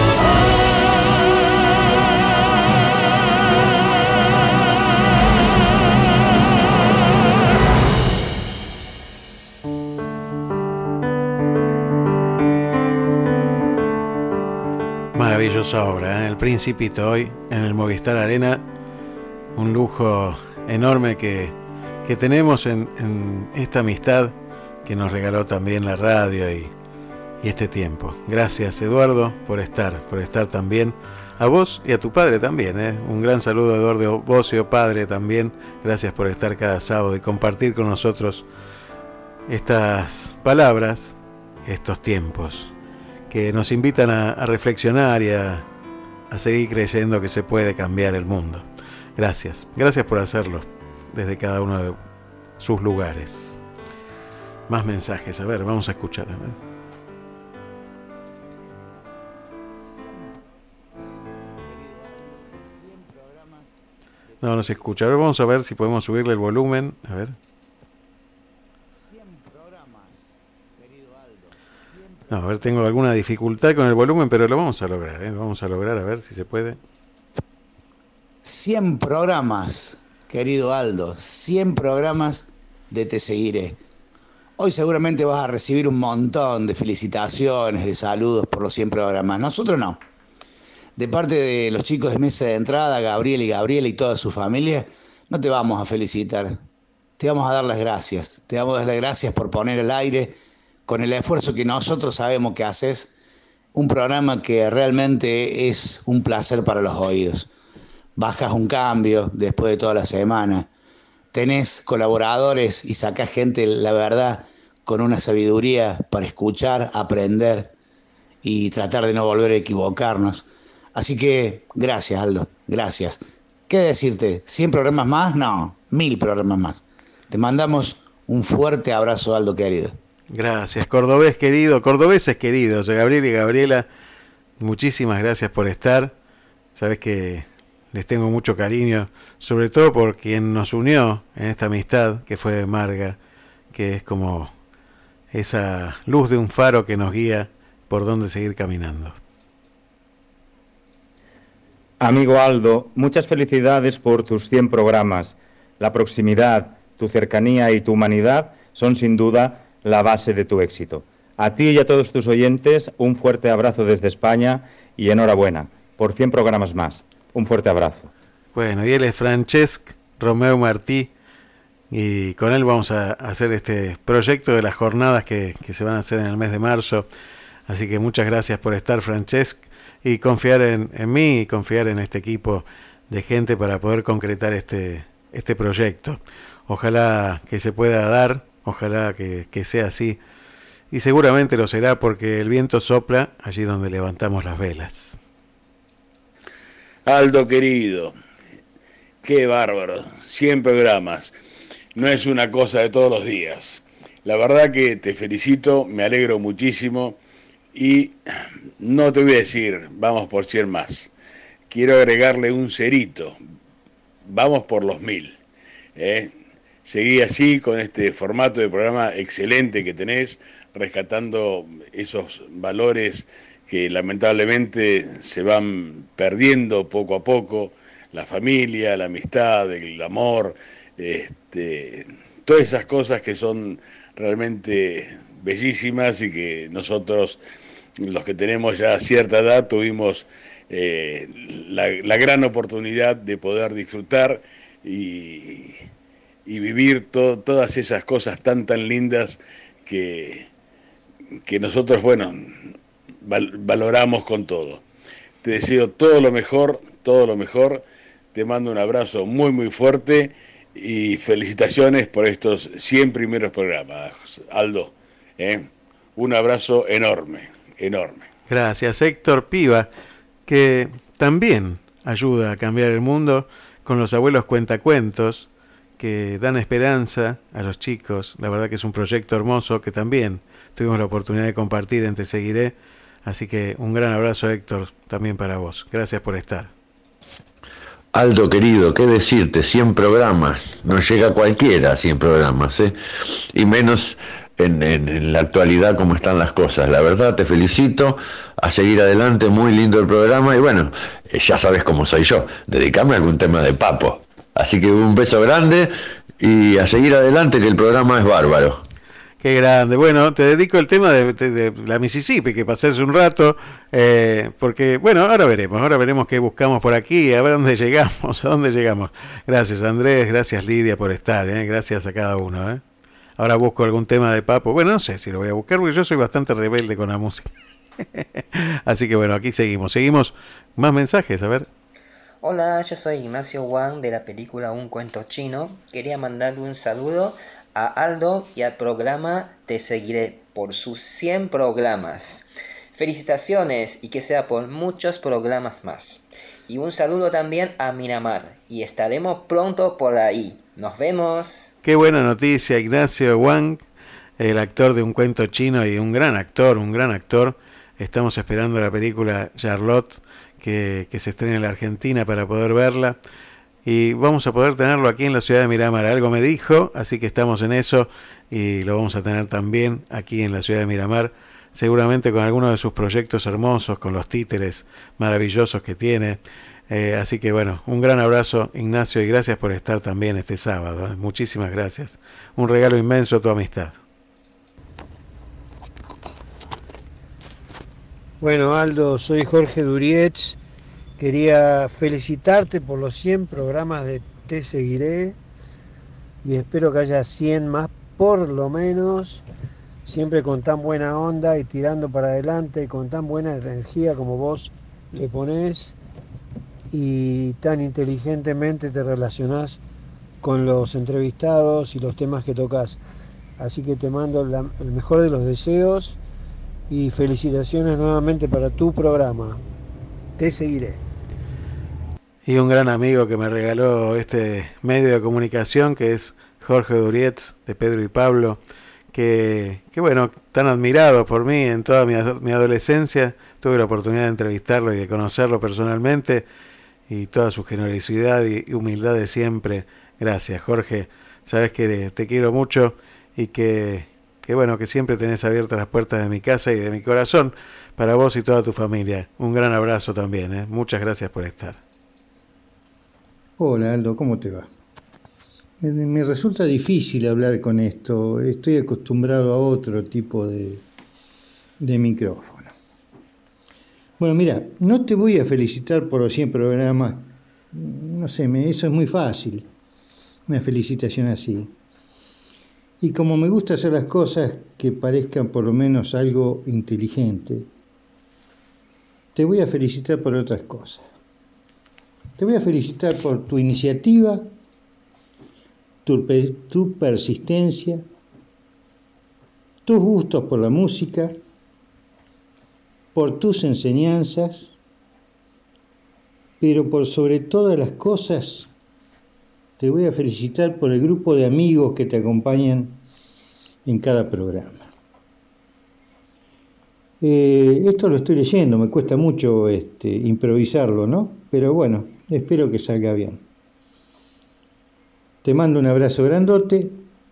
Maravillosa obra, ¿eh? El Principito hoy en el Movistar Arena. Un lujo enorme que, que tenemos en, en esta amistad que nos regaló también la radio y, y este tiempo. Gracias, Eduardo, por estar, por estar también. A vos y a tu padre también, ¿eh? Un gran saludo, Eduardo Bocio, padre también. Gracias por estar cada sábado y compartir con nosotros estas palabras, estos tiempos que nos invitan a, a reflexionar y a, a seguir creyendo que se puede cambiar el mundo. Gracias, gracias por hacerlo desde cada uno de sus lugares. Más mensajes, a ver, vamos a escuchar. A ver. No, no se escucha. A ver, vamos a ver si podemos subirle el volumen. A ver. No, a ver, tengo alguna dificultad con el volumen, pero lo vamos a lograr, ¿eh? Vamos a lograr, a ver si se puede. cien programas, querido Aldo, cien programas de Te Seguiré. Hoy seguramente vas a recibir un montón de felicitaciones, de saludos por los cien programas. Nosotros no. De parte de los chicos de Mesa de Entrada, Gabriel y Gabriela y toda su familia, no te vamos a felicitar. Te vamos a dar las gracias. Te vamos a dar las gracias por poner al aire, con el esfuerzo que nosotros sabemos que haces, un programa que realmente es un placer para los oídos. Bajas un cambio después de toda la semana. Tenés colaboradores y sacás gente, la verdad, con una sabiduría para escuchar, aprender y tratar de no volver a equivocarnos. Así que gracias, Aldo, gracias. ¿Qué decirte? ¿cien programas más? No, mil programas más. Te mandamos un fuerte abrazo, Aldo querido. Gracias, cordobés querido, cordobeses queridos, Gabriel y Gabriela, muchísimas gracias por estar. Sabes que les tengo mucho cariño, sobre todo por quien nos unió en esta amistad, que fue Marga, que es como esa luz de un faro que nos guía por dónde seguir caminando. Amigo Aldo, muchas felicidades por tus cien programas. La proximidad, tu cercanía y tu humanidad son sin duda la base de tu éxito. A ti y a todos tus oyentes, un fuerte abrazo desde España y enhorabuena por cien programas más. Un fuerte abrazo. Bueno, y él es Francesc Romeu Martí y con él vamos a hacer este proyecto de las jornadas que, que se van a hacer en el mes de marzo. Así que muchas gracias por estar, Francesc, y confiar en, en mí y confiar en este equipo de gente para poder concretar este, este proyecto. Ojalá que se pueda dar. Ojalá que, que sea así, y seguramente lo será porque el viento sopla allí donde levantamos las velas. Aldo querido, qué bárbaro, cien programas, no es una cosa de todos los días. La verdad que te felicito, me alegro muchísimo y no te voy a decir, vamos por cien más. Quiero agregarle un cerito, vamos por los mil, ¿eh? Seguí así con este formato de programa excelente que tenés, rescatando esos valores que lamentablemente se van perdiendo poco a poco, la familia, la amistad, el amor, este, todas esas cosas que son realmente bellísimas y que nosotros, los que tenemos ya cierta edad, tuvimos eh, la, la gran oportunidad de poder disfrutar y, y vivir to, todas esas cosas tan tan lindas que, que nosotros, bueno, val, valoramos con todo. Te deseo todo lo mejor, todo lo mejor. Te mando un abrazo muy muy fuerte y felicitaciones por estos cien primeros programas, Aldo. ¿eh? Un abrazo enorme, enorme. Gracias, Héctor Piva, que también ayuda a cambiar el mundo con los abuelos cuentacuentos, que dan esperanza a los chicos. La verdad que es un proyecto hermoso que también tuvimos la oportunidad de compartir en Te Seguiré. Así que un gran abrazo, Héctor, también para vos. Gracias por estar. Aldo querido, qué decirte, cien programas, no llega cualquiera a cien programas, ¿eh? Y menos en, en, en la actualidad como están las cosas. La verdad, te felicito, a seguir adelante, muy lindo el programa, y bueno, ya sabes cómo soy yo, dedicame a algún tema de papo. Así que un beso grande y a seguir adelante, que el programa es bárbaro. Qué grande. Bueno, te dedico el tema de, de, de la Mississippi, que pasé hace un rato, eh, porque, bueno, ahora veremos, ahora veremos qué buscamos por aquí, a ver dónde llegamos, a dónde llegamos. Gracias, Andrés, gracias, Lidia, por estar, eh, gracias a cada uno. Eh. Ahora busco algún tema de papo. Bueno, no sé si lo voy a buscar, porque yo soy bastante rebelde con la música. Así que, bueno, aquí seguimos. Seguimos. Más mensajes, a ver. Hola, yo soy Ignacio Wang de la película Un Cuento Chino. Quería mandarle un saludo a Aldo y al programa Te Seguiré por sus cien programas. Felicitaciones y que sea por muchos programas más. Y un saludo también a Miramar y estaremos pronto por ahí. Nos vemos. Qué buena noticia, Ignacio Wang, el actor de Un Cuento Chino y un gran actor, un gran actor. Estamos esperando la película Charlotte que, que se estrene en la Argentina para poder verla. Y vamos a poder tenerlo aquí en la ciudad de Miramar. Algo me dijo, así que estamos en eso y lo vamos a tener también aquí en la ciudad de Miramar. Seguramente con algunos de sus proyectos hermosos, con los títeres maravillosos que tiene. Eh, así que bueno, un gran abrazo, Ignacio, y gracias por estar también este sábado. ¿eh? Muchísimas gracias. Un regalo inmenso a tu amistad. Bueno, Aldo, soy Jorge Durietz. Quería felicitarte por los cien programas de Te Seguiré y espero que haya cien más por lo menos, siempre con tan buena onda y tirando para adelante, con tan buena energía como vos le ponés y tan inteligentemente te relacionás con los entrevistados y los temas que tocas. Así que te mando la, el mejor de los deseos y felicitaciones nuevamente para tu programa. Te Seguiré. Y un gran amigo que me regaló este medio de comunicación, que es Jorge Durietz, de Pedro y Pablo, que, que bueno, tan admirado por mí en toda mi, mi adolescencia. Tuve la oportunidad de entrevistarlo y de conocerlo personalmente, y toda su generosidad y humildad de siempre. Gracias, Jorge. Sabes que te quiero mucho y que, que bueno, que siempre tenés abiertas las puertas de mi casa y de mi corazón para vos y toda tu familia. Un gran abrazo también, ¿eh? Muchas gracias por estar. Hola Aldo, ¿cómo te va? Me resulta difícil hablar con esto, estoy acostumbrado a otro tipo de, de micrófono. Bueno, mira, no te voy a felicitar por los cien programas, no sé, me, eso es muy fácil, una felicitación así. Y como me gusta hacer las cosas que parezcan por lo menos algo inteligente, te voy a felicitar por otras cosas. Te voy a felicitar por tu iniciativa, tu, tu persistencia, tus gustos por la música, por tus enseñanzas, pero por sobre todas las cosas, te voy a felicitar por el grupo de amigos que te acompañan en cada programa. Eh, esto lo estoy leyendo, me cuesta mucho este, improvisarlo, ¿no? Pero bueno, espero que salga bien. Te mando un abrazo grandote.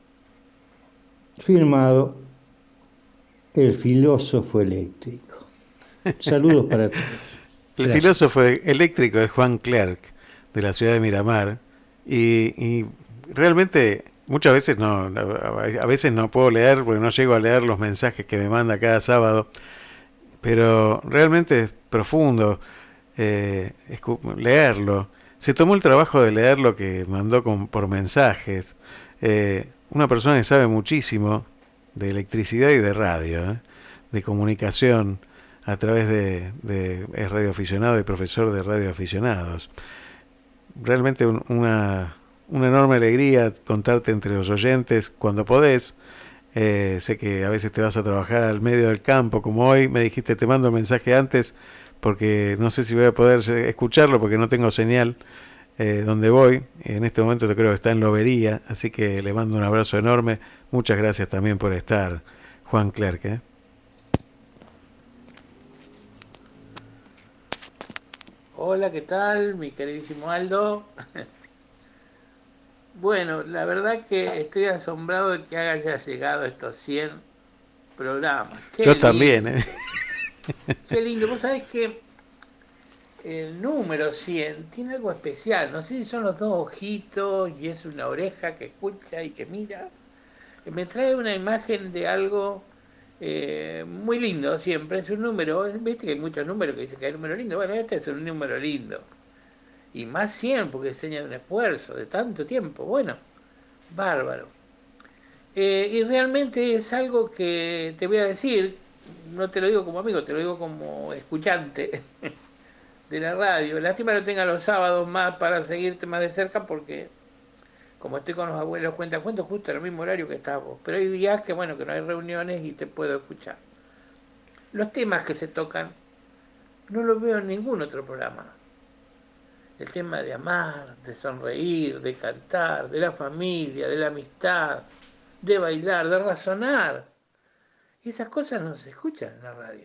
Firmado, el filósofo eléctrico. Saludos para todos. El Gracias. filósofo eléctrico es Juan Clerc, de la ciudad de Miramar, y, y realmente muchas veces no, a veces no puedo leer porque no llego a leer los mensajes que me manda cada sábado, pero realmente es profundo. eh, leerlo. Se tomó el trabajo de leer lo que mandó con, por mensajes. Eh, una persona que sabe muchísimo de electricidad y de radio, ¿eh? de comunicación a través de, de es radioaficionado y profesor de radioaficionados. Realmente un, una, una enorme alegría contarte entre los oyentes cuando podés. Eh, sé que a veces te vas a trabajar al medio del campo, como hoy me dijiste, te mando el mensaje antes porque no sé si voy a poder escucharlo porque no tengo señal eh, donde voy. En este momento te creo que está en Lobería, así que le mando un abrazo enorme. Muchas gracias también por estar, Juan Clerc, ¿eh? Hola, ¿qué tal, mi queridísimo Aldo? Bueno, la verdad que estoy asombrado de que haya llegado a estos cien programas. Qué Yo lindo. también, ¿eh? Qué lindo. Vos sabés que el número cien tiene algo especial. No sé si son los dos ojitos y es una oreja que escucha y que mira. Me trae una imagen de algo eh, muy lindo siempre. Es un número, viste que hay muchos números que dicen que hay un número lindo. Bueno, este es un número lindo. Y más cien, porque enseña un esfuerzo de tanto tiempo. Bueno, bárbaro. Eh, y realmente es algo que te voy a decir, no te lo digo como amigo, te lo digo como escuchante de la radio. Lástima no tenga los sábados más para seguirte más de cerca porque como estoy con los abuelos cuenta cuentos justo en el mismo horario que estás vos. Pero hay días que bueno, que no hay reuniones y te puedo escuchar. Los temas que se tocan no los veo en ningún otro programa. El tema de amar, de sonreír, de cantar, de la familia, de la amistad, de bailar, de razonar. Y esas cosas no se escuchan en la radio.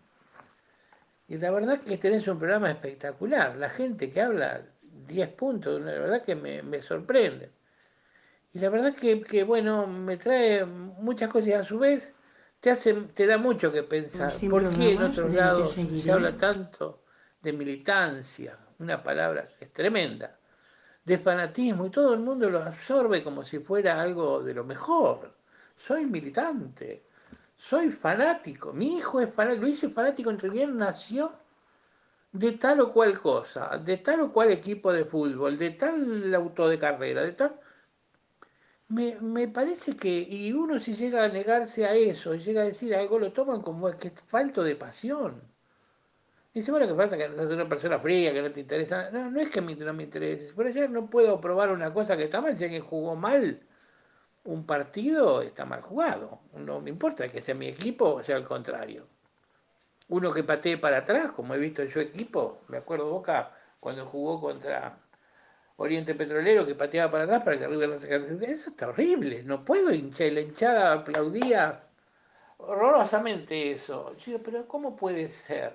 Y la verdad que tenés un programa espectacular. La gente que habla diez puntos, la verdad que me, me sorprende. Y la verdad que, que, bueno, me trae muchas cosas y a su vez te, hace, te da mucho que pensar. ¿Por qué en otros lados se habla tanto de militancia? Una palabra que es tremenda, de fanatismo, y todo el mundo lo absorbe como si fuera algo de lo mejor. Soy militante, soy fanático, mi hijo es fanático, Luis es fanático, en realidad nació de tal o cual cosa, de tal o cual equipo de fútbol, de tal auto de carrera, de tal... Me, me parece que, y uno si llega a negarse a eso, llega a decir algo, lo toman como es que es falto de pasión. Dice, bueno, que falta que no seas una persona fría, que no te interesa. No, no es que no me interese. Pero ya no puedo probar una cosa que está mal. Si alguien jugó mal un partido, está mal jugado. No me importa que sea mi equipo o sea al contrario. Uno que patee para atrás, como he visto en su equipo, me acuerdo Boca cuando jugó contra Oriente Petrolero, que pateaba para atrás para que River no se caiga. Eso está horrible. No puedo hinchar. La hinchada aplaudía horrorosamente eso. Yo digo, pero ¿cómo puede ser?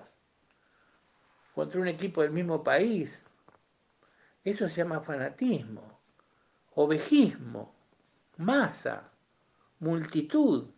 Contra un equipo del mismo país. Eso se llama fanatismo, ovejismo, masa, multitud,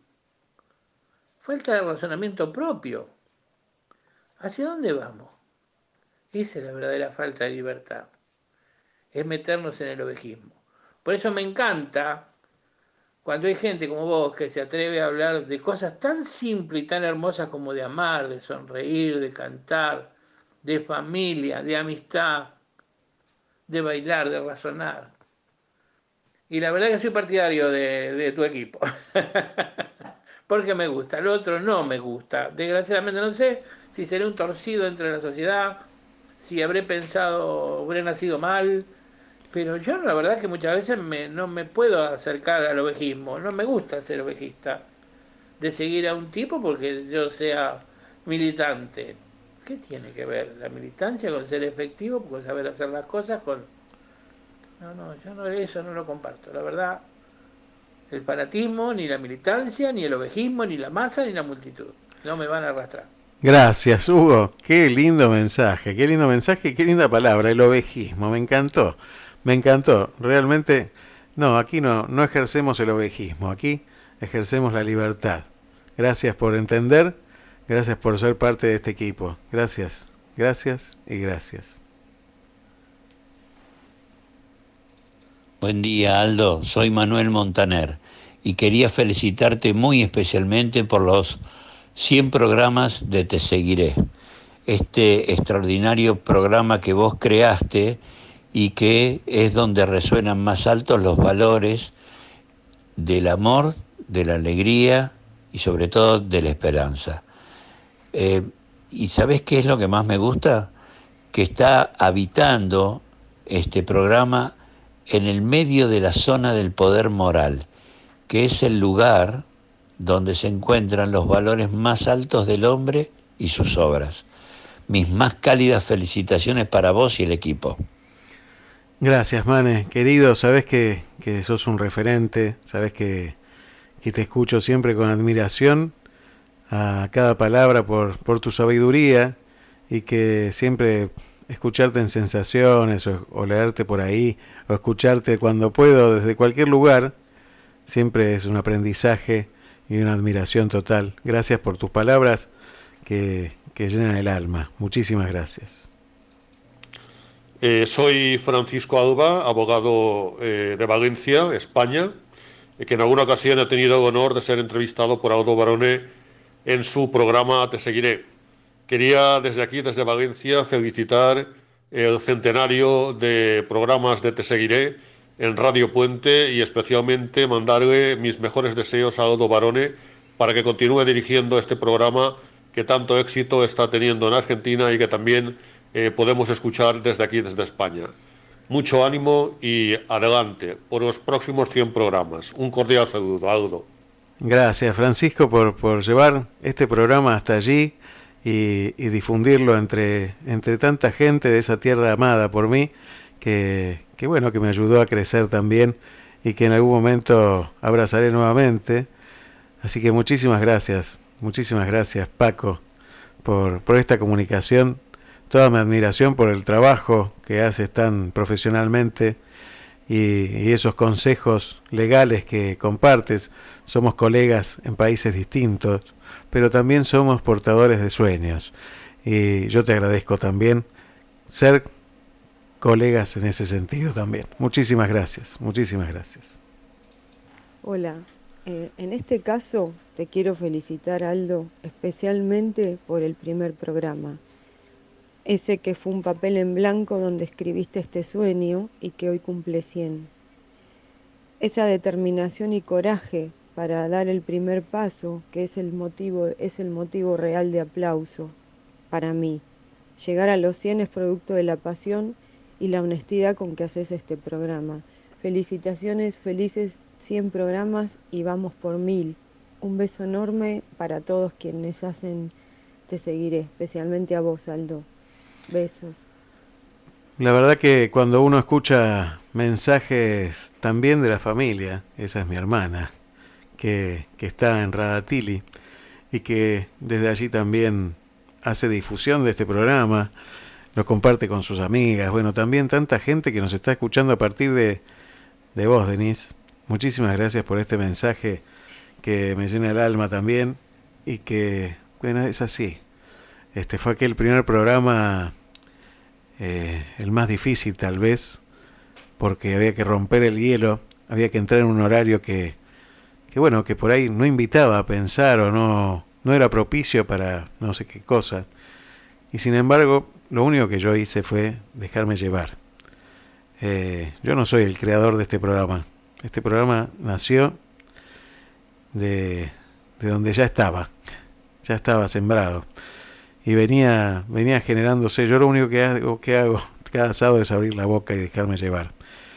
falta de razonamiento propio. ¿Hacia dónde vamos? Esa es la verdadera falta de libertad. Es meternos en el ovejismo. Por eso me encanta cuando hay gente como vos que se atreve a hablar de cosas tan simples y tan hermosas como de amar, de sonreír, de cantar, de familia, de amistad, de bailar, de razonar. Y la verdad que soy partidario de, de tu equipo. Porque me gusta. El otro no me gusta. Desgraciadamente no sé si seré un torcido entre la sociedad, si habré pensado, habré nacido mal. Pero yo la verdad que muchas veces me, no me puedo acercar al ovejismo. No me gusta ser ovejista. De seguir a un tipo porque yo sea militante. ¿Qué tiene que ver la militancia con ser efectivo, con saber hacer las cosas? Con No, no, yo no, eso no lo comparto. La verdad, el fanatismo, ni la militancia, ni el ovejismo, ni la masa, ni la multitud. No me van a arrastrar. Gracias, Hugo. Qué lindo mensaje, qué lindo mensaje, qué linda palabra, el ovejismo. Me encantó, me encantó. Realmente, no, aquí no, no ejercemos el ovejismo, aquí ejercemos la libertad. Gracias por entender. Gracias por ser parte de este equipo. Gracias, gracias y gracias. Buen día, Aldo. Soy Manuel Montaner y quería felicitarte muy especialmente por los cien programas de Te Seguiré. este extraordinario programa que vos creaste y que es donde resuenan más altos los valores del amor, de la alegría y sobre todo de la esperanza. Eh, ¿Y sabés qué es lo que más me gusta? Que está habitando este programa en el medio de la zona del poder moral, que es el lugar donde se encuentran los valores más altos del hombre y sus obras. Mis más cálidas felicitaciones para vos y el equipo. Gracias, Mane. Querido, sabés que, que sos un referente, sabés que, que te escucho siempre con admiración a cada palabra por, por tu sabiduría y que siempre escucharte en Sensaciones o, o leerte por ahí o escucharte cuando puedo desde cualquier lugar, siempre es un aprendizaje y una admiración total. Gracias por tus palabras que, que llenan el alma. Muchísimas gracias. Eh, soy Francisco Alba, abogado eh, de Valencia, España, eh, que en alguna ocasión he tenido el honor de ser entrevistado por Aldo Barone en su programa Te Seguiré. Quería desde aquí, desde Valencia, felicitar el centenario de programas de Te Seguiré en Radio Puente y especialmente mandarle mis mejores deseos a Aldo Barone para que continúe dirigiendo este programa que tanto éxito está teniendo en Argentina y que también Eh, podemos escuchar desde aquí, desde España. Mucho ánimo y adelante por los próximos cien programas. Un cordial saludo, Aldo. Gracias, Francisco, por, por llevar este programa hasta allí y, y difundirlo entre, entre tanta gente de esa tierra amada por mí, que, que bueno, que me ayudó a crecer también y que en algún momento abrazaré nuevamente. Así que muchísimas gracias, muchísimas gracias, Paco, por, por esta comunicación. Toda mi admiración por el trabajo que haces tan profesionalmente y, y esos consejos legales que compartes. Somos colegas en países distintos, pero también somos portadores de sueños. Y yo te agradezco también ser colegas en ese sentido también. Muchísimas gracias, muchísimas gracias. Hola, eh, en este caso te quiero felicitar, Aldo, especialmente por el primer programa. Ese que fue un papel en blanco donde escribiste este sueño y que hoy cumple cien. Esa determinación y coraje para dar el primer paso, que es el motivo, es el motivo real de aplauso para mí. Llegar a los cien es producto de la pasión y la honestidad con que haces este programa. Felicitaciones, felices cien programas y vamos por mil. Un beso enorme para todos quienes hacen Te Seguiré, especialmente a vos, Aldo. Besos. La verdad que cuando uno escucha mensajes también de la familia, esa es mi hermana, que, que está en Radatili y que desde allí también hace difusión de este programa, lo comparte con sus amigas, bueno, también tanta gente que nos está escuchando a partir de, de vos, Denise. Muchísimas gracias por este mensaje que me llena el alma también y que, bueno, es así. Este fue aquel primer programa, eh, el más difícil tal vez, porque había que romper el hielo, había que entrar en un horario que, que bueno, que por ahí no invitaba a pensar o no, no era propicio para no sé qué cosa. Y sin embargo, lo único que yo hice fue dejarme llevar. Eh, yo no soy el creador de este programa. Este programa nació de, de donde ya estaba, ya estaba sembrado. Y venía venía generándose. Yo lo único que hago, que hago cada sábado es abrir la boca y dejarme llevar.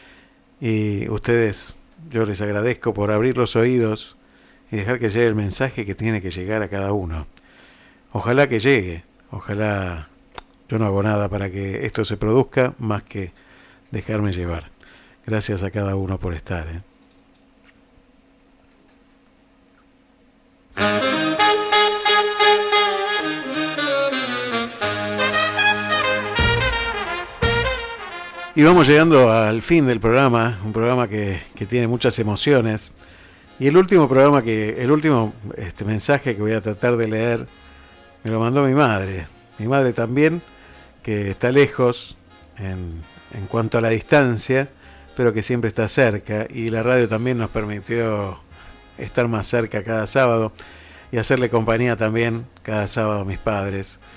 Y ustedes, yo les agradezco por abrir los oídos y dejar que llegue el mensaje que tiene que llegar a cada uno. Ojalá que llegue, ojalá. Yo no hago nada para que esto se produzca más que dejarme llevar. Gracias a cada uno por estar, ¿eh? Y vamos llegando al fin del programa, un programa que, que tiene muchas emociones. Y el último programa que, el último este mensaje que voy a tratar de leer, me lo mandó mi madre. Mi madre también, que está lejos en, en cuanto a la distancia, pero que siempre está cerca. Y la radio también nos permitió estar más cerca cada sábado y hacerle compañía también cada sábado a mis padres.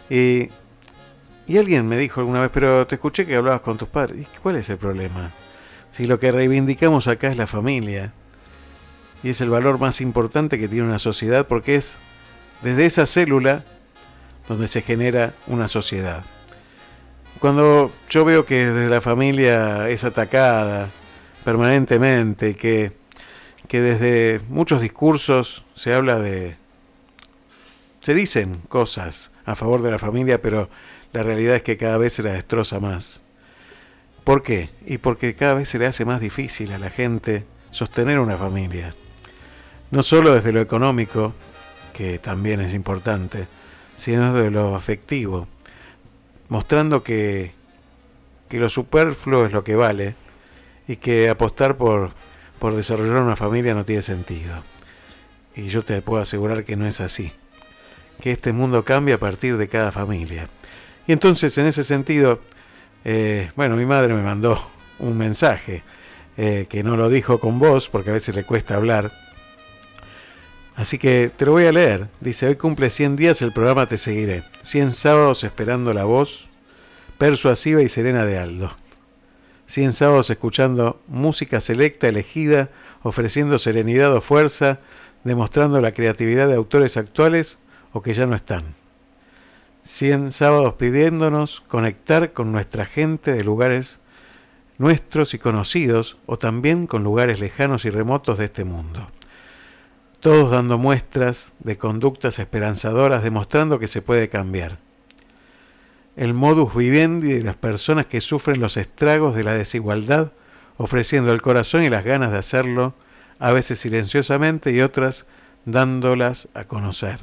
Y, y alguien me dijo alguna vez, pero te escuché que hablabas con tus padres. ¿Y cuál es el problema? Si lo que reivindicamos acá es la familia, y es el valor más importante que tiene una sociedad, porque es desde esa célula donde se genera una sociedad. Cuando yo veo que desde la familia es atacada permanentemente, que, que desde muchos discursos se habla de... se dicen cosas a favor de la familia, pero la realidad es que cada vez se la destroza más. ¿Por qué? Y porque cada vez se le hace más difícil a la gente sostener una familia. No solo desde lo económico, que también es importante, sino desde lo afectivo, mostrando que, que lo superfluo es lo que vale y que apostar por, por desarrollar una familia no tiene sentido. Y yo te puedo asegurar que no es así, que este mundo cambia a partir de cada familia. Y entonces, en ese sentido, eh, bueno, mi madre me mandó un mensaje, eh, que no lo dijo con voz, porque a veces le cuesta hablar. Así que te lo voy a leer. Dice: hoy cumple cien días el programa Te Seguiré. cien sábados esperando la voz persuasiva y serena de Aldo. cien sábados escuchando música selecta, elegida, ofreciendo serenidad o fuerza, demostrando la creatividad de autores actuales o que ya no están. cien sábados pidiéndonos conectar con nuestra gente de lugares nuestros y conocidos, o también con lugares lejanos y remotos de este mundo. Todos dando muestras de conductas esperanzadoras, demostrando que se puede cambiar. El modus vivendi de las personas que sufren los estragos de la desigualdad, ofreciendo el corazón y las ganas de hacerlo, a veces silenciosamente y otras dándolas a conocer.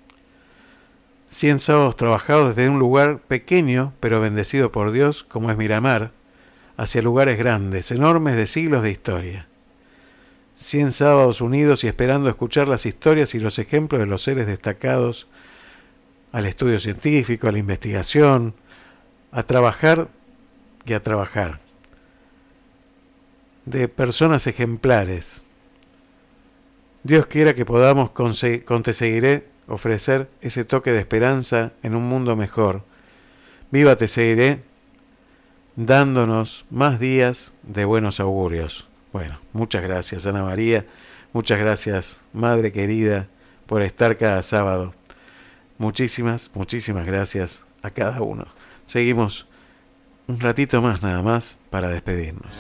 Cien sábados trabajados desde un lugar pequeño, pero bendecido por Dios, como es Miramar, hacia lugares grandes, enormes de siglos de historia. Cien sábados unidos y esperando escuchar las historias y los ejemplos de los seres destacados al estudio científico, a la investigación, a trabajar y a trabajar. De personas ejemplares. Dios quiera que podamos con Te Seguiré ofrecer ese toque de esperanza en un mundo mejor. Viva Te Seguiré, dándonos más días de buenos augurios. Bueno, muchas gracias, Ana María, muchas gracias, madre querida, por estar cada sábado. Muchísimas, muchísimas gracias a cada uno. Seguimos un ratito más nada más para despedirnos.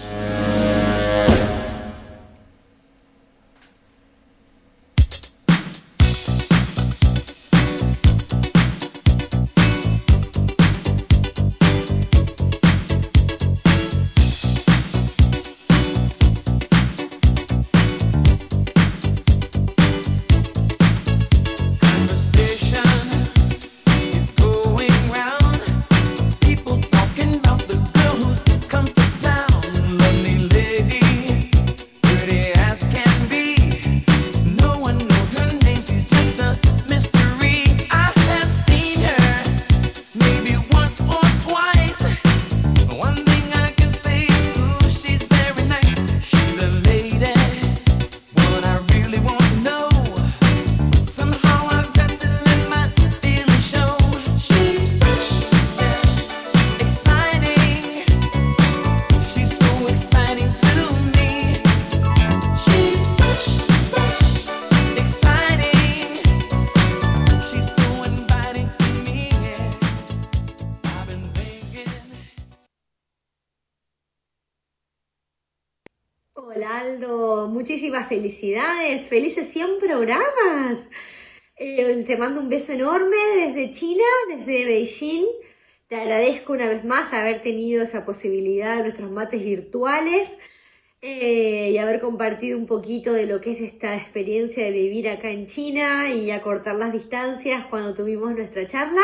Muchísimas felicidades, felices cien programas. Eh, te mando un beso enorme desde China, desde Beijing. Te agradezco una vez más haber tenido esa posibilidad de nuestros mates virtuales eh, y haber compartido un poquito de lo que es esta experiencia de vivir acá en China y acortar las distancias cuando tuvimos nuestra charla.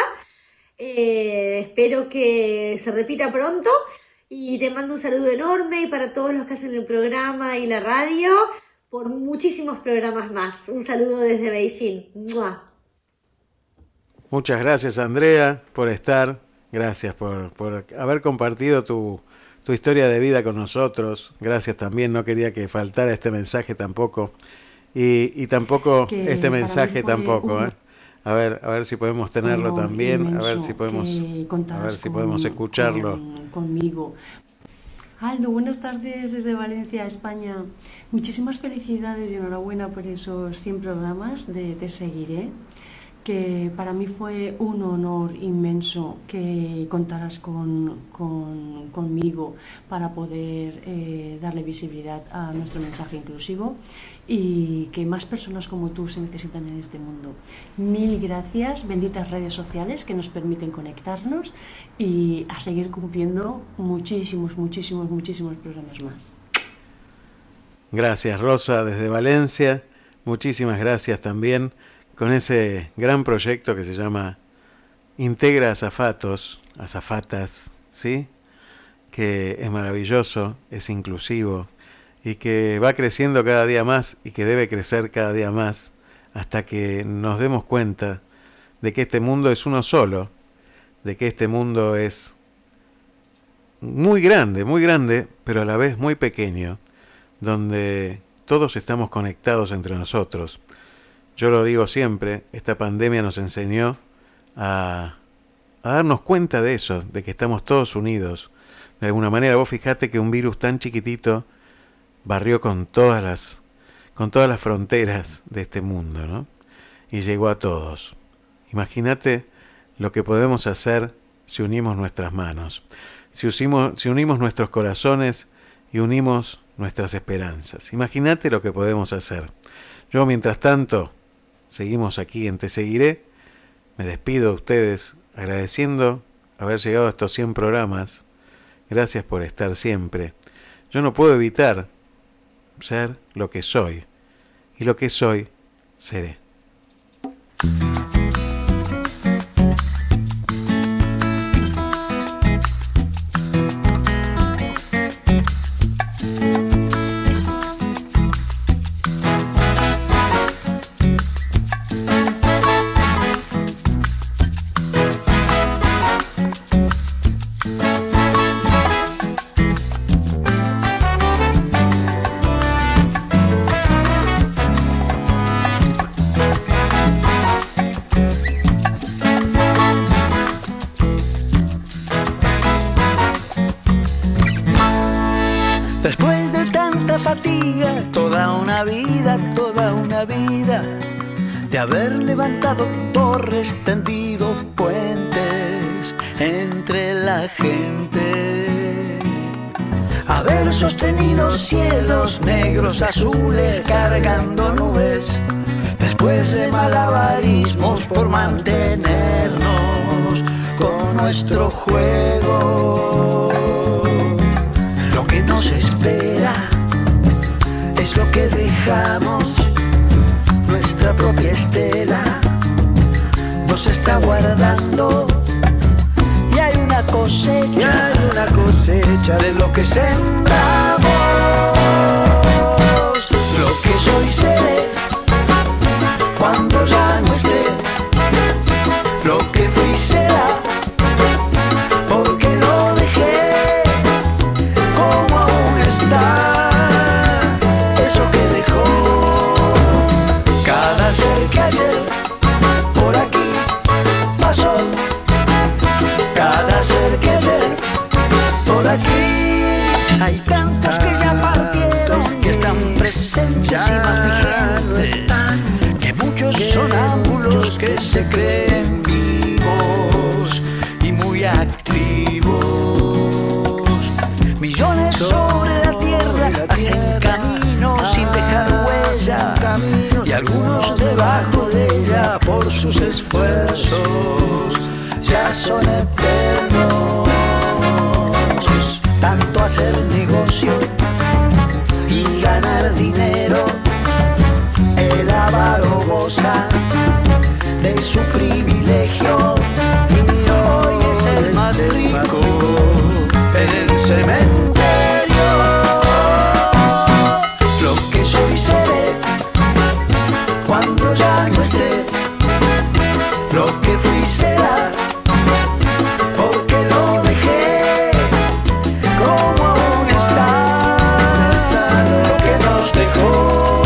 Eh, espero que se repita pronto. Y te mando un saludo enorme y para todos los que hacen el programa y la radio, por muchísimos programas más. Un saludo desde Beijing. ¡Mua! Muchas gracias, Andrea, por estar. Gracias por, por haber compartido tu, tu historia de vida con nosotros. Gracias también, no quería que faltara este mensaje tampoco. Y, y tampoco, que este mensaje tampoco. Un... ¿eh? A ver, a ver si podemos tenerlo honor también, a inmenso ver si podemos, que a contarás ver si con- podemos escucharlo. con- conmigo. Aldo, buenas tardes desde Valencia, España. Muchísimas felicidades y enhorabuena por esos cien programas de Te Seguiré, que para mí fue un honor inmenso que contaras con, con- conmigo para poder eh, darle visibilidad a nuestro mensaje inclusivo y que más personas como tú se necesitan en este mundo. Mil gracias, benditas redes sociales que nos permiten conectarnos y a seguir cumpliendo muchísimos, muchísimos, muchísimos programas más. Gracias, Rosa, desde Valencia. Muchísimas gracias también con ese gran proyecto que se llama Integra Azafatos, Azafatas, ¿sí? Que es maravilloso, es inclusivo y que va creciendo cada día más y que debe crecer cada día más hasta que nos demos cuenta de que este mundo es uno solo, de que este mundo es muy grande, muy grande, pero a la vez muy pequeño, donde todos estamos conectados entre nosotros. Yo lo digo siempre, esta pandemia nos enseñó a, a darnos cuenta de eso, de que estamos todos unidos. De alguna manera, vos fijate que un virus tan chiquitito barrió con todas las, con todas las fronteras de este mundo, ¿no? Y llegó a todos. Imagínate lo que podemos hacer si unimos nuestras manos, si, usimos, si unimos nuestros corazones y unimos nuestras esperanzas. Imagínate lo que podemos hacer. Yo, mientras tanto, seguimos aquí en Te Seguiré. Me despido de ustedes agradeciendo haber llegado a estos cien programas. Gracias por estar siempre. Yo no puedo evitar ser lo que soy. Y lo que soy, seré. Después de tanta fatiga, toda una vida, toda una vida, de haber levantado torres, tendido puentes entre la gente, haber sostenido cielos negros, azules, cargando nubes, después de malabarismos por mantenernos con nuestro juego. Lo que nos espera es lo que dejamos, nuestra propia estela nos está guardando y hay una cosecha, y hay una cosecha de lo que sembramos. Lo que soy seré cuando ya no esté, lo que fui será porque lo dejé como aún está eso que dejó cada ser que ayer por aquí pasó, cada ser que ayer por aquí. Hay tantos que ya partieron, que están presentes y más vigentes, que muchos son ámbulos que se creen vivos y muy activos. Millones sobre la tierra hacen camino sin dejar huella, y algunos debajo de ella por sus esfuerzos ya son eternos. Tanto hacer negocio y ganar dinero, el avaro goza de su privilegio y hoy es el más rico en el cementerio. Lo que soy seré cuando ya no esté, lo que fui será porque lo dejé como aún está, lo que nos dejó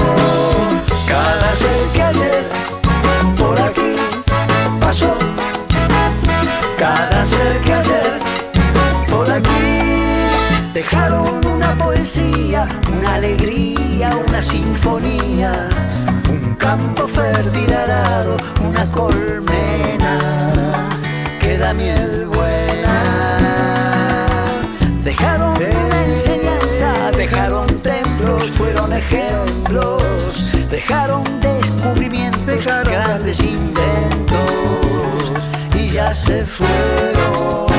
sinfonía, un campo fértil arado, una colmena que da miel buena. Dejaron una enseñanza, dejaron templos, fueron ejemplos, dejaron descubrimientos, dejaron grandes inventos y ya se fueron.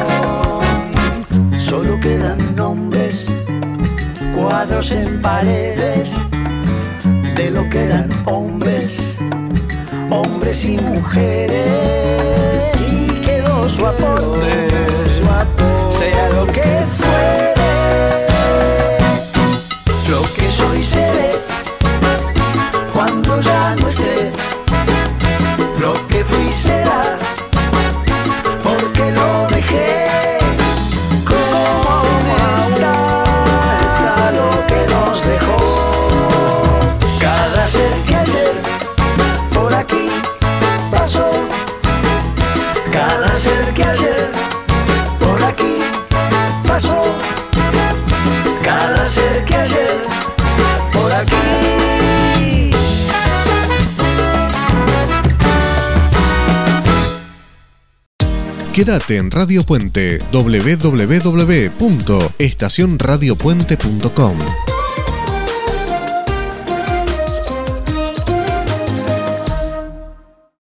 Solo quedan nombres, cuadros en paredes de lo que eran hombres, hombres y mujeres, y quedó su aporte, su aporte, sea lo que fuere. Lo que soy seré cuando ya no esté, lo que fui será porque lo dejé. Como está, está lo que nos dejó. Cada ser que ayer por aquí pasó, cada ser que ayer por aquí pasó, cada ser que ayer por aquí. Quédate en Radio Puente, doble u doble u doble u punto estación radio puente punto com.